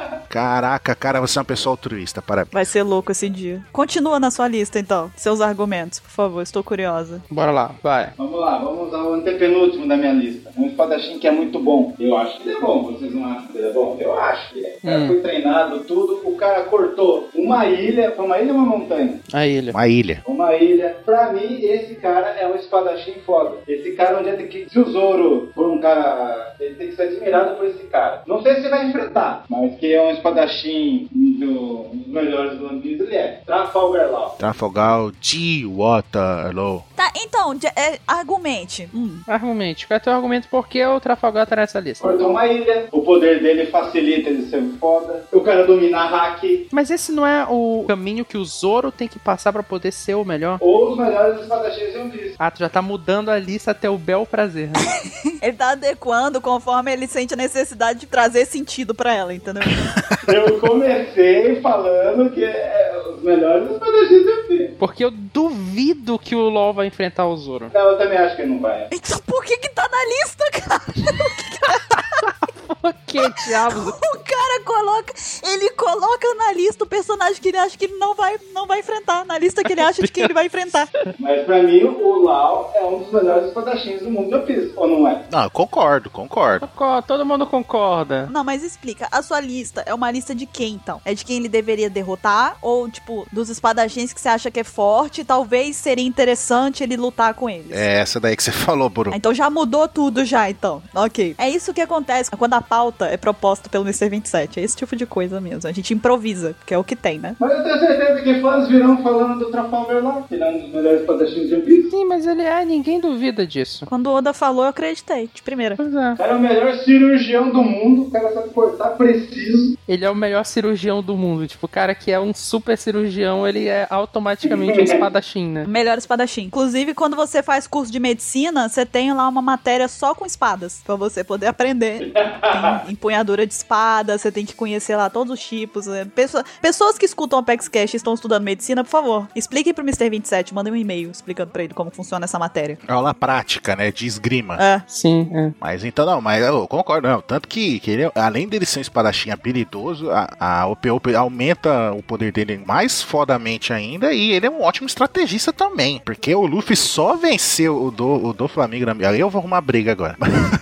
Caraca, cara, você é uma pessoa altruísta, parabéns. Vai ser louco esse dia. Continua na sua lista, então. Seus argumentos, por favor, estou curiosa. Bora lá, vai. Vamos lá, vamos usar o antepenúltimo da minha lista. Um espadachim que é muito bom. Eu acho que ele é bom. Vocês não acham que ele é bom? Eu acho que ele é. O cara Hum. foi treinado, tudo. O cara cortou uma ilha. Foi uma ilha ou uma montanha? A ilha. Uma ilha. Uma ilha. Pra mim, esse cara é um espadachim foda. Esse cara, onde é que... Se o Zoro for um cara... Ele tem que ser admirado por esse cara. Não sei se vai enfrentar, mas que é um espadachim do, um dos melhores do One Piece, ele é. Trafalgar Law. Trafalgar de Waterloo. Tá, então, de- é, argumente. Hum. Argumente. Qual é o teu argumento por que o Trafalgar tá nessa lista? Cortou uma ilha. O poder dele facilita ele ser foda. O cara domina hack. Mas esse não é o caminho que o Zoro tem que passar pra poder ser o melhor? Ou os melhores espadachins de One Piece. Ah, tu já tá mudando a lista até o bel prazer, né? Ele tá adequando conforme ele sente a necessidade de trazer sentido pra ela, entendeu? Eu comecei falando que é os melhores espadachins de One Piece. Porque eu duvido que o LoL vai enfrentar o Zoro. Não, eu também acho que ele não vai. Então por que que tá na lista, cara? Por que, diabos? O cara coloca, ele coloca na lista o personagem que ele acha que ele não vai, não vai enfrentar, na lista que ele acha de quem ele vai enfrentar. Mas pra mim, o Lau é um dos melhores espadachins do mundo de One Piece. Ou não é? Não, eu concordo, concordo. Concordo, todo mundo concorda. Não, mas explica, a sua lista é uma lista de quem, então? É de quem ele deveria derrotar? Ou, tipo, dos espadachins que você acha que é forte, talvez seria interessante ele lutar com eles? É essa daí que você falou, Buru. Ah, então já mudou tudo já, então. Ok. É isso que acontece quando a pauta é proposta pelo mister vinte e sete. É esse tipo de coisa mesmo. A gente improvisa, que é o que tem, né? Mas eu tenho certeza que fãs virão falando do Trafalgar Law, que ele é um dos melhores espadachins de One Piece. Sim, mas ele é, ninguém duvida disso. Quando o Oda falou, eu acreditei, de primeira. Pois é. O cara é o melhor cirurgião do mundo, o cara sabe cortar preciso. Ele é o melhor cirurgião do mundo. Tipo, o cara que é um super cirurgião, ele é automaticamente um espadachim, né? Melhor espadachim. Inclusive, quando você faz curso de medicina, você tem lá uma matéria só com espadas, pra você poder aprender. Tem empunhadura de espada, você tem que conhecer lá todos os tipos. Né? Pessoa, pessoas que escutam o Apex Cash e estão estudando medicina, por favor, expliquem pro mister vinte e sete, mandem um e-mail explicando pra ele como funciona essa matéria. Aula prática, né, de esgrima. É. Sim, é. Mas então não, mas eu concordo, não. Tanto que, que ele, além dele ser um espadachim habilidoso, a, a O P O aumenta o poder dele mais fodamente ainda, e ele é um ótimo estrategista também. Porque o Luffy só venceu o do, o do Flamengo. Aí eu vou arrumar briga agora.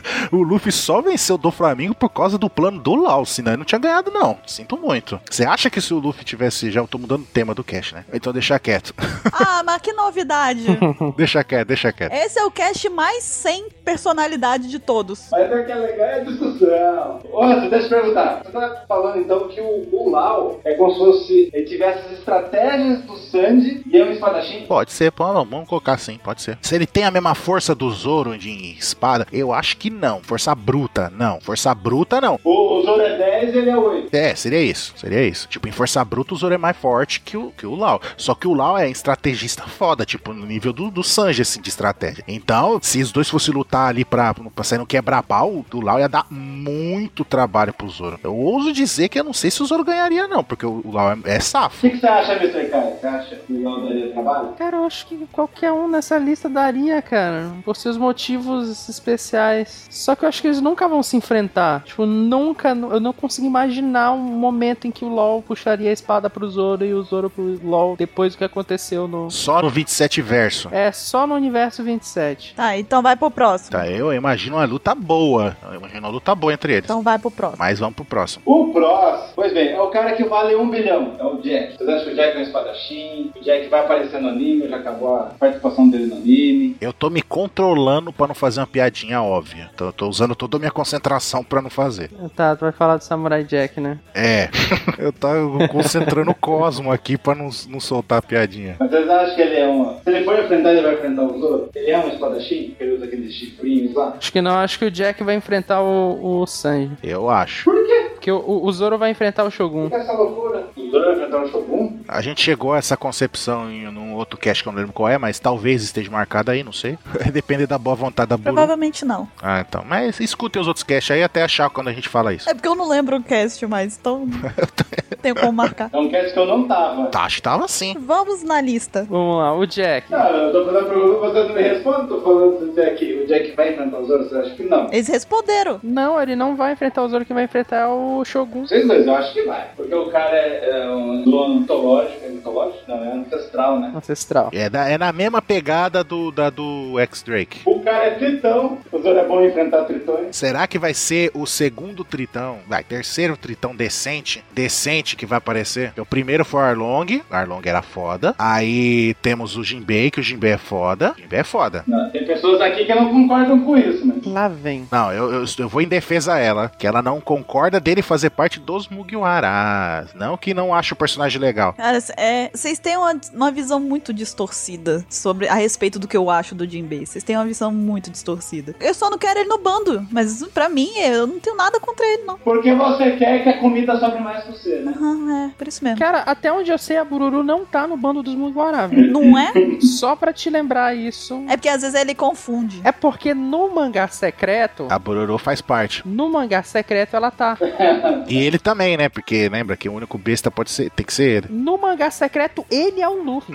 O Luffy só venceu o do Flamengo por causa do plano do Law, senão ele não tinha ganhado, não. Sinto muito. Você acha que se o Luffy tivesse... Já eu tô mudando o tema do cast, né? Então deixa quieto. Ah, mas que novidade. Deixa quieto, deixa quieto. Esse é o cast mais sem personalidade de todos. Mas o que é legal é a discussão. Ô, deixa eu perguntar. Você tá falando então que o, o Law é como se fosse... Ele tivesse as estratégias do Sanji e é um espadachim? Pode ser, pô, não, vamos colocar assim, pode ser. Se ele tem a mesma força do Zoro de espada, eu acho que não. Força bruta, não. Força bruta, não. O, o Zoro é dez e ele é oito. É, seria isso, seria isso. Tipo, em força bruta o Zoro é mais forte que o, que o Law. Só que o Law é estrategista foda, tipo, no nível do, do Sanji, assim, de estratégia. Então, se os dois fossem lutar ali pra, pra sair no quebra-pau, o Law ia dar muito trabalho pro Zoro. Eu ouso dizer que eu não sei se o Zoro ganharia, não, porque o, o Law é, é O safo. que, que você acha, mister Kai? Você acha que o Law daria trabalho? Cara, eu acho que qualquer um nessa lista daria, cara, por seus motivos especiais. Só que eu acho que eles nunca vão se enfrentar. Tipo, nunca, eu não consigo imaginar um momento em que o LoL puxaria a espada pro Zoro e o Zoro pro LoL depois do que aconteceu no... Só no vinte e sete verso. É, só no universo vinte e sete. Tá, então vai pro próximo. Tá, eu imagino uma luta boa. Eu imagino uma luta boa entre eles. Então vai pro próximo. Mas vamos pro próximo. O próximo, pois bem, é o cara que vale um bilhão. É o Jack. Vocês acham que o Jack é um espadachim? O Jack vai aparecer no anime, já acabou a participação dele no anime. Eu tô me controlando pra não fazer uma piadinha óbvia. Então eu tô usando toda a minha concentração pra não fazer. Tá, tu vai falar do Samurai Jack, né? É. Eu tava concentrando o Cosmo aqui pra não, não soltar a piadinha. Mas vocês acham que ele é uma... Se ele for enfrentar, ele vai enfrentar o Zoro? Ele é um espadachim? Ele usa aqueles chifrinhos lá? Acho que não, acho que o Jack vai enfrentar o, o Sanji. Eu acho. Por quê? Porque o, o Zoro vai enfrentar o Shogun. Por que essa loucura? O Zoro vai enfrentar o Shogun? A gente chegou a essa concepção em um outro cast que eu não lembro qual é, mas talvez esteja marcado aí, não sei. Depende da boa vontade da Buru. Provavelmente não. Ah, então. Mas escutem os outros casts aí até achar quando a gente fala isso. É porque eu não lembro o cast mais, então tenho como marcar. É um cast que eu não tava. Tá, acho que tava sim. Vamos na lista. Vamos lá, o Jack. Cara, eu tô fazendo a pergunta, vocês não me respondem. Tô falando do Jack. O Jack vai enfrentar o Zoro? Vocês acham que não? Eles responderam. Não, ele não vai enfrentar o Zoro, que vai enfrentar o Shogun. Vocês dois, eu acho que vai. Porque o cara é, é um dono mitológico. É mitológico? Não, é ancestral, né? Ancestral. É, da, é na mesma pegada do, da do X-Drake. O cara é tritão. O Zoro é bom em enfrentar tritões. Será que vai ser o segundo tritão? Vai, terceiro tritão decente? Decente que vai aparecer? O primeiro foi o Arlong. O Arlong era foda. Aí temos o Jinbei, que o Jinbei é foda. O Jinbei é foda. Não, tem pessoas aqui que não concordam com isso, né? Lá vem. Não, eu, eu, eu vou em defesa a ela, que ela não concorda dele fazer parte dos Mugiwaras. Não que não acha o personagem legal. Cara, é, vocês têm uma, uma visão muito distorcida sobre a respeito do que eu acho do Jinbei. Vocês têm uma visão muito distorcida. Eu só não quero ele no bando, mas pra mim, eu não tenho nada contra ele, não. Porque você quer que a comida sobre mais que você, né? Aham, é, por isso mesmo. Cara, até onde eu sei, a Bururu não tá no bando dos Mugiwara, velho. Não é? Só pra te lembrar isso. É porque às vezes ele confunde. É porque no mangá secreto... A Bororo faz parte. No mangá secreto ela tá. E ele também, né? Porque lembra que o único besta pode ser, tem que ser ele. No mangá secreto, ele é o Luffy.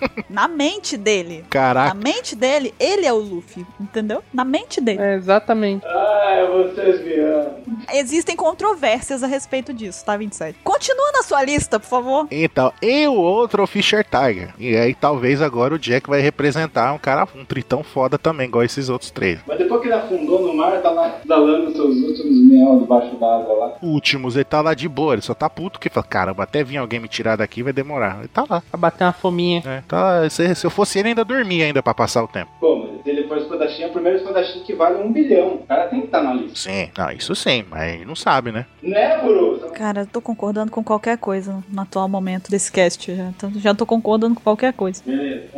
Na mente dele. Caraca. Na mente dele, ele é o Luffy. Entendeu? Na mente dele. É, exatamente. Ai, vocês me amam. Existem controvérsias a respeito disso, tá, vinte e sete? Continua na sua lista, por favor. Então, e o outro, o Fisher Tiger. E aí talvez agora o Jack vai representar um cara, um tritão foda também, igual esses outros três. Mas depois que ele afundou no mar, tá lá dalando seus últimos miau debaixo d'água lá. Últimos, ele tá lá de boa, ele só tá puto que fala, caramba, até vir alguém me tirar daqui vai demorar. Ele tá lá. Pra bater uma fominha. É, tá, se, se eu fosse ele, ainda dormia ainda pra passar o tempo. Pô, mas se ele for espadachim, é o primeiro espadachim que vale um bilhão. O cara tem que estar na lista. Sim, não, isso sim, mas não sabe, né? Né, Buru? Cara, eu tô concordando com qualquer coisa no atual momento desse cast. Já tô, já tô concordando com qualquer coisa. Beleza, vamos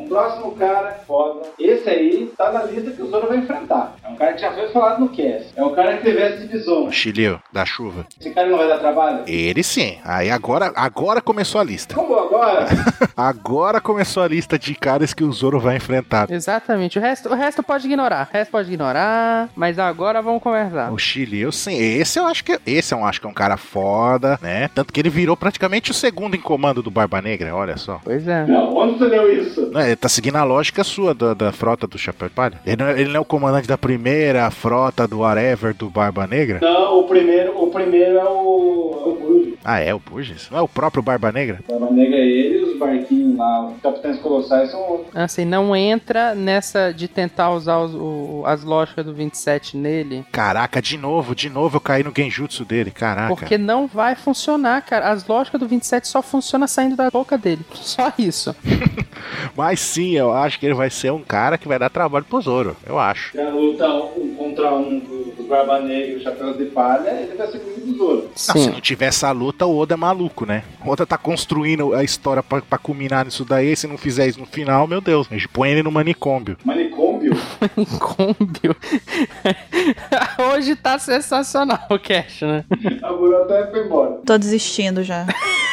próximo cara foda. Esse aí tá na lista que o Zoro vai enfrentar. É um cara que já foi falado no cast. É um cara que teve essa divisão. O Shiryu, da chuva. Esse cara não vai dar trabalho? Ele sim. Aí agora, agora começou a lista. Como agora? Agora começou a lista de caras que o Zoro vai enfrentar. Exatamente. O resto, o resto pode ignorar. O resto pode ignorar. Mas agora vamos conversar. O Shiryu, sim. Esse eu acho que esse eu acho que é um cara foda, né? Tanto que ele virou praticamente o segundo em comando do Barba Negra, olha só. Pois é. Não, onde você leu isso? Não, ele tá seguindo a lógica sua da, da frota do Chapéu de Palha. Ele não, é, ele não é o comandante da primeira frota do whatever do Barba Negra? Não, o primeiro, o primeiro é o, é o Burgess. Ah, é o Burgess? Não é o próprio Barba Negra? O Barba Negra é ele e os barquinhos lá, os capitães colossais são outros. Assim, não entra nessa de tentar usar os, o, as lógicas do vinte e sete nele. Caraca, de novo, de novo eu caí no genjutsu dele, caraca. Porque não vai funcionar, cara. As lógicas do vinte e sete só funcionam saindo da boca dele. Só isso. Mas sim, eu acho que ele vai ser um cara que vai dar trabalho pro Zoro. Eu acho. Já luta um contra um dos Barba Negra e os Chapéus de Palha, ele vai ser o do Zoro. Não, se não tiver essa luta, o Oda é maluco, né? O Oda tá construindo a história pra, pra culminar nisso daí. Se não fizer isso no final, meu Deus, a gente põe ele no manicômbio. Manicômbio? Manicômbio? Hoje tá sensacional o cast, né? A Buru até foi embora. Tô desistindo já.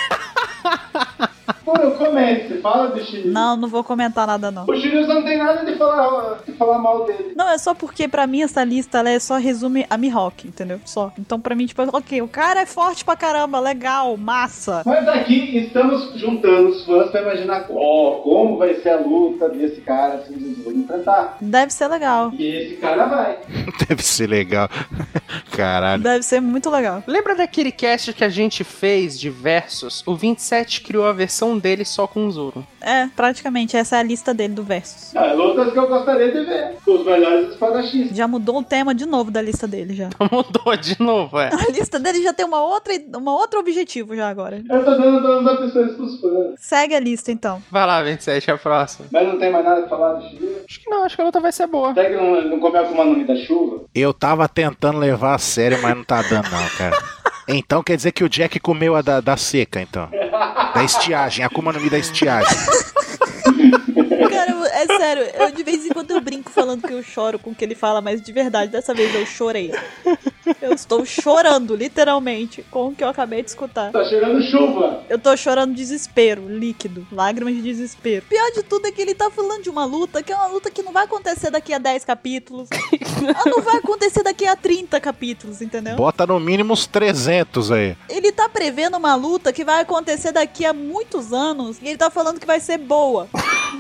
Buru, comece, fala do Shiryu. Não, não vou comentar nada, não. O Shiryu não tem nada de falar, de falar mal dele. Não, é só porque pra mim essa lista, ela é só resume a Mihawk, entendeu? Só. Então pra mim, tipo, ok, o cara é forte pra caramba, legal, massa. Mas aqui estamos juntando os fãs pra imaginar ó, como vai ser a luta desse cara assim, eles vão enfrentar. Deve ser legal. E esse cara vai. Deve ser legal. Caralho. Deve ser muito legal. Lembra daquele cast que a gente fez de Versus? O vinte e sete criou a versão dele só com o Zoro. É, praticamente, essa é a lista dele do Versus. Ah, lutas que eu gostaria de ver. Os melhores espadachins. Já mudou o tema de novo da lista dele, já. Mudou de novo, é. A lista dele já tem uma outra, uma outro objetivo já agora. Eu tô dando, dando opções pros fãs. Segue a lista, então. Vai lá, vinte e sete, a próxima. Mas não tem mais nada pra falar do Shiryu? Acho que não, acho que a luta vai ser boa. Será que não, não comeu com uma nome da chuva? Eu tava tentando levar a sério, mas não tá dando não, cara. Então quer dizer que o Jack comeu a da, da seca, então. Da estiagem, a Akuma no Mi da estiagem. Cara, é sério, eu de vez em quando eu brinco falando que eu choro com o que ele fala, mas de verdade, dessa vez eu chorei. Eu estou chorando, literalmente, com o que eu acabei de escutar. Tá chegando chuva. Eu tô chorando desespero, líquido, lágrimas de desespero. Pior de tudo é que ele tá falando de uma luta que é uma luta que não vai acontecer daqui a dez capítulos. Ela não vai acontecer daqui a trinta capítulos, entendeu? Bota no mínimo uns trezentos aí. Ele tá prevendo uma luta que vai acontecer daqui a muitos anos e ele tá falando que vai ser boa.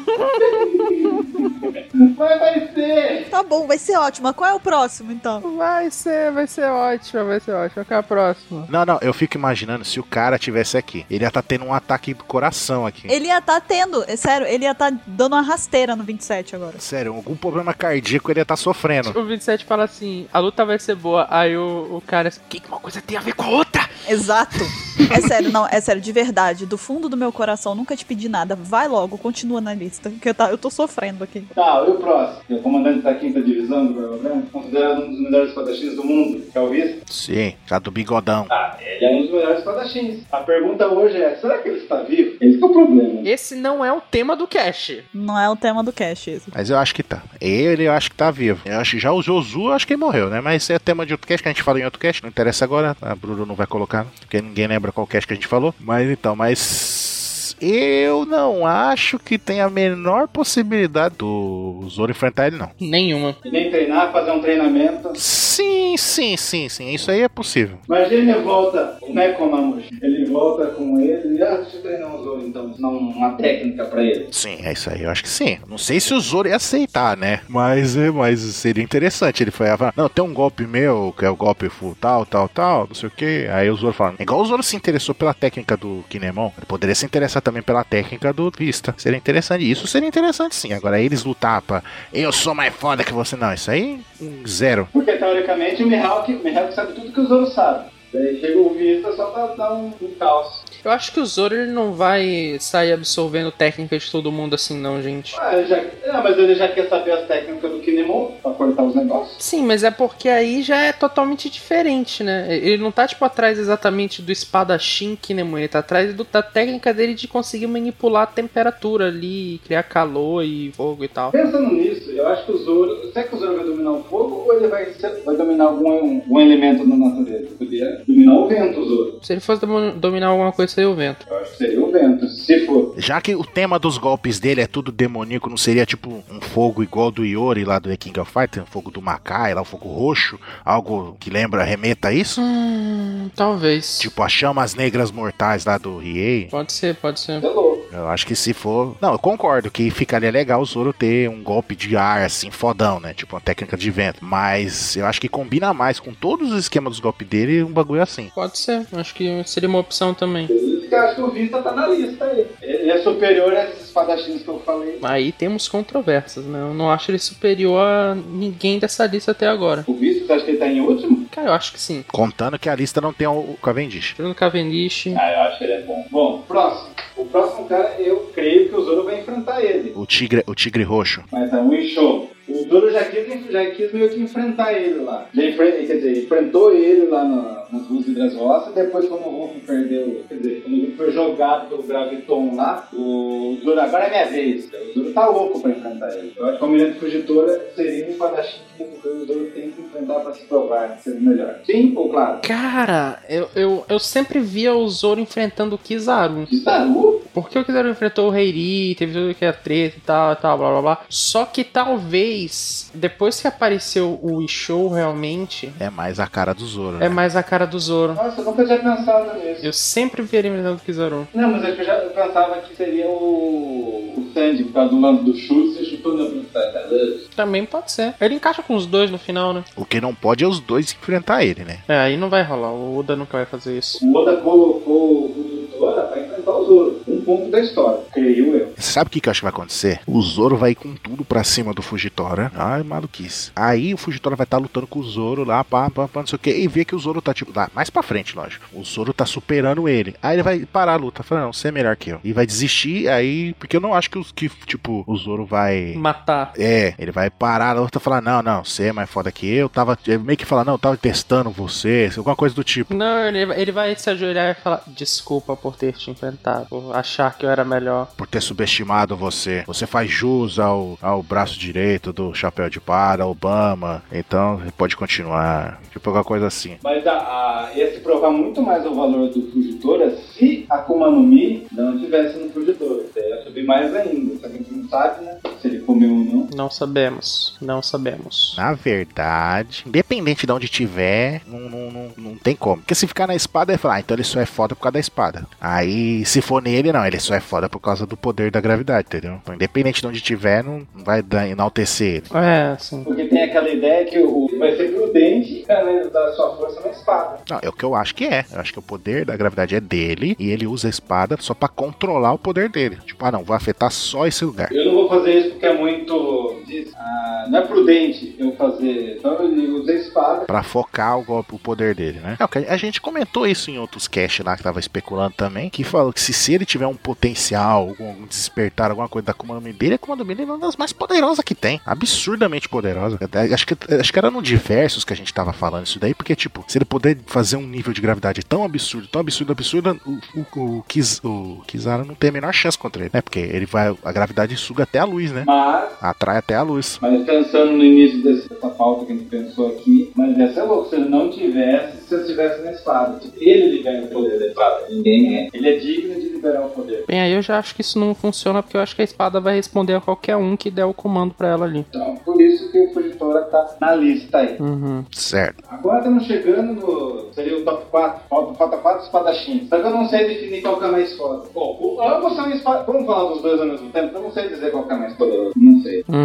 Mas vai ser. Tá bom, vai ser ótimo. Qual é o próximo, então? Vai ser, vai ser ótimo, vai ser ótimo. Qual é a próxima? Não, não, eu fico imaginando se o cara tivesse aqui. Ele ia estar tá tendo um ataque do coração aqui. Ele ia tá tendo, é sério, ele ia tá dando uma rasteira no vinte e sete agora. Sério, algum problema cardíaco ele ia estar tá sofrendo. O vinte e sete fala assim, a luta vai ser boa. Aí o, o cara, o que, que uma coisa tem a ver com a outra? Exato. É sério, não, é sério, de verdade. Do fundo do meu coração, nunca te pedi nada. Vai logo, continua na lista. Que eu, tá, eu tô sofrendo aqui. Tá, e o próximo? É o comandante da quinta divisão do Barba, considerado um dos melhores espadachins do mundo, que é o Whis. Sim, já do bigodão. Ah, ele é um dos melhores espadachins. A pergunta hoje é, será que ele está vivo? Esse que é o problema. Esse não é o tema do cast. Não é o tema do cast esse. Mas eu acho que tá. Ele eu acho que tá vivo. Eu acho que já o Josu, eu acho que ele morreu, né? Mas é tema de outro cast que a gente fala em outro cast. Não interessa agora. A Bruno não vai colocar, porque ninguém lembra qual cast que a gente falou. Mas então, mas... eu não acho que tem a menor possibilidade do Zoro enfrentar ele, não. Nenhuma. E nem treinar, fazer um treinamento. Sim, sim, sim, sim. Isso aí é possível. Imagina ele volta, não é como a Mushi. Ele volta com ele e, ah, deixa eu treinar o Zoro então, ensinar uma técnica pra ele. Sim, é isso aí, eu acho que sim. Não sei se o Zoro ia aceitar, né? Mas, é, mas seria interessante. Ele foi, não, tem um golpe meu, que é o golpe full, tal, tal, tal, não sei o que. Aí o Zoro fala, igual o Zoro se interessou pela técnica do Kinemon, ele poderia se interessar também pela técnica do Vista. Seria interessante. Isso seria interessante, sim. Agora, eles lutar pra eu sou mais foda que você. Não, isso aí, um zero. Porque, teoricamente, o Mihawk, o Mihawk sabe tudo que o Zoro sabe. Daí chega o Vista só pra dar um, um caos. Eu acho que o Zoro ele não vai sair absorvendo técnica de todo mundo assim, não, gente. Ah, ele já... Não, mas ele já quer saber as técnicas do Kinemon pra cortar os negócios. Sim, mas é porque aí já é totalmente diferente, né? Ele não tá, tipo, atrás exatamente do espadachim Kinemon, ele tá atrás do, da técnica dele de conseguir manipular a temperatura ali, criar calor e fogo e tal. Pensando nisso, eu acho que o Zoro... Será que o Zoro vai dominar o fogo ou ele vai, vai dominar algum um, um elemento na natureza? Podia dominar o vento, o Zoro. Se ele fosse dom- dominar alguma coisa, seria o vento. Eu acho que seria o vento, se for. Já que o tema dos golpes dele é tudo demoníaco, não seria tipo um fogo igual do Iori lá do The King of Fighters? Um fogo do Makai, lá o fogo roxo? Algo que lembra, remeta a isso? Hum, talvez. Tipo as chamas negras mortais lá do Riei? Pode ser, pode ser. É louco. Eu acho que se for... Não, eu concordo que ficaria legal o Zoro ter um golpe de ar assim, fodão, né? Tipo uma técnica de vento. Mas eu acho que combina mais com todos os esquemas dos golpes dele um bagulho assim. Pode ser, acho que seria uma opção também. Por isso que eu acho que o Vista tá na lista aí. Ele é superior a esses espadachins que eu falei. Aí temos controvérsias, né? Eu não acho ele superior a ninguém dessa lista até agora. O Vista, você acha que ele tá em último? Cara, eu acho que sim. Contando que a lista não tem o Cavendish. Tirando Cavendish. Ah, eu acho que ele é bom. Bom, próximo. O próximo cara, eu creio que o Zoro vai enfrentar ele. O tigre, o tigre roxo. Mas é um Isho. O Zoro já quis, já quis meio que enfrentar ele lá. Já enfre... Quer dizer, enfrentou ele lá no, nas ruas de Dressrosa. Depois, quando o Ruffy perdeu... Quer dizer, quando o Ruffy foi jogado pelo Graviton lá, o Zoro, agora é minha vez. O Zoro tá louco pra enfrentar ele. Eu acho que o Almirante Fugitora seria um espadachim que o Zoro tem que enfrentar pra se provar ser o melhor. Sim ou claro? Cara, eu, eu, eu sempre via o Zoro enfrentando o Kizaru. Kizaru? Porque o Kizaru enfrentou o Heiri, teve tudo que é treta e tal, tal, blá blá blá. Só que talvez, depois que apareceu o Ishou realmente, É mais a cara do Zoro, é né? mais a cara do Zoro. Nossa, eu nunca tinha pensado nisso. Eu sempre vi ele enfrentando o Kizaru. Não, mas é que eu já pensava que seria o, o Sandy, por causa do lance do chute, você chutou na velocidade. Também pode ser. Ele encaixa com os dois no final, né? O que não pode é os dois enfrentar ele, né? É, aí não vai rolar. O Oda nunca vai fazer isso. O Oda colocou o Fugitora pra enfrentar o Zoro. Um ponto da história, creio eu. Sabe o que, que eu acho que vai acontecer? O Zoro vai ir com tudo pra cima do Fugitora. Ai, maluquice. Aí o Fugitora vai estar tá lutando com o Zoro lá, pá, pá, pá, não sei o que. E vê que o Zoro tá, tipo, lá, mais pra frente, lógico. O Zoro tá superando ele. Aí ele vai parar a luta. Falando, não, você é melhor que eu. E vai desistir, aí... Porque eu não acho que, que tipo, o Zoro vai... Matar. É, ele vai parar a luta e falar, não, não, você é mais foda que eu. Tava... Ele meio que fala, não, eu tava testando você. Alguma coisa do tipo. Não, ele, ele vai se ajoelhar e falar desculpa por ter te enfrentado, por achar que eu era melhor. Por ter subestimado você. Você faz jus ao, ao braço direito do Chapéu de Palha, Obama. Então, pode continuar. Tipo, alguma coisa assim. Mas a, a, ia se provar muito mais o valor do Fugitora se a Akuma no Mi não tivesse no Fugitora. Ia subir mais ainda. Só que a gente não sabe, né? Se ele comeu ou não. Não sabemos. Não sabemos. Na verdade, independente de onde tiver, não, não, não, não tem como. Porque se ficar na espada, ele fala, ah, então ele só é foda por causa da espada. Aí, se for nele, não, ele só é foda por causa do poder da gravidade, entendeu? Então, independente de onde tiver, não vai dar, enaltecer ele. É, sim. Porque tem aquela ideia que o, vai ser prudente canalizar sua força na espada. Não, é o que eu acho que é. Eu acho que o poder da gravidade é dele e ele usa a espada só pra controlar o poder dele. Tipo, ah, não, vou afetar só esse lugar. Eu não vou fazer isso porque é muito... Ah, não é prudente eu fazer... Então eu usei a espada. Pra focar o golpe, o poder dele, né? É, o que a gente comentou isso em outros casts lá que tava especulando também, que falou que se, se ele tiver um potencial, algum, algum despertar, alguma coisa da Akuma no Mi dele, a Akuma no Mi é uma das mais poderosas que tem. Absurdamente poderosa. Até, acho, que, acho que era no Diversos que a gente tava falando isso daí, porque, tipo, se ele puder fazer um nível de gravidade tão absurdo, tão absurdo, absurdo, o, o, o, Kiz, o Kizaru não tem a menor chance contra ele, né? Porque ele vai, a gravidade suga até a luz, né? Mas... Atrai até a luz. Mas pensando no início desse, dessa pauta que a gente pensou aqui, mas ia ser louco se ele não tivesse, se eu estivesse na espada. Tipo, ele libera o poder da espada. Ninguém é. Ele é digno de liberar o poder. Bem, aí eu já acho que isso não funciona, porque eu acho que a espada vai responder a qualquer um que der o comando pra ela ali. Então, por isso que o Fugitora tá na lista aí. Uhum. Certo. Agora estamos chegando no... Seria o top quatro. Falta, falta quatro espadachins. Só que eu não sei definir qual que é mais foda. Bom, ambos são espadachins. Vamos falar dos dois ao mesmo tempo? Eu não sei dizer qual que é mais poderoso. Não sei. Hum,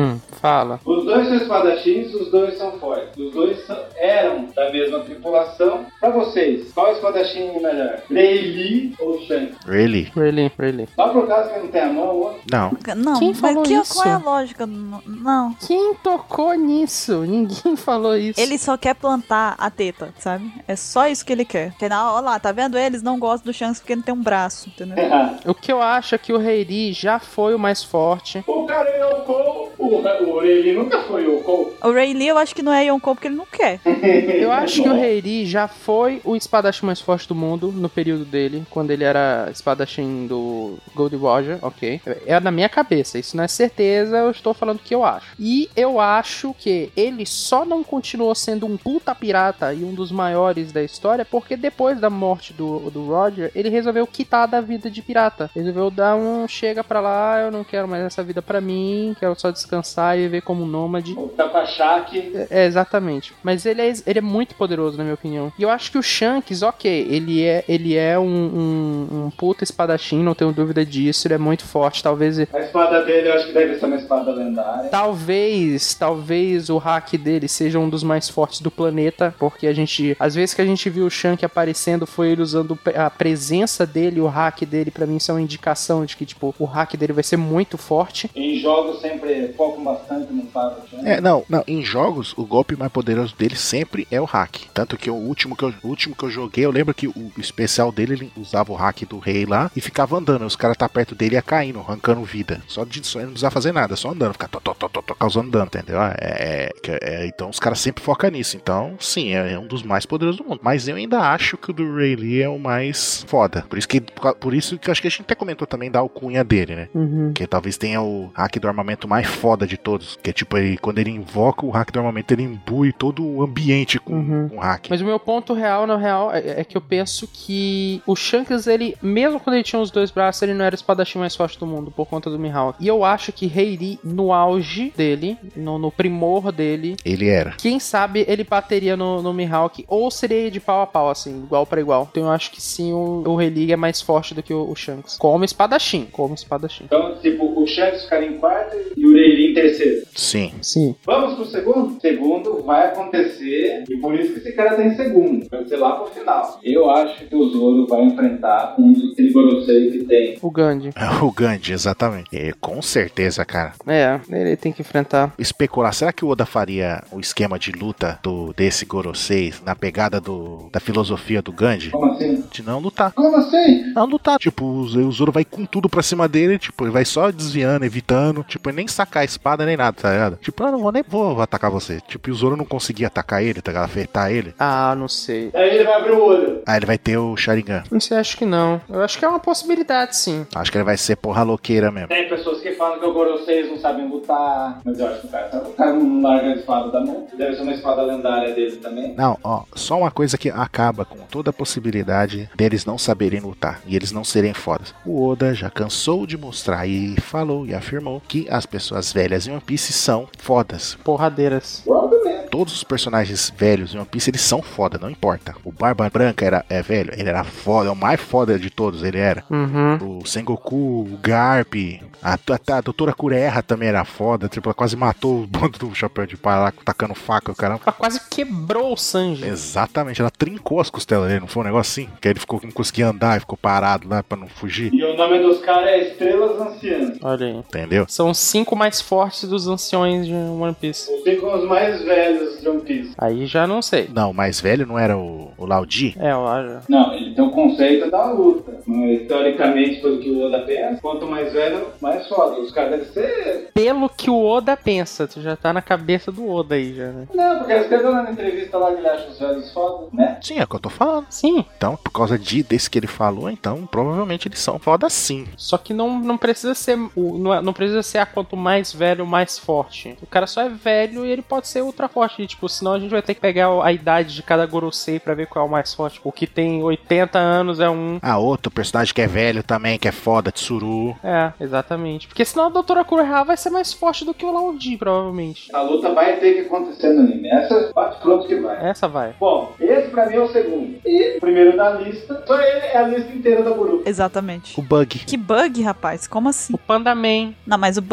Fala. Os dois são espadachins, os dois são fortes. Os dois são, eram da mesma tripulação. Pra vocês, qual espadachim é melhor? Rayleigh ou Shanks? Really? Really, really. Só por causa que não tem a mão, o outro. Não. Não, Quem mas falou que, isso? qual é a lógica? N- Não. Quem tocou nisso? Ninguém falou isso. Ele só quer plantar a teta, sabe? É só isso que ele quer. Porque, olha lá, tá vendo? Eles não gostam do Shanks porque ele tem um braço, entendeu? O que eu acho é que o Rayleigh já foi o mais forte. O cara é Yonkou, o, o Rayleigh nunca foi Yonkou. O Rayleigh eu acho que não é Yonkou porque ele não quer. Eu acho que o Rayleigh já foi o espadachim mais forte do mundo no período dele, quando ele era espadachim do Gold Roger, ok? É na minha cabeça, isso não é certeza, eu estou falando o que eu acho. E eu acho que ele só não continuou sendo um puta pirata e um dos maiores da história porque depois da morte do, do Roger, ele resolveu quitar da vida de pirata. Resolveu dar um chega pra lá, eu não quero mais essa vida pra mim, quero só descansar e viver como um nômade. O Tapachak. É, exatamente. Mas ele é, ele é muito poderoso, na minha opinião. E eu acho que o Shanks, ok, ele é, ele é um, um, um puta espadachim, não tenho dúvida disso, ele é muito forte, talvez... A espada dele eu acho que deve ser uma espada lendária. Talvez, talvez o hack dele seja um dos mais fortes do planeta, porque a gente, às vezes que a gente viu o Shanks aparecendo, foi ele usando a presença dele, o hack dele, pra mim, isso é uma indicação de que, tipo, o hack dele vai ser muito forte. Em jogos sempre focam bastante no Fábio. É, não, não, em jogos, o golpe mais poderoso dele sempre é o hack. Tanto que o último que eu, o último que eu joguei, eu lembro que o especial dele, ele usava o hack do rei lá e ficava andando. Os caras tá perto dele e ia caindo, arrancando vida. Só de só, ele não precisava fazer nada, só andando, ficar to, to, to, to, to, causando dano, entendeu? É, é, é, então os caras sempre focam nisso. Então, sim, é, é um dos mais poderosos do mundo. Mas eu ainda acho que o do Rayleigh é o mais foda. Por isso que, por isso que eu acho que a gente até comentou também da alcunha dele, né? Uhum. Que talvez tenha o hack do armamento mais foda de todos. Que é tipo, ele, quando ele invoca o hack do armamento, ele imbui todo o ambiente com, Uhum. com o hack. Mas o meu ponto real, na real, é, é que eu penso que o Shanks, ele, mesmo quando ele tinha os dois braços, ele não era o espadachim mais forte do mundo, por conta do Mihawk. E eu acho que Rayleigh, no auge dele, no, no primor dele, Ele era. quem sabe ele bateria no, no Mihawk, ou seria de pau a pau, assim, igual pra igual. Então eu acho que sim, o, o Rayleigh é mais forte do que o, o Shanks. Como espadachim, como espadachim. Então, tipo, o Shanks ficaria em quarto e o Rayleigh em terceiro. Sim. Sim. Vamos pro segundo? Segundo vai acontecer, e por isso que esse cara tá em segundo. Vai ser lá pro final. Eu acho que o Zoro vai enfrentar um dos Gorosei que tem. O Gandhi. O Gandhi, exatamente. É, com certeza, cara. É, ele tem que enfrentar. Especular, será que o Oda faria o esquema de luta do, desse Gorosei na pegada do, da filosofia do Gandhi? Como assim? De não lutar. Como assim? Não lutar. Tipo, o, o Zoro vai com tudo pra cima dele, tipo, ele vai só desviando, evitando, tipo, nem sacar a espada nem nada, tá ligado? Tipo, eu não vou nem vou atacar você. Tipo, e o Zoro não conseguia atacar ele, tá ligado? Afetar ele. Ah, não sei. Aí ele vai abrir o olho. Aí ele vai ter o Sharingan. Não sei, acho que não. Eu acho que é uma possibilidade, sim. Acho que ele vai ser porra louqueira mesmo. Tem pessoas que falam que o Gorosei não sabem lutar, mas eu acho que o cara, o cara não larga a espada da mão. Deve ser uma espada lendária dele também. Não, ó, só uma coisa que acaba com toda a possibilidade deles não saberem lutar e eles não serem fodas. O Oda já cansou de mostrar e falou e afirmou que as pessoas velhas em One Piece são fodas. Porradeiras. Provavelmente. Todos os personagens velhos em One Piece, eles são foda, não importa. O Barba Branca era, é velho, ele era foda, é o mais foda de todos, ele era. Uhum. O Sengoku, o Garp, a, a, a Doutora Kureha também era foda, tipo, ela quase matou o bando do Chapéu de Palha lá, tacando faca, o caramba. Ela quase quebrou o Sanji. Exatamente, ela trincou as costelas dele, não foi um negócio assim? Que aí ele ficou, não conseguia andar e ficou parado lá pra não fugir. E o nome dos caras é Estrelas Anciãs. Olha aí. Entendeu? São os cinco mais fortes dos anciões de One Piece. Os cinco os mais velhos de One Piece. Aí já não sei. Não, o mais velho não era o, o Laudi? É, eu acho. Não, ele tem o conceito da luta. Mas, teoricamente, pelo que o Oda pensa, quanto mais velho, mais foda. Os caras devem ser... Pelo que o Oda pensa, tu já tá na cabeça do Oda aí já, né? Não, porque ele escreveu na entrevista lá que ele acha os velhos foda, né? Sim, é o que eu tô falando. Sim. Então, por causa de, desse que ele falou, então, provavelmente eles são foda sim. Só que não, não precisa ser o, não, é- não precisa ser a quanto mais velho, mais forte. O cara só é velho e ele pode ser ultra forte. Tipo, senão a gente vai ter que pegar a idade de cada Gorosei pra ver qual é o mais forte. O que tem oitenta anos é um. Ah, outro personagem que é velho também, que é foda, Tsuru. É, exatamente. Porque senão a doutora Kureha vai ser mais forte do que o Laudi, provavelmente. A luta vai ter que acontecer no anime. Essa bate pronto que vai. Essa vai. Bom, esse pra mim é o segundo. E o primeiro da lista, só ele é a lista inteira da Boruto. Exatamente. O Bug. Que bug, rapaz? Como assim? O Panda Man. Não, mas o bug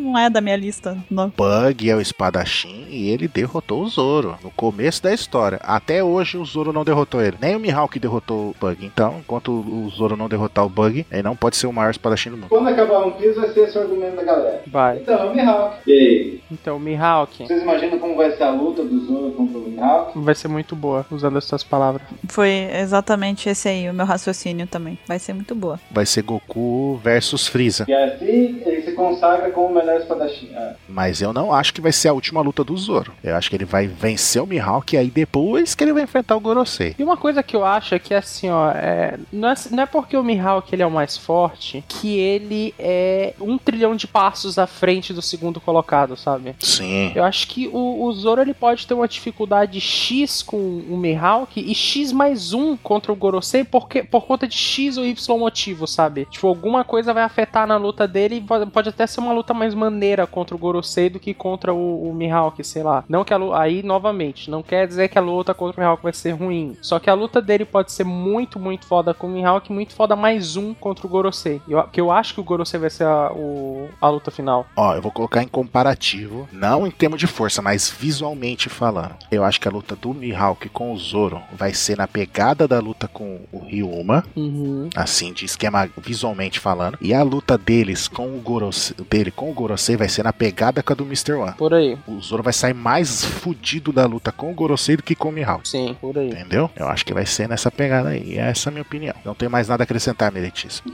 não é da minha lista, não. Bug é o espadachim e ele derrotou o Zoro no começo da história. Até hoje o Zoro não derrotou ele. Nem o Mihawk derrotou o Bug. Então, enquanto o Zoro não derrotar o Bug, ele não pode ser o maior espadachim do mundo. Quando acabar One Piece vai ser esse o argumento da galera. Vai. Então, é o Mihawk. E aí? Então, Mihawk Vocês imaginam como vai ser a luta do Zoro contra o Mihawk? vai ser muito boa, usando as suas palavras. Foi exatamente esse aí, o meu raciocínio também. Vai ser muito boa. Vai ser Goku versus Freeza. E assim ele se consagra como o melhor espadachim. Ah. Mas eu não acho que vai ser a última luta do Zoro. Eu acho que ele vai vencer o Mihawk e aí depois que ele vai enfrentar o Gorosei. E uma coisa que eu acho é que, assim, ó, é, não, é, não é porque o Mihawk ele é o mais forte que ele é um trilhão de passos à frente do segundo colocado, sabe? Sim. Eu acho que o, o Zoro ele pode ter uma dificuldade X com o Mihawk e X mais um contra o Gorosei porque, por conta de X ou Y motivo, sabe? Tipo, alguma coisa vai afetar na luta dele e pode, pode até ser uma luta mais maneira contra o Gorosei do que contra o, o Mihawk, sei lá. Não que a luta, aí, novamente, não quer dizer que a luta contra o Mihawk vai ser ruim. Só que a luta dele pode ser muito, muito foda com o Mihawk e muito foda mais um contra o Gorosei. Eu, que eu acho que o Gorosei vai ser a, o, a luta final. Ó, eu vou colocar em comparativo, não em termos de força, mas visualmente falando. Eu acho que a luta do Mihawk com o Zoro vai ser na pegada da luta com o Ryuma, Uhum. assim, de esquema visualmente falando. E a luta deles com o Gorosei, dele com o Gorosei vai ser na pegada com a do mister One. Por aí. O Zoro vai sair mais fudido da luta com o Gorosei do que com o Mihawk. Sim, por aí. Entendeu? Eu acho que vai ser nessa pegada aí. Essa é a minha opinião. Não tem mais nada a acrescentar, Meletícia.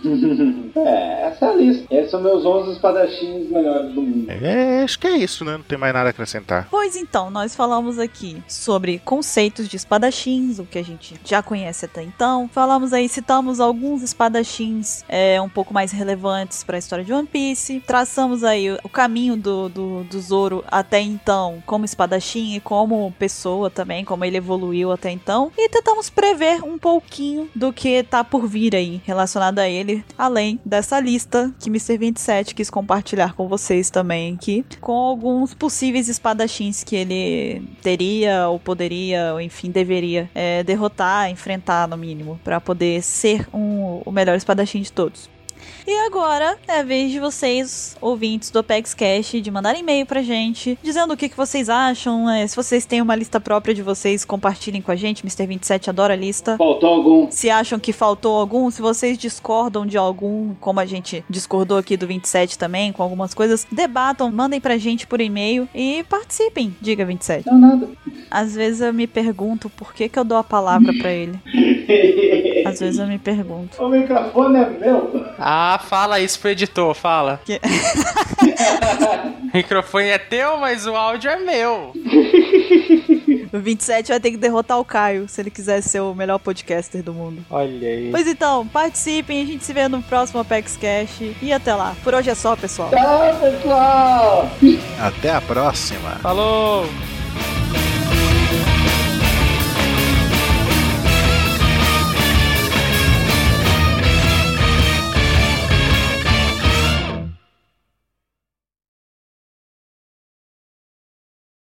É, essa é a lista. Esses são meus onze espadachins melhores do mundo. É, acho que é isso, né? Não tem mais nada a acrescentar. Pois então, nós falamos aqui sobre conceitos de espadachins, o que a gente já conhece até então. Falamos aí, citamos alguns espadachins é, um pouco mais relevantes para a história de One Piece. Traçamos aí o, o caminho do, do, do Zoro até então como espadachim e como pessoa também, como ele evoluiu até então. E tentamos prever um pouquinho do que tá por vir aí relacionado a ele, além dessa lista que mister vinte e sete quis compartilhar com vocês também aqui, com alguns possíveis espadachins que ele teria ou poderia, ou enfim, deveria é, derrotar, enfrentar no mínimo, para poder ser um, o melhor espadachim de todos. E agora é a vez de vocês, ouvintes do Apex Cash, de mandarem e-mail pra gente, dizendo o que, que vocês acham, né? Se vocês têm uma lista própria de vocês, compartilhem com a gente. mister vinte e sete adora a lista. Faltou algum? Se acham que faltou algum, se vocês discordam de algum, como a gente discordou aqui do vinte e sete também, com algumas coisas, debatam, mandem pra gente por e-mail e participem. Diga, vinte e sete. Não, nada. Às vezes eu me pergunto por que que eu dou a palavra pra ele. Às vezes eu me pergunto. O microfone é meu. Ah, fala isso pro editor, fala. Que... O microfone é teu, mas o áudio é meu. O vinte e sete vai ter que derrotar o Caio, se ele quiser ser o melhor podcaster do mundo. Olha aí. Pois então, participem, a gente se vê no próximo Apex Cash. E até lá. Por hoje é só, pessoal. Tchau, pessoal. Até a próxima. Falou!